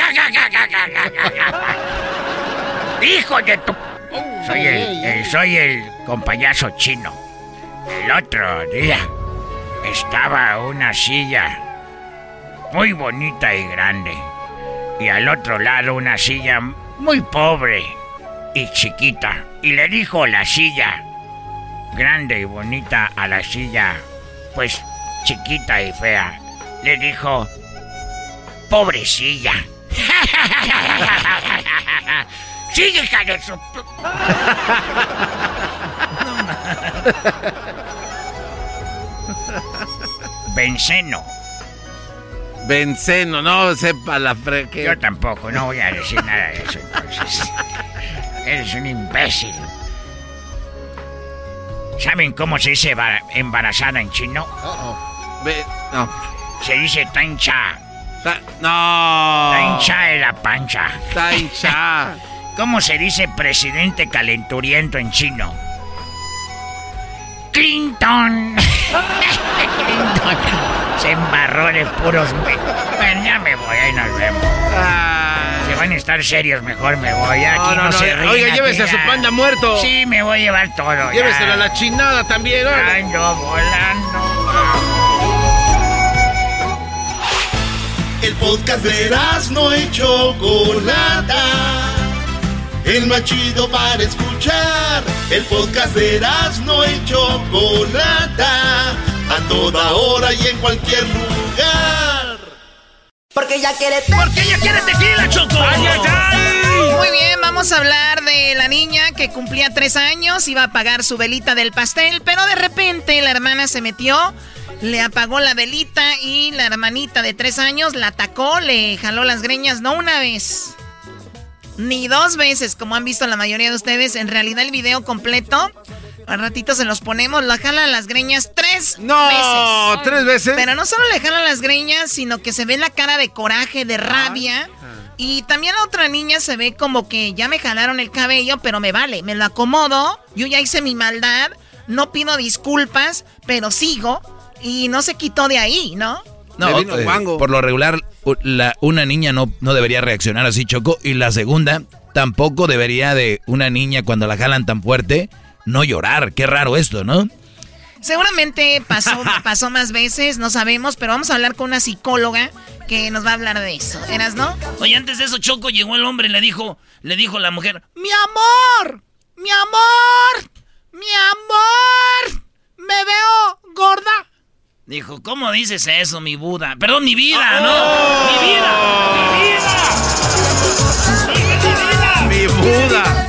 ¡Hijo de tu... Soy el compayazo chino. El otro día estaba una silla muy bonita y grande. Y al otro lado una silla muy pobre y chiquita. Y le dijo la silla grande y bonita a la silla, pues chiquita y fea. Le dijo, pobrecilla. ¡Sigue, hija de su... Benceno. Benceno, no sepa la freque. Yo tampoco, no voy a decir nada de eso, entonces. Eres un imbécil. ¿Saben cómo se dice embarazada en chino? No. Se dice tancha. No. Tancha de la pancha. Tancha. ¿Cómo se dice presidente calenturiento en chino? Clinton. Clinton. Se embarró de puros... Bueno, ya me voy, ahí nos vemos. Si van a estar serios, mejor me voy. Aquí no se ríen. Oiga, llévese a su panda muerto. Sí, me voy a llevar todo. Lléveselo a la chinada también, ¿no? Ando volando. El podcast de Erazno y Chocolata, el más chido para escuchar. El podcast de Erazno y Chocolata, a toda hora y en cualquier lugar. Porque ella quiere tequila, Choco. ¡Ay, ay, ay! Muy bien, vamos a hablar de la niña que cumplía 3 años, iba a apagar su velita del pastel, pero de repente la hermana se metió, le apagó la velita y la hermanita de 3 años la atacó, le jaló las greñas, no una vez, ni 2 veces, como han visto la mayoría de ustedes. En realidad el video completo, al ratito se los ponemos, la jalan las greñas 3 veces. No, 3 veces. Pero no solo le jalan las greñas, sino que se ve la cara de coraje, de rabia. Y también la otra niña se ve como que ya me jalaron el cabello, pero me vale, me lo acomodo, yo ya hice mi maldad, no pido disculpas, pero sigo. Y no se quitó de ahí, ¿no? No, por lo regular, una niña no debería reaccionar así, Choco. Y la segunda, tampoco debería de una niña cuando la jalan tan fuerte no llorar. Qué raro esto, ¿no? Seguramente pasó más veces, no sabemos, pero vamos a hablar con una psicóloga que nos va a hablar de eso. ¿Eras, no? Oye, antes de eso, Choco, llegó el hombre y le dijo a la mujer, ¡Mi amor! ¡Mi amor! ¡Mi amor! ¡Me veo gorda! Dijo, ¿cómo dices eso, mi Buda? Perdón, mi vida, ¿no? ¡Mi vida! ¡Mi vida! ¡Mi Buda!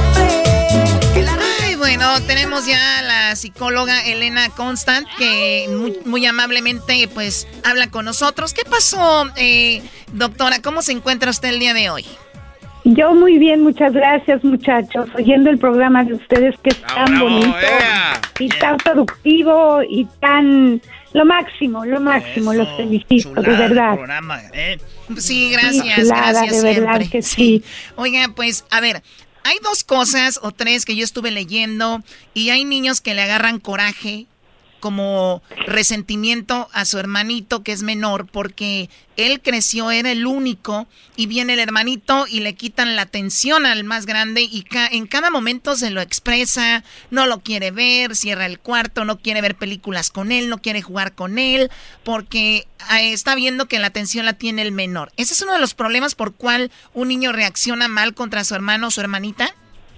Ay, bueno, tenemos ya a la psicóloga Elena Constant, que muy amablemente, pues, habla con nosotros. ¿Qué pasó, doctora? ¿Cómo se encuentra usted el día de hoy? Yo muy bien, muchas gracias, muchachos. Oyendo el programa de ustedes que es tan bonito y tan productivo y tan... Lo máximo, los felicito, de verdad. Programa, Sí, gracias, chulada, gracias de siempre. verdad que sí. Oiga, pues, a ver, hay 2 cosas o 3 que yo estuve leyendo y hay niños que le agarran coraje, como resentimiento a su hermanito que es menor porque él creció, era el único y viene el hermanito y le quitan la atención al más grande y en cada momento se lo expresa, no lo quiere ver, cierra el cuarto, no quiere ver películas con él, no quiere jugar con él porque está viendo que la atención la tiene el menor. ¿Ese es uno de los problemas por cual un niño reacciona mal contra su hermano o su hermanita?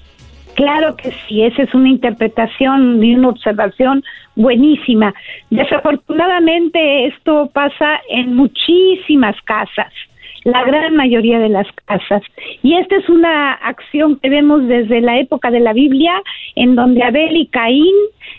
Claro que sí, esa es una interpretación y una observación buenísima. Desafortunadamente esto pasa en muchísimas casas, la gran mayoría de las casas. Y esta es una acción que vemos desde la época de la Biblia, en donde Abel y Caín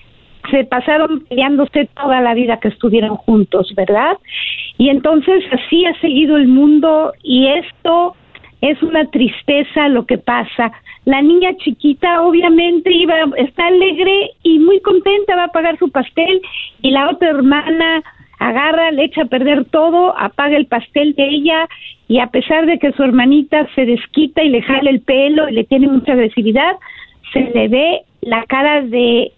se pasaron peleándose toda la vida que estuvieron juntos, ¿verdad? Y entonces así ha seguido el mundo y esto es una tristeza lo que pasa. La niña chiquita obviamente está alegre y muy contenta, va a pagar su pastel y la otra hermana agarra, le echa a perder todo, apaga el pastel de ella y a pesar de que su hermanita se desquita y le jala el pelo y le tiene mucha agresividad, se le ve la cara de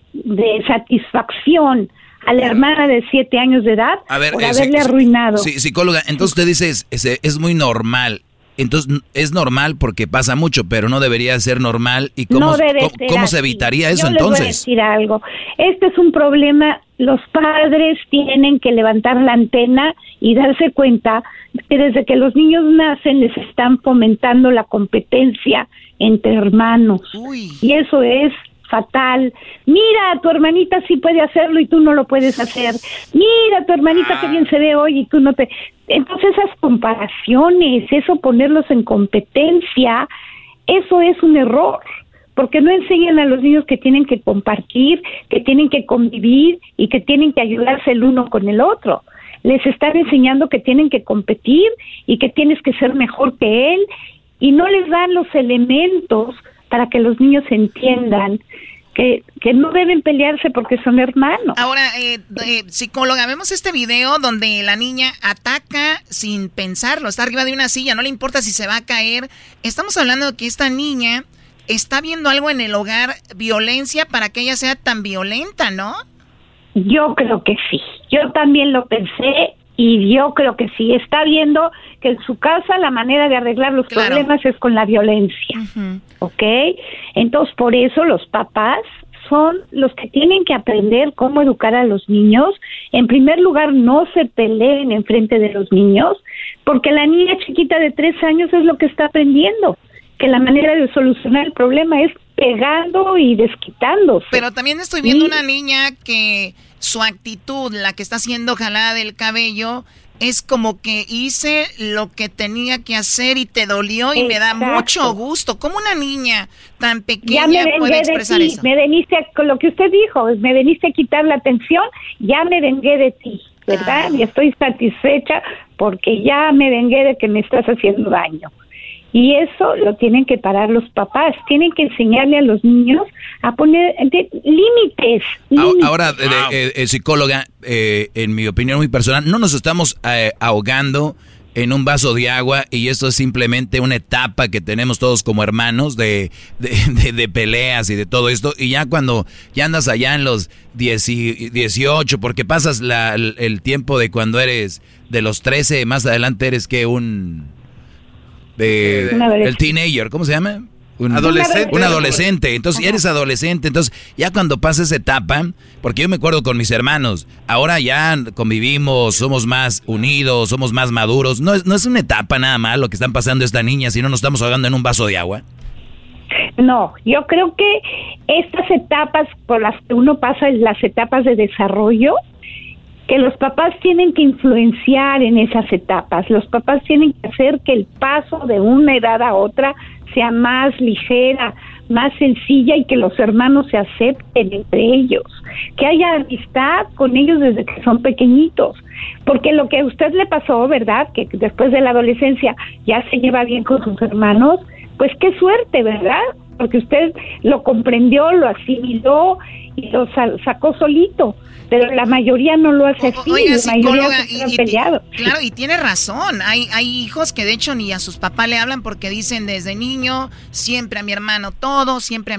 satisfacción a la hermana de 7 años de edad por haberle arruinado. Sí, psicóloga, entonces usted dice es muy normal. Entonces es normal porque pasa mucho, pero no debería ser normal. ¿Y cómo se evitaría eso entonces? Les voy a decir algo. Este es un problema. Los padres tienen que levantar la antena y darse cuenta que desde que los niños nacen les están fomentando la competencia entre hermanos. Y eso es fatal. Mira, tu hermanita sí puede hacerlo y tú no lo puedes hacer. Mira, tu hermanita qué bien se ve hoy y tú no te... Entonces esas comparaciones, eso ponerlos en competencia, eso es un error, porque no enseñan a los niños que tienen que compartir, que tienen que convivir y que tienen que ayudarse el uno con el otro. Les están enseñando que tienen que competir y que tienes que ser mejor que él y no les dan los elementos para que los niños entiendan que no deben pelearse porque son hermanos. Ahora, psicóloga, vemos este video donde la niña ataca sin pensarlo, está arriba de una silla, no le importa si se va a caer. Estamos hablando de que esta niña está viendo algo en el hogar, violencia para que ella sea tan violenta, ¿no? Yo creo que sí, yo también lo pensé y yo creo que sí, está viendo que en su casa la manera de arreglar los problemas es con la violencia, ¿ok? Entonces por eso los papás son los que tienen que aprender cómo educar a los niños. En primer lugar, no se peleen en frente de los niños, porque la niña chiquita de 3 años es lo que está aprendiendo, que la manera de solucionar el problema es pegando y desquitándose. Pero también estoy viendo una niña que su actitud, la que está siendo jalada del cabello, es como que hice lo que tenía que hacer y te dolió y me da mucho gusto. ¿Cómo una niña tan pequeña puede expresar eso? Me veniste, con lo que usted dijo, me veniste a quitar la atención, ya me vengué de ti, ¿verdad? Y estoy satisfecha porque ya me vengué de que me estás haciendo daño. Y eso lo tienen que parar los papás, tienen que enseñarle a los niños a poner límites. Ahora, psicóloga, en mi opinión muy personal, no nos estamos ahogando en un vaso de agua y esto es simplemente una etapa que tenemos todos como hermanos de peleas y de todo esto. Y ya cuando ya andas allá en los 18, porque pasas el tiempo de cuando eres de los 13, más adelante eres que el teenager, ¿cómo se llama? Un adolescente. Entonces, eres adolescente. Entonces, ya cuando pasa esa etapa, porque yo me acuerdo con mis hermanos, ahora ya convivimos, somos más unidos, somos más maduros. No es una etapa nada más lo que están pasando esta niña, si no nos estamos ahogando en un vaso de agua. No, yo creo que estas etapas por las que uno pasa, las etapas de desarrollo, que los papás tienen que influenciar en esas etapas. Los papás tienen que hacer que el paso de una edad a otra sea más ligera, más sencilla y que los hermanos se acepten entre ellos, que haya amistad con ellos desde que son pequeñitos, porque lo que a usted le pasó, ¿verdad?, que después de la adolescencia ya se lleva bien con sus hermanos, pues qué suerte, ¿verdad? Porque usted lo comprendió, lo asimiló y lo sacó solito. Pero la mayoría no lo hace así, oiga, la mayoría se han peleado. Claro, y tiene razón. Hay hijos que de hecho ni a sus papás le hablan porque dicen desde niño, siempre a mi hermano todo,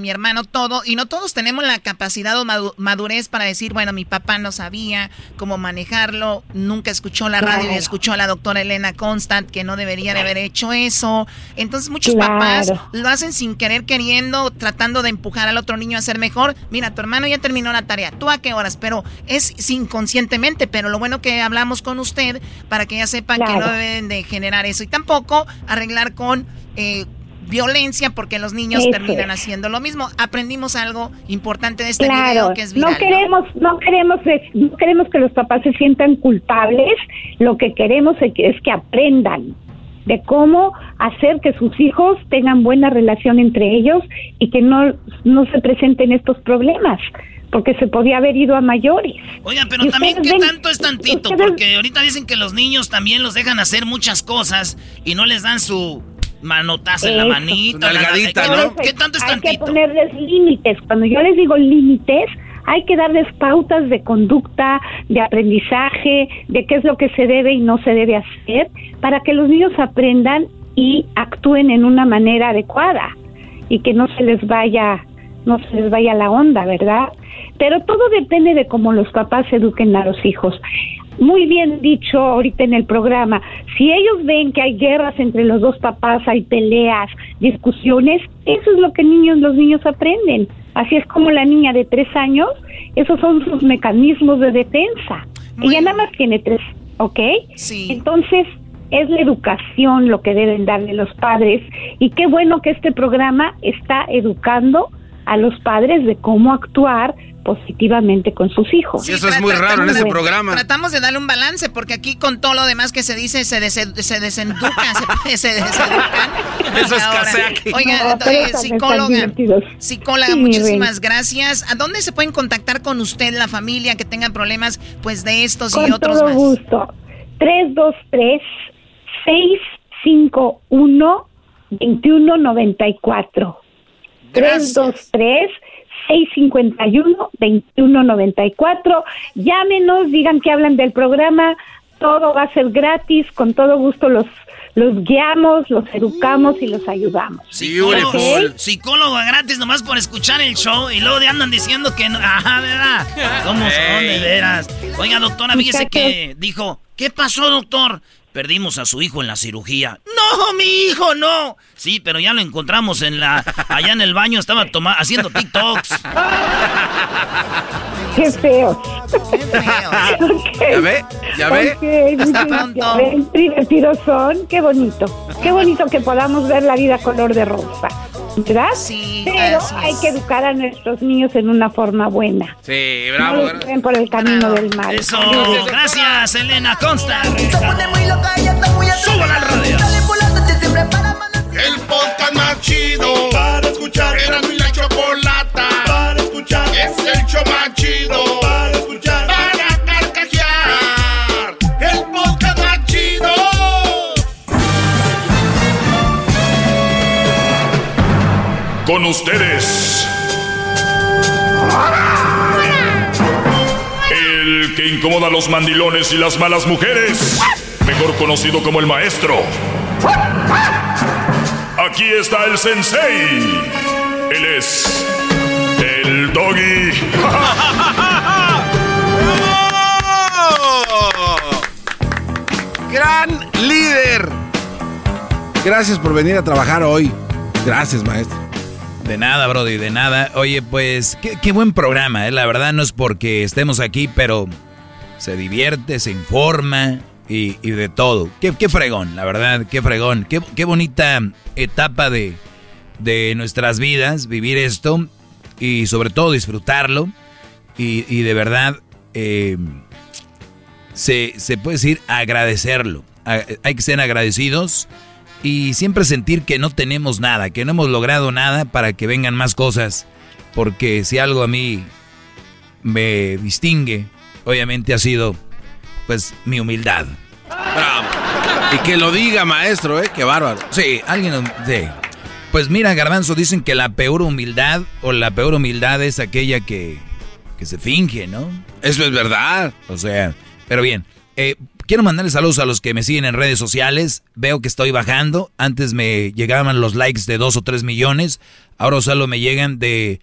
y no todos tenemos la capacidad o madurez para decir, bueno, mi papá no sabía cómo manejarlo, nunca escuchó la radio y escuchó a la doctora Elena Constant que no debería de haber hecho eso. Entonces muchos papás lo hacen sin querer, queriendo, tratando de empujar al otro niño a ser mejor. Mira, tu hermano ya terminó la tarea, ¿tú a qué horas? Pero es inconscientemente, pero lo bueno que hablamos con usted para que ya sepan que no deben de generar eso y tampoco arreglar con violencia porque los niños terminan haciendo lo mismo. Aprendimos algo importante de este video que es viral. No queremos que los papás se sientan culpables, lo que queremos es que aprendan de cómo hacer que sus hijos tengan buena relación entre ellos y que no se presenten estos problemas. Porque se podía haber ido a mayores. Oiga, pero también, ¿qué tanto es tantito? Porque ahorita dicen que los niños también los dejan hacer muchas cosas y no les dan su manotazo en la manita. ¿No? ¿Qué tanto es tantito? Hay que ponerles límites. Cuando yo les digo límites, hay que darles pautas de conducta, de aprendizaje, de qué es lo que se debe y no se debe hacer, para que los niños aprendan y actúen en una manera adecuada y que no se les vaya la onda, ¿verdad? Pero todo depende de cómo los papás eduquen a los hijos. Muy bien dicho ahorita en el programa, si ellos ven que hay guerras entre los dos papás, hay peleas, discusiones, eso es lo que los niños aprenden. Así es como la niña de 3 años, esos son sus mecanismos de defensa. Ella nada más tiene 3, ¿ok? Sí. Entonces, es la educación lo que deben darle los padres, y qué bueno que este programa está educando a los padres de cómo actuar positivamente con sus hijos. Sí, eso es muy raro en ese programa. Tratamos de darle un balance porque aquí con todo lo demás que se dice se desenducan. Eso escasea aquí. Oiga, psicóloga, muchísimas gracias. ¿A dónde se pueden contactar con usted, la familia, que tengan problemas pues de estos y otros más? Con todo gusto. 323-651-2194. 323-651-2194. Llámenos, digan que hablan del programa. Todo va a ser gratis. Con todo gusto los guiamos, los educamos y los ayudamos. Psicólogo gratis nomás por escuchar el show y luego andan diciendo que no. Ajá, ¿verdad? ¿Cómo son, de veras? Oiga, doctora, fíjese que dijo, ¿qué pasó, doctor? Perdimos a su hijo en la cirugía. ¡No, mi hijo, no! Sí, pero ya lo encontramos allá en el baño, estaba haciendo TikToks. ¡Qué feo! Okay. ¿Ya ve? Hasta pronto. Ya ven, divertidos son. Qué bonito que podamos ver la vida color de rosa, ¿verdad? Sí, pero hay que educar a nuestros niños en una forma buena. Sí, bravo. No los lleven por el camino del mal. Eso, gracias, Elena Constant. ¡Súbala al radio! El podcast más chido para escuchar. Erasmo y la Chocolata para escuchar. Es el show más chido para escuchar. Para carcajear. El podcast más chido. Con ustedes, el que incomoda a los mandilones y las malas mujeres, mejor conocido como el maestro. Aquí está el sensei. Él es el Doggy. ¡Gran líder! Gracias por venir a trabajar hoy. Gracias, maestro. De nada, brody, de nada. Oye, pues, qué buen programa, ¿eh? La verdad no es porque estemos aquí, pero se divierte, se informa y de todo. Qué fregón, la verdad, qué fregón. Qué bonita etapa de nuestras vidas, vivir esto y sobre todo disfrutarlo. Y de verdad, se puede decir agradecerlo. Hay que ser agradecidos. Y siempre sentir que no tenemos nada, que no hemos logrado nada para que vengan más cosas. Porque si algo a mí me distingue, obviamente ha sido, pues, mi humildad. Bravo. Y que lo diga, maestro, qué bárbaro. Sí, alguien... Sí. Pues mira, Garbanzo, dicen que la peor humildad es aquella que se finge, ¿no? Eso es verdad. O sea, pero bien, quiero mandarles saludos a los que me siguen en redes sociales. Veo que estoy bajando. Antes me llegaban los likes de 2 o 3 millones. Ahora solo me llegan de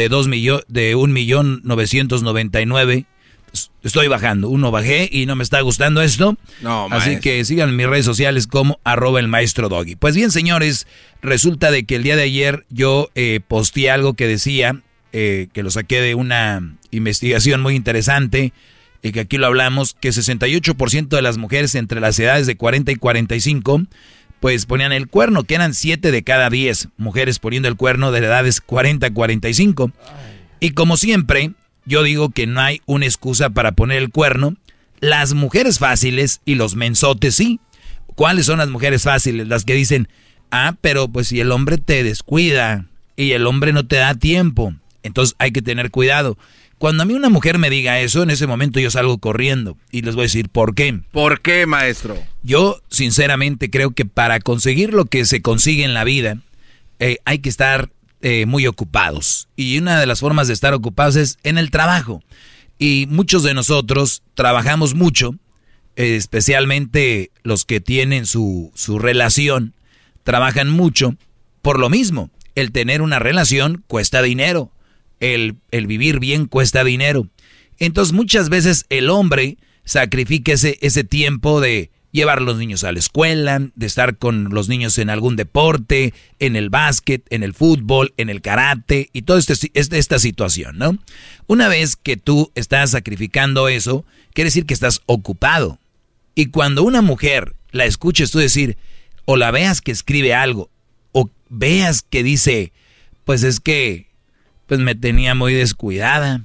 1,999,000. Estoy bajando. Bajé y no me está gustando esto. No, así que sigan mis redes sociales como @elmaestrodoggy. Pues bien, señores, resulta de que el día de ayer yo posteé algo que decía, que lo saqué de una investigación muy interesante, y que aquí lo hablamos, que 68% de las mujeres entre las edades de 40 y 45, pues ponían el cuerno, que eran 7 de cada 10 mujeres poniendo el cuerno de edades 40 a 45. Y como siempre, yo digo que no hay una excusa para poner el cuerno. Las mujeres fáciles y los mensotes sí. ¿Cuáles son las mujeres fáciles? Las que dicen, pero pues si el hombre te descuida y el hombre no te da tiempo, entonces hay que tener cuidado. Cuando a mí una mujer me diga eso, en ese momento yo salgo corriendo y les voy a decir ¿por qué? ¿Por qué, maestro? Yo sinceramente creo que para conseguir lo que se consigue en la vida hay que estar muy ocupados. Y una de las formas de estar ocupados es en el trabajo. Y muchos de nosotros trabajamos mucho, especialmente los que tienen su relación, trabajan mucho por lo mismo. El tener una relación cuesta dinero. El vivir bien cuesta dinero. Entonces muchas veces el hombre sacrifica ese tiempo de llevar a los niños a la escuela, de estar con los niños en algún deporte, en el básquet, en el fútbol, en el karate y toda esta situación, ¿no? Una vez que tú estás sacrificando eso, quiere decir que estás ocupado. Y cuando una mujer la escuches tú decir, o la veas que escribe algo, o veas que dice, pues es que pues me tenía muy descuidada.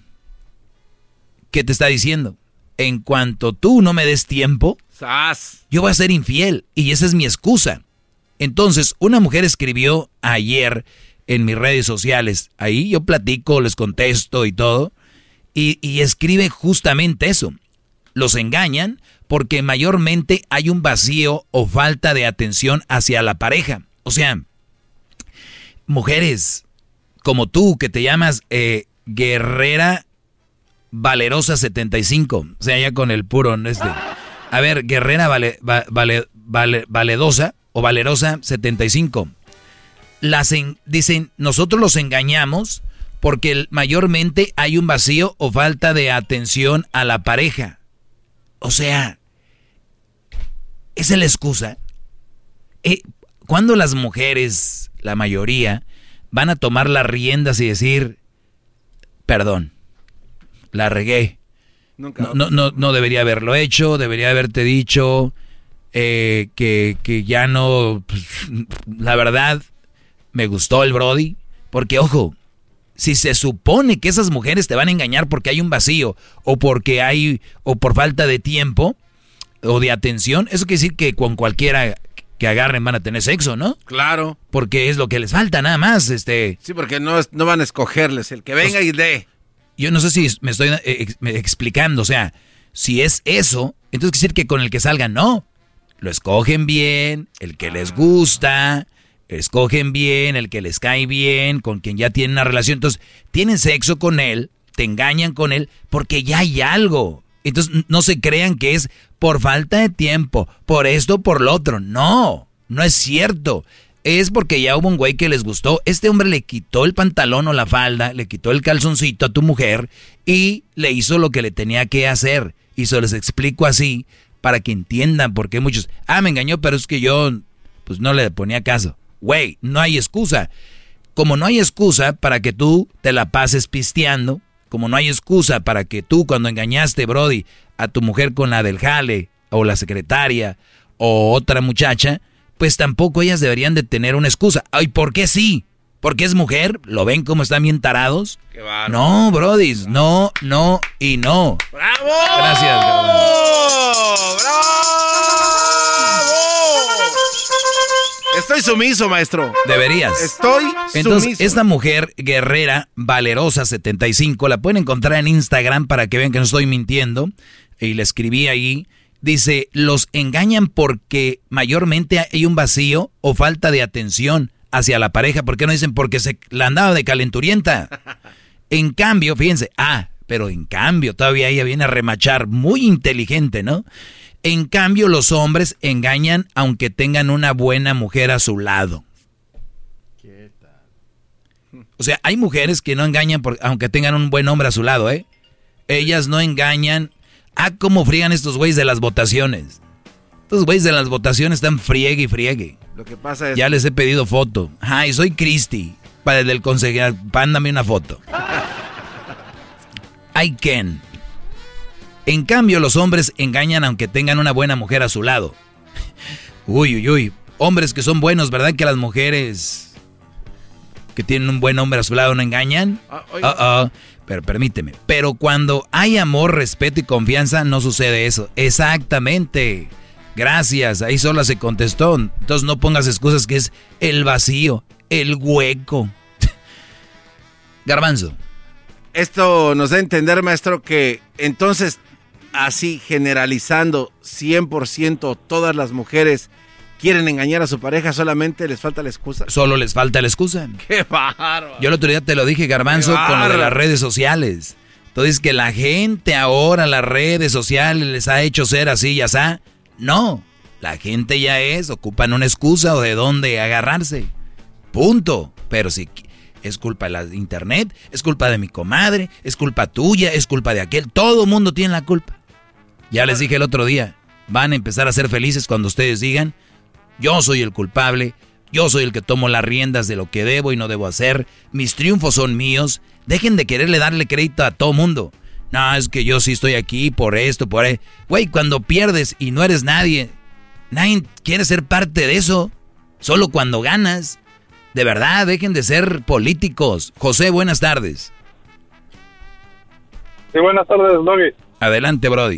¿Qué te está diciendo? En cuanto tú no me des tiempo, yo voy a ser infiel. Y esa es mi excusa. Entonces, una mujer escribió ayer en mis redes sociales. Ahí yo platico, les contesto y todo. Y escribe justamente eso. Los engañan porque mayormente hay un vacío o falta de atención hacia la pareja. O sea, mujeres como tú, que te llamas Guerrera Valerosa 75. O sea, ya con el puro... A ver, Guerrera Valedosa o Valerosa 75. Dicen, nosotros los engañamos porque mayormente hay un vacío o falta de atención a la pareja. O sea, esa es la excusa. Cuando las mujeres, la mayoría, van a tomar las riendas y decir, perdón, la regué. No debería haberlo hecho, debería haberte dicho que ya no, pues, la verdad, me gustó el Brody. Porque, ojo, si se supone que esas mujeres te van a engañar porque hay un vacío, o por falta de tiempo, o de atención, eso quiere decir que con cualquiera que agarren van a tener sexo, ¿no? Claro. Porque es lo que les falta, nada más. Sí, porque no van a escogerles, el que venga y dé. Yo no sé si me estoy explicando, o sea, si es eso, entonces quiere decir que con el que salgan, no. Lo escogen bien, el que les gusta, escogen bien, el que les cae bien, con quien ya tienen una relación. Entonces, tienen sexo con él, te engañan con él, porque ya hay algo. Entonces, no se crean que es por falta de tiempo, por esto, por lo otro. No, no es cierto. Es porque ya hubo un güey que les gustó. Este hombre le quitó el pantalón o la falda, le quitó el calzoncito a tu mujer y le hizo lo que le tenía que hacer. Y se les explico así para que entiendan por qué muchos... me engañó, pero es que yo pues no le ponía caso. Güey, no hay excusa. Como no hay excusa para que tú te la pases pisteando, como no hay excusa para que tú cuando engañaste, Brody, a tu mujer con la del jale, o la secretaria, o otra muchacha, pues tampoco ellas deberían de tener una excusa. Ay, ¿por qué sí? ¿Porque es mujer? ¿Lo ven como están bien tarados? Qué bárbaro. No, brodis, no y no. ¡Bravo! Gracias, ¡Bravo! Estoy sumiso, maestro. Deberías. Estoy Entonces, sumiso. esta mujer Guerrera Valerosa 75, la pueden encontrar en Instagram para que vean que no estoy mintiendo. Y le escribí ahí. Dice, los engañan porque mayormente hay un vacío o falta de atención hacia la pareja. ¿Por qué no dicen? Porque se la andaba de calenturienta. En cambio, fíjense, pero en cambio, todavía ella viene a remachar, muy inteligente, ¿no? En cambio, los hombres engañan aunque tengan una buena mujer a su lado. ¿Qué tal? O sea, hay mujeres que no engañan aunque tengan un buen hombre a su lado, ¿eh? Ellas no engañan. ¿Cómo friegan estos güeyes de las votaciones? Estos güeyes de las votaciones están friegue y friegue. Lo que pasa es... Ya les he pedido foto. Ay, soy Cristi. Para el del consejero, pándame una foto. I can. En cambio, los hombres engañan aunque tengan una buena mujer a su lado. Uy. Hombres que son buenos, ¿verdad? Que las mujeres que tienen un buen hombre a su lado no engañan. Pero permíteme. Pero cuando hay amor, respeto y confianza, no sucede eso. Exactamente. Gracias. Ahí sola se contestó. Entonces no pongas excusas que es el vacío, el hueco. Garbanzo. Esto nos da a entender, maestro, que entonces, así generalizando, 100% todas las mujeres quieren engañar a su pareja, solamente les falta la excusa. Solo les falta la excusa. ¡Qué bárbaro! Yo el otro día te lo dije, Garbanzo, con lo de las redes sociales. Entonces, que la gente ahora, las redes sociales, les ha hecho ser así y así. No, la gente ya ocupan una excusa o de dónde agarrarse. Punto. Pero si es culpa de la internet, es culpa de mi comadre, es culpa tuya, es culpa de aquel. Todo mundo tiene la culpa. Ya les dije el otro día, van a empezar a ser felices cuando ustedes digan, yo soy el culpable, yo soy el que tomo las riendas de lo que debo y no debo hacer, mis triunfos son míos. Dejen de quererle darle crédito a todo mundo. No, es que yo sí estoy aquí por esto, por ahí. Güey, cuando pierdes y no eres nadie quiere ser parte de eso. Solo cuando ganas. De verdad, dejen de ser políticos. José, buenas tardes. Sí, buenas tardes, Doggy. Adelante, Brody.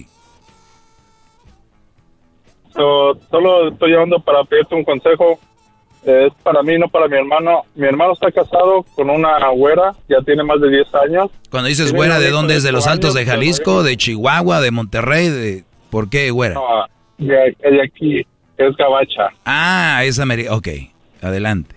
Solo estoy llamando para pedirte un consejo. Es para mí, no para mi hermano. Mi hermano está casado con una güera, ya tiene más de 10 años. Cuando dices güera, ¿de dónde es? ¿De los Altos de Jalisco, de Chihuahua, de Monterrey? ¿Por qué güera? No, de aquí, es gabacha. Es americana. Ok, adelante.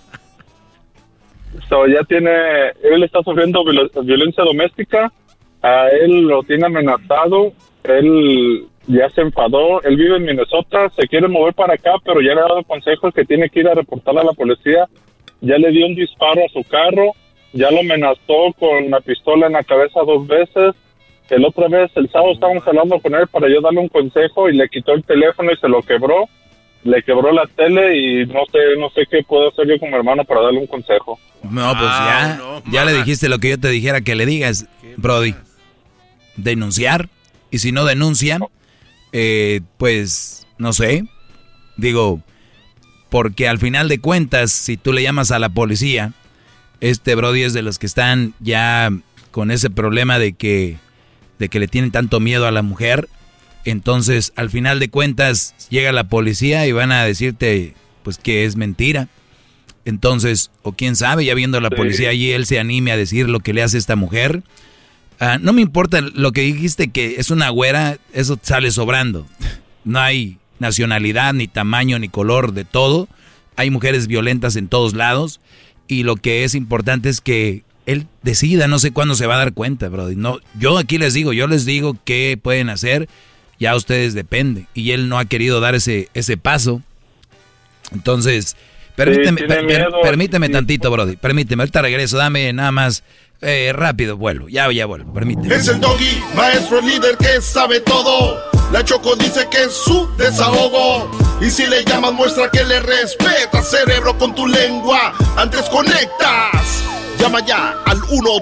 Ya él está sufriendo violencia doméstica, a él lo tiene amenazado, él ya se enfadó, él vive en Minnesota, se quiere mover para acá, pero ya le ha dado consejos que tiene que ir a reportarle a la policía, ya le dio un disparo a su carro, ya lo amenazó con una pistola en la cabeza 2 veces, el otra vez, el sábado estábamos hablando con él para yo darle un consejo y le quitó el teléfono y se lo quebró, le quebró la tele y no sé qué puedo hacer yo con mi hermano para darle un consejo. No, pues ya le dijiste lo que yo te dijera que le digas, Brody. Denunciar, y si no denuncian, pues, no sé, digo, porque al final de cuentas, si tú le llamas a la policía, Brody es de los que están ya con ese problema de que le tienen tanto miedo a la mujer. Entonces, al final de cuentas, llega la policía y van a decirte, pues, que es mentira. Entonces, o quién sabe, ya viendo a la policía allí, él se anime a decir lo que le hace esta mujer. No me importa lo que dijiste, que es una güera, eso sale sobrando. No hay nacionalidad, ni tamaño, ni color, de todo. Hay mujeres violentas en todos lados. Y lo que es importante es que él decida, no sé cuándo se va a dar cuenta, brody. No, yo aquí les digo qué pueden hacer. Ya ustedes dependen. Y él no ha querido dar ese paso. Entonces, permíteme tantito, Brody. Permíteme, ahorita regreso. Dame nada más rápido, vuelvo. Ya vuelvo, permíteme. Es el Doggy, maestro líder que sabe todo. La Choco dice que es su desahogo. Y si le llamas, muestra que le respeta, cerebro, con tu lengua. Antes conectas. Llama ya al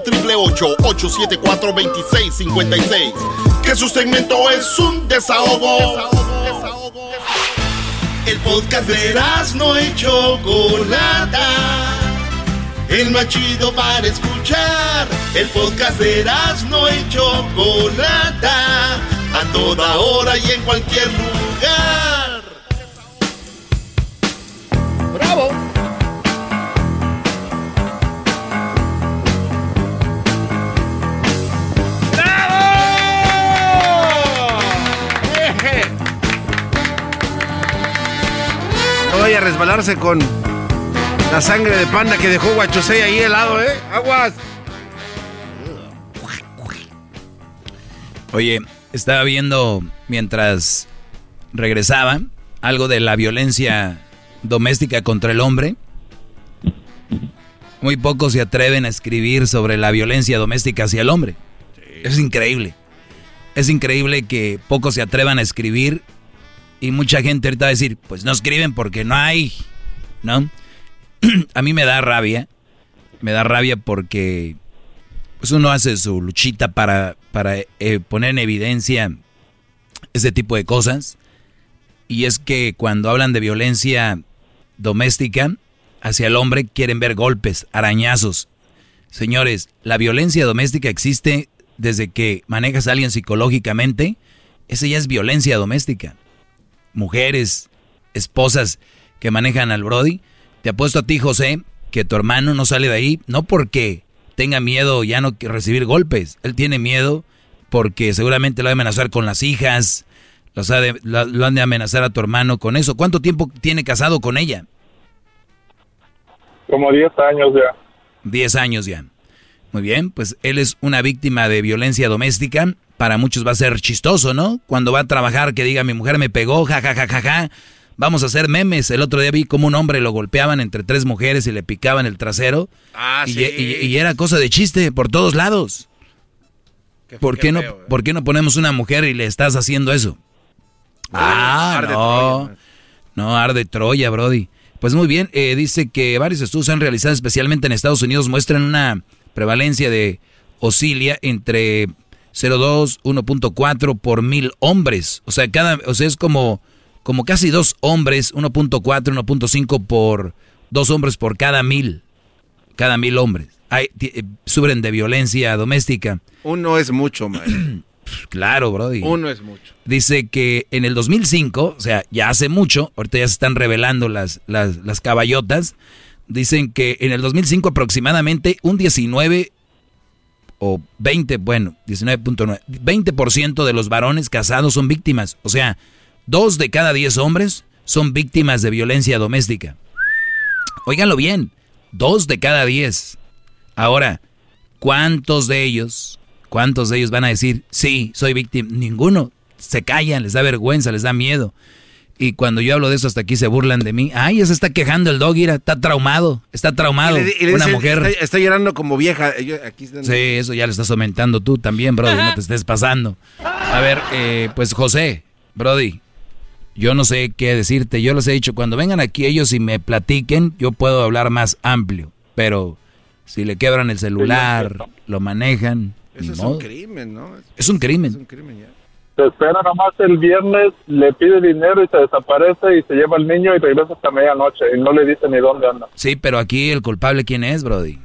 1-888-874-2656. Que su segmento es un desahogo. El podcast de Erazno y Chocolata, el más chido para escuchar. El podcast de Erazno y Chocolata, a toda hora y en cualquier lugar. ¡Bravo! No vaya a resbalarse con La sangre de panda que dejó Guachosei ahí helado, ¿eh? ¡Aguas! Oye, estaba viendo mientras regresaba algo de la violencia doméstica contra el hombre. Muy pocos se atreven a escribir sobre la violencia doméstica hacia el hombre. Sí. Es increíble. Es increíble que pocos se atrevan a escribir y mucha gente ahorita va a decir, pues no escriben porque no hay, ¿no? A mí me da rabia porque pues uno hace su luchita para poner en evidencia ese tipo de cosas. Y es que cuando hablan de violencia doméstica hacia el hombre, quieren ver golpes, arañazos. Señores, la violencia doméstica existe desde que manejas a alguien psicológicamente. Esa ya es violencia doméstica. Mujeres, esposas que manejan al brody. Te apuesto a ti, José, que tu hermano no sale de ahí, no porque tenga miedo ya no recibir golpes. Él tiene miedo porque seguramente lo va a amenazar con las hijas, lo han de amenazar a tu hermano con eso. ¿Cuánto tiempo tiene casado con ella? Como 10 años ya. 10 años ya. Muy bien, pues él es una víctima de violencia doméstica. Para muchos va a ser chistoso, ¿no? Cuando va a trabajar que diga, mi mujer me pegó, ja. Vamos a hacer memes. El otro día vi como un hombre lo golpeaban entre 3 mujeres y le picaban el trasero. Y era cosa de chiste por todos lados. ¿Por qué no ponemos una mujer y le estás haciendo eso? No, arde Troya, brody. Pues muy bien, dice que varios estudios han realizado especialmente en Estados Unidos muestran una prevalencia de oscila entre 0.2, 1.4 por 1000 hombres. O sea, es como casi 2 hombres, 1.4, 1.5 por 2 hombres por cada 1000 hombres. Sufren de violencia doméstica. Uno es mucho, man. Claro, brody. Uno es mucho. Dice que en el 2005, o sea, ya hace mucho, ahorita ya se están revelando las caballotas, dicen que en el 2005 aproximadamente un 19 o 20, bueno, 19.9, 20% de los varones casados son víctimas. O sea, 2 de cada 10 hombres son víctimas de violencia doméstica. Óiganlo bien, 2 de cada 10. Ahora, ¿cuántos de ellos van a decir, sí, soy víctima? Ninguno. Se callan, les da vergüenza, les da miedo. Y cuando yo hablo de eso, hasta aquí se burlan de mí. Ay, ya se está quejando el doggy, está traumado. Y una mujer. Está llorando como vieja. Sí, eso ya le estás aumentando tú también, brody, no te estés pasando. A ver, pues José, brody, yo no sé qué decirte. Yo les he dicho, cuando vengan aquí ellos y me platiquen, yo puedo hablar más amplio. Pero si le quebran el celular, lo manejan. Eso es un crimen, ¿no? Es un crimen. Es un crimen ya. Se espera nomás el viernes, le pide dinero y se desaparece y se lleva al niño y regresa hasta medianoche y no le dice ni dónde anda. Sí, pero aquí el culpable, ¿quién es, brody?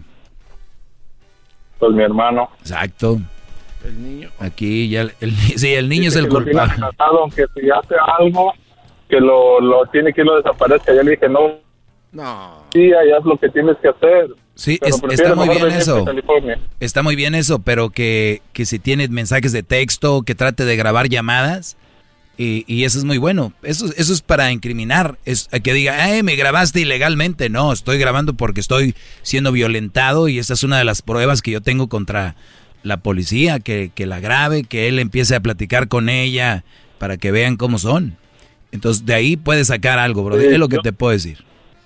Pues mi hermano. Exacto. El niño. Aquí ya el niño es el culpable. Aunque si hace algo que lo tiene que lo desaparezca, ya le dije no. Sí, allá es lo que tienes que hacer. Sí, está muy bien eso. Está muy bien eso, pero que si tiene mensajes de texto, que trate de grabar llamadas, y eso es muy bueno. Eso es para incriminar. Es que diga, me grabaste ilegalmente. No, estoy grabando porque estoy siendo violentado y esa es una de las pruebas que yo tengo contra la policía, que la grabe, que él empiece a platicar con ella para que vean cómo son. Entonces, de ahí puedes sacar algo, bro. Es lo que te puedo decir.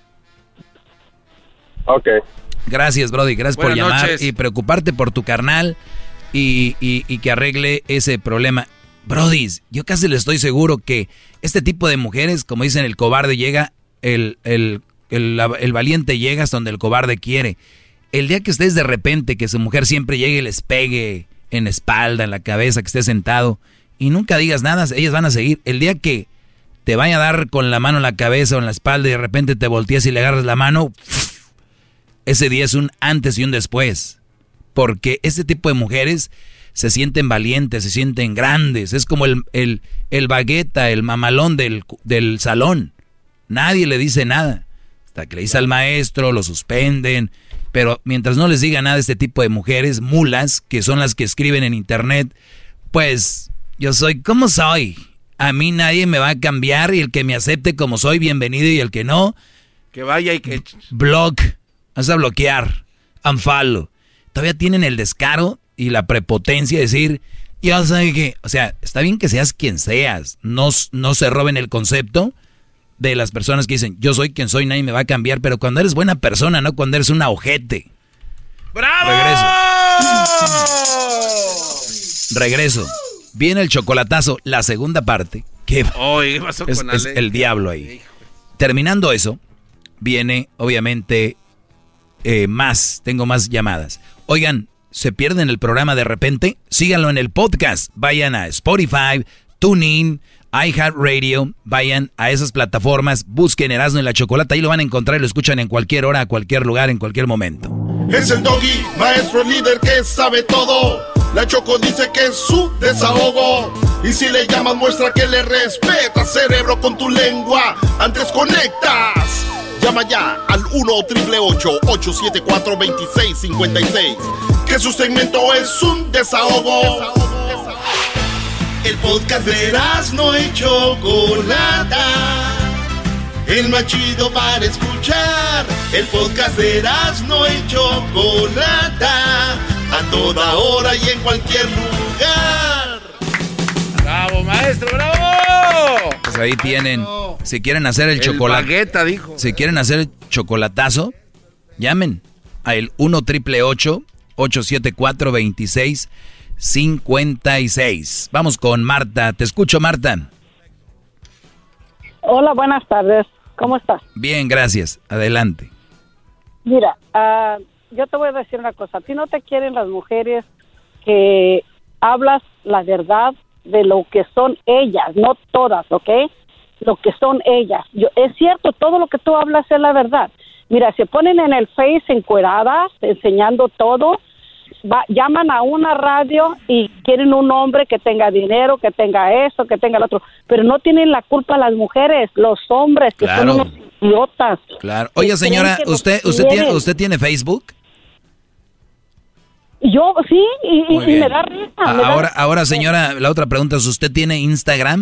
Ok. Gracias, Brody. Gracias por llamar noches. Y preocuparte por tu carnal y que arregle ese problema. Brody, yo casi le estoy seguro que este tipo de mujeres, como dicen, el cobarde llega, el valiente llega hasta donde el cobarde quiere. El día que estés de repente, que su mujer siempre llegue y les pegue en la espalda, en la cabeza, que esté sentado y nunca digas nada, ellas van a seguir. El día que te vaya a dar con la mano en la cabeza o en la espalda y de repente te volteas y le agarras la mano, ese día es un antes y un después, porque este tipo de mujeres se sienten valientes, se sienten grandes, es como el bagueta, el mamalón del salón, nadie le dice nada, hasta que le dice al maestro, lo suspenden, pero mientras no les diga nada a este tipo de mujeres, mulas, que son las que escriben en internet, pues yo soy como soy, a mí nadie me va a cambiar y el que me acepte como soy, bienvenido, y el que no, Que vaya y que... Block, vas a bloquear, unfollow. Todavía tienen el descaro y la prepotencia de decir, ya sabes que... O sea, está bien que seas quien seas. No se roben el concepto de las personas que dicen, yo soy quien soy, nadie me va a cambiar. Pero cuando eres buena persona, no cuando eres una ojete. ¡Bravo! Regreso. Viene el chocolatazo, la segunda parte. ¿Qué pasó con es el diablo ahí. Terminando eso, viene obviamente más. Tengo más llamadas. Oigan, ¿se pierden el programa de repente? Síganlo en el podcast. Vayan a Spotify, TuneIn, iHeartRadio. Vayan a esas plataformas. Busquen Erasmo y la Chocolata. Ahí lo van a encontrar y lo escuchan en cualquier hora, a cualquier lugar, en cualquier momento. Es el Doggy, maestro líder que sabe todo. La Choco dice que es su desahogo. Y si le llamas muestra que le respeta, cerebro, con tu lengua. Antes conectas. Llama ya al 1-888-874-2656. Que su segmento es un desahogo. El podcast de Erasmo y Chocolata, el más chido para escuchar. El podcast de Erasmo y Chocolata, a toda hora y en cualquier lugar. ¡Bravo, maestro, bravo! Pues ahí tienen. Si quieren hacer el chocolate, bagueta, dijo. Si quieren hacer el chocolatazo, llamen al 1-888-874-2656. Vamos con Marta. Te escucho, Marta. Hola, buenas tardes. ¿Cómo estás? Bien, gracias. Adelante. Mira, yo te voy a decir una cosa. A ti no te quieren las mujeres que hablas la verdad de lo que son ellas, no todas, ¿ok? Lo que son ellas. Es cierto, todo lo que tú hablas es la verdad. Mira, se ponen en el Face encueradas, enseñando todo, llaman a una radio y quieren un hombre que tenga dinero, que tenga esto, que tenga lo otro, pero no tienen la culpa las mujeres, los hombres, que son unos idiotas. Claro. Oye, señora, ¿usted tiene Facebook? Yo sí, y me da risa. Ahora, señora, la otra pregunta es, ¿usted tiene Instagram?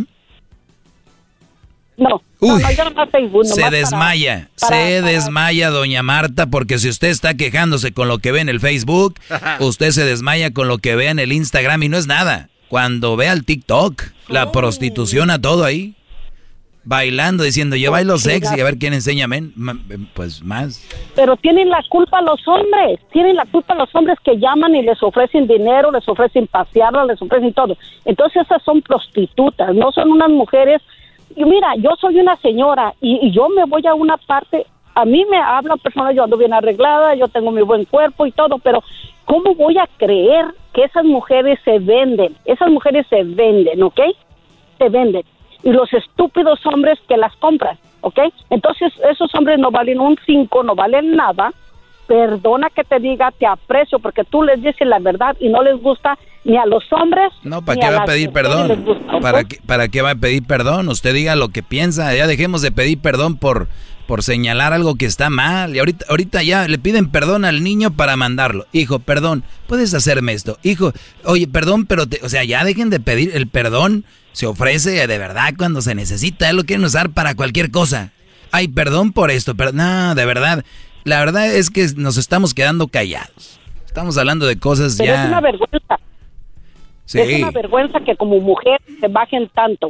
No, Uy, yo no tengo Facebook. Se desmaya doña Marta, porque si usted está quejándose con lo que ve en el Facebook, usted se desmaya con lo que ve en el Instagram y no es nada. Cuando vea el TikTok, la prostitución a todo ahí, bailando, diciendo yo bailo sexy, a ver quién enseña, pues más. Pero tienen la culpa los hombres, que llaman y les ofrecen dinero, les ofrecen pasearlas, les ofrecen todo. Entonces esas son prostitutas, no son unas mujeres. Y mira, yo soy una señora y yo me voy a una parte, a mí me hablan personas, yo ando bien arreglada, yo tengo mi buen cuerpo y todo, pero ¿cómo voy a creer que esas mujeres se venden? Esas mujeres se venden, ¿ok? Se venden. Y los estúpidos hombres que las compran, ¿ok? Entonces esos hombres no valen un 5, no valen nada. Perdona que te diga, te aprecio, porque tú les dices la verdad y no les gusta ni a los hombres. No, ¿para qué va a pedir perdón? ¿Para qué va a pedir perdón? Usted diga lo que piensa, ya dejemos de pedir perdón por señalar algo que está mal. Y ahorita ya le piden perdón al niño para mandarlo. Hijo, perdón, ¿puedes hacerme esto? Hijo, oye, perdón, pero ya dejen de pedir el perdón. Se ofrece de verdad cuando se necesita, lo quieren usar para cualquier cosa. Ay, perdón por esto, pero no, de verdad. La verdad es que nos estamos quedando callados. Estamos hablando de cosas pero ya... es una vergüenza. Sí. Es una vergüenza que como mujeres se bajen tanto.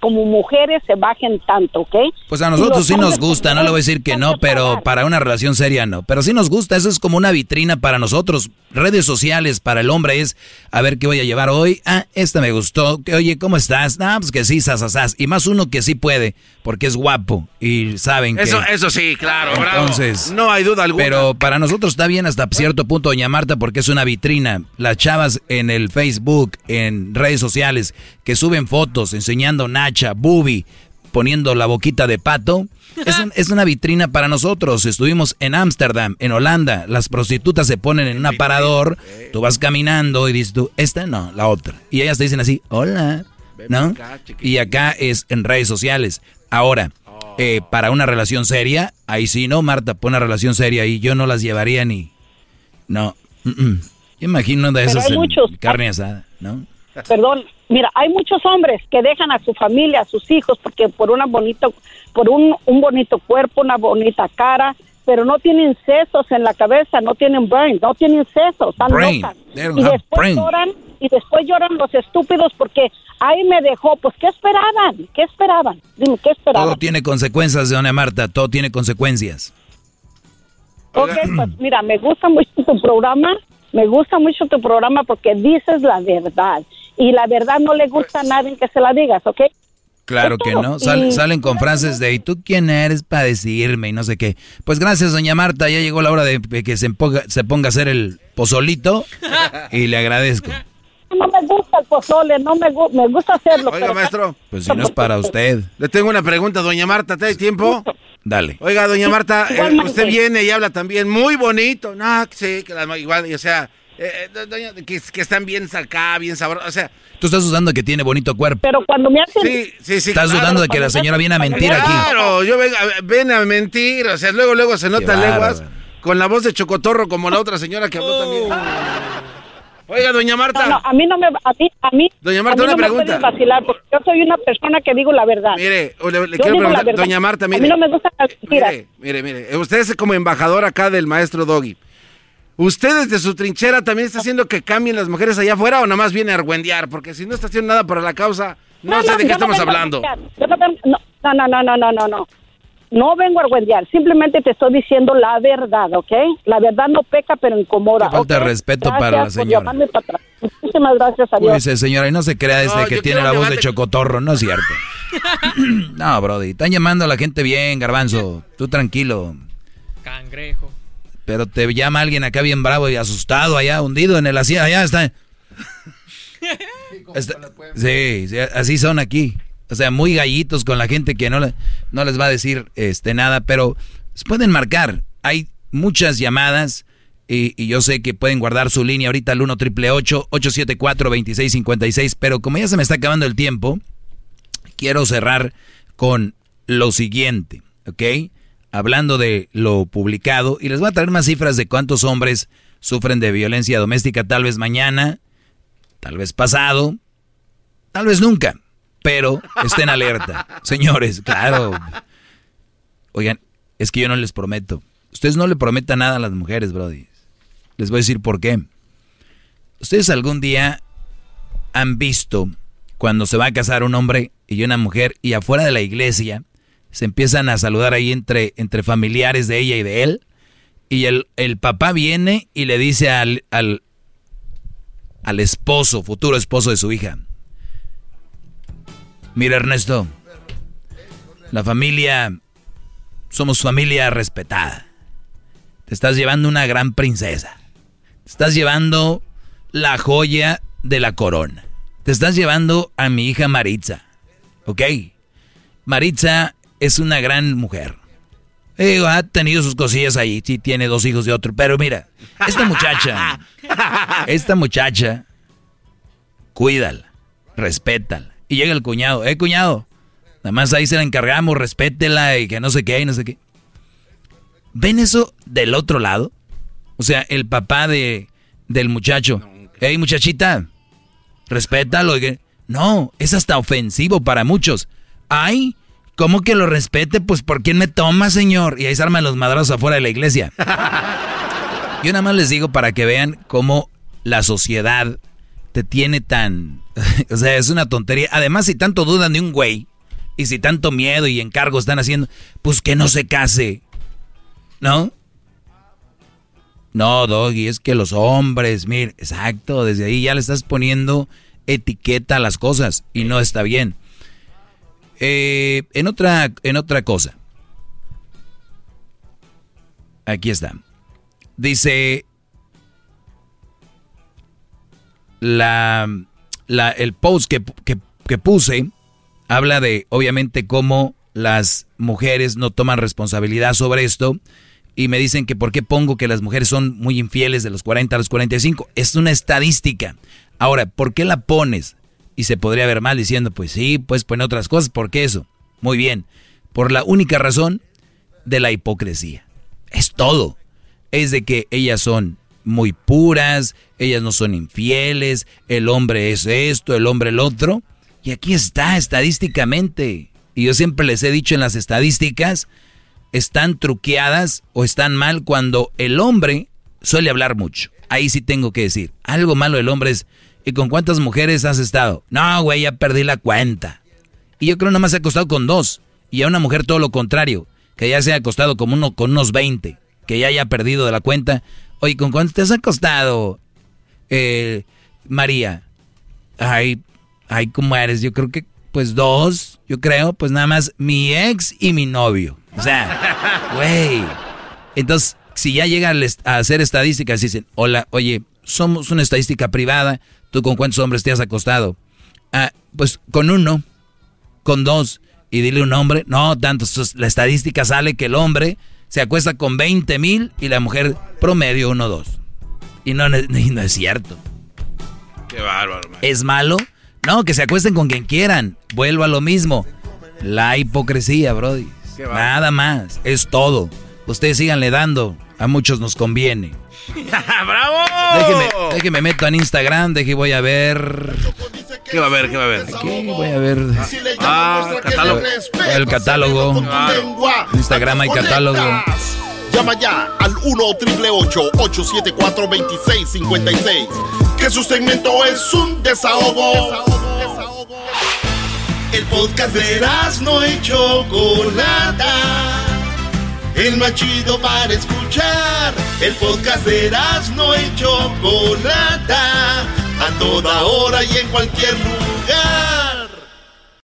¿Ok? Pues a nosotros sí nos gusta, no le voy a decir que no, pero para una relación seria no. Pero sí nos gusta, eso es como una vitrina para nosotros. Redes sociales para el hombre es, a ver qué voy a llevar hoy. Ah, esta me gustó. Oye, ¿cómo estás? Ah, pues que sí, sasasas. Y más uno que sí puede, porque es guapo. Y saben que... Eso sí, claro, entonces, bravo. No hay duda alguna. Pero para nosotros está bien hasta cierto punto, doña Marta, porque es una vitrina. Las chavas en el Facebook, en redes sociales, que suben fotos enseñando nacha, boobie, poniendo la boquita de pato, es una vitrina para nosotros. Estuvimos en Ámsterdam, en Holanda, las prostitutas se ponen en un aparador, tú vas caminando y dices tú, esta no, la otra. Y ellas te dicen así, hola, ¿no? Y acá es en redes sociales. Ahora, para una relación seria, ahí sí, ¿no, Marta? Para una relación seria, y yo no las llevaría ni... No, Yo imagino de esas en carne asada, ¿no? Perdón, Mira, hay muchos hombres que dejan a su familia, a sus hijos, porque por un bonito cuerpo, una bonita cara, pero no tienen sesos en la cabeza, no tienen brain, no tienen sesos, están locas. Y después lloran los estúpidos porque ahí me dejó. Pues, ¿qué esperaban? Dime, ¿qué esperaban? Todo tiene consecuencias, doña Marta, todo tiene consecuencias. Ok, pues mira, me gusta mucho tu programa porque dices la verdad. Y la verdad no le gusta a nadie que se la digas, ¿ok? Claro que no, salen con frases de ¿y tú quién eres para decirme? Y no sé qué. Pues gracias, doña Marta, ya llegó la hora de que se ponga a hacer el pozolito y le agradezco. No me gusta el pozole, me gusta hacerlo. Oiga, maestro. Pues si no es para usted. Le tengo una pregunta, doña Marta, ¿te da tiempo? Dale. Oiga, doña Marta, usted viene y habla también muy bonito. No, sí, que igual, o sea, doña, que están bien acá, bien sabrosos, o sea. Tú estás dudando que tiene bonito cuerpo. Pero cuando me hacen... Sí. Estás dudando de que la señora viene a mentir aquí. Claro, yo ven a mentir, o sea, luego se notan lenguas con la voz de chocotorro como la otra señora que habló también. Oiga, doña Marta. No, a mí no me... A mí doña Marta, una pregunta. Me vacilar porque yo soy una persona que digo la verdad. Mire, le quiero preguntar, doña Marta, mire. A mí no me gusta las mentiras. Mire. Usted es como embajador acá del maestro Doggy. ¿Usted desde su trinchera también está haciendo que cambien las mujeres allá afuera o nada más viene a argüendear? Porque si no está haciendo nada para la causa, no sé de qué estamos hablando. No. No vengo a argüendear, simplemente te estoy diciendo la verdad, ¿ok? La verdad no peca, pero incomoda. Qué falta de respeto para la señora. Muchísimas gracias a Dios. Dice, señora, y no se crea que tiene la voz de chocotorro, no es cierto. No, brody, están llamando a la gente bien, Garbanzo, tú tranquilo. Cangrejo. Pero te llama alguien acá bien bravo y asustado allá, hundido en el asiento, allá está. Sí, así son aquí. O sea, muy gallitos con la gente que no les va a decir nada, pero pueden marcar. Hay muchas llamadas y yo sé que pueden guardar su línea ahorita al 1-888-874-2656, pero como ya se me está acabando el tiempo, quiero cerrar con lo siguiente, ¿ok? Hablando de lo publicado, y les voy a traer más cifras de cuántos hombres sufren de violencia doméstica, tal vez mañana, tal vez pasado, tal vez nunca. Pero estén alerta, señores, claro. Oigan, es que yo no les prometo. Ustedes no le prometan nada a las mujeres, brody. Les voy a decir por qué. Ustedes algún día han visto cuando se va a casar un hombre y una mujer y afuera de la iglesia se empiezan a saludar ahí entre familiares de ella y de él, y el papá viene y le dice al esposo, futuro esposo de su hija: mira, Ernesto, la familia, somos familia respetada. Te estás llevando una gran princesa. Te estás llevando la joya de la corona. Te estás llevando a mi hija Maritza. ¿Ok? Maritza es una gran mujer. Ha tenido sus cosillas ahí, sí tiene 2 hijos de otro. Pero mira, esta muchacha, cuídala, respétala. Y llega el cuñado, cuñado, nada más ahí se la encargamos, respétela y que no sé qué y no sé qué. ¿Ven eso del otro lado? O sea, el papá del muchacho, muchachita, respétalo. No, es hasta ofensivo para muchos. Ay, ¿cómo que lo respete? Pues ¿por quién me toma, señor? Y ahí se arman los madrazos afuera de la iglesia. Yo nada más les digo para que vean cómo la sociedad te tiene tan... O sea, es una tontería. Además, si tanto dudan de un güey, y si tanto miedo y encargo están haciendo, pues que no se case, ¿no? No, Doggy, es que los hombres, mire, exacto, desde ahí ya le estás poniendo etiqueta a las cosas, y no está bien. En otra cosa. Aquí está. Dice... el post que puse habla de, obviamente, cómo las mujeres no toman responsabilidad sobre esto, y me dicen que por qué pongo que las mujeres son muy infieles de los 40 a los 45. Es una estadística. Ahora, ¿por qué la pones? Y se podría ver mal diciendo, pues sí, pues pone otras cosas. ¿Por qué eso? Muy bien. Por la única razón de la hipocresía. Es todo. Es de que ellas son muy puras, ellas no son infieles, el hombre es esto, el hombre el otro. Y aquí está, estadísticamente. Y yo siempre les he dicho en las estadísticas, están truqueadas o están mal cuando el hombre suele hablar mucho. Ahí sí tengo que decir, algo malo del hombre es, ¿y con cuántas mujeres has estado? No, güey, ya perdí la cuenta. Y yo creo nomás se ha acostado con 2. Y a una mujer todo lo contrario, que ya se ha acostado con unos 20, que ya haya perdido de la cuenta. Oye, ¿con cuánto te has acostado, María? Ay, ¿cómo eres? Yo creo que, pues 2, yo creo, pues nada más mi ex y mi novio. O sea, güey. Entonces, si ya llega a hacer estadísticas, dicen, hola, oye, somos una estadística privada, ¿tú con cuántos hombres te has acostado? Ah, pues con 1, con 2, y dile un hombre, no, tantos. Entonces, la estadística sale que el hombre se acuesta con 20,000 y la mujer promedio 1 o 2. Y no es cierto. Qué bárbaro, man. ¿Es malo? No, que se acuesten con quien quieran. Vuelvo a lo mismo. La hipocresía, brody. Nada más. Es todo. Ustedes síganle dando. A muchos nos conviene. ¡Bravo! Déjeme meto en Instagram. Voy a ver. ¿Qué va a ver? Aquí voy a ver. Catálogo. El catálogo. Instagram hay catálogo. Llama ya al 1-888-874-2656. Que su segmento es un desahogo. El podcast de Erazno y Chocolata, el más chido para escuchar. El podcast de Erazno y Chocolata, a toda hora y en cualquier lugar.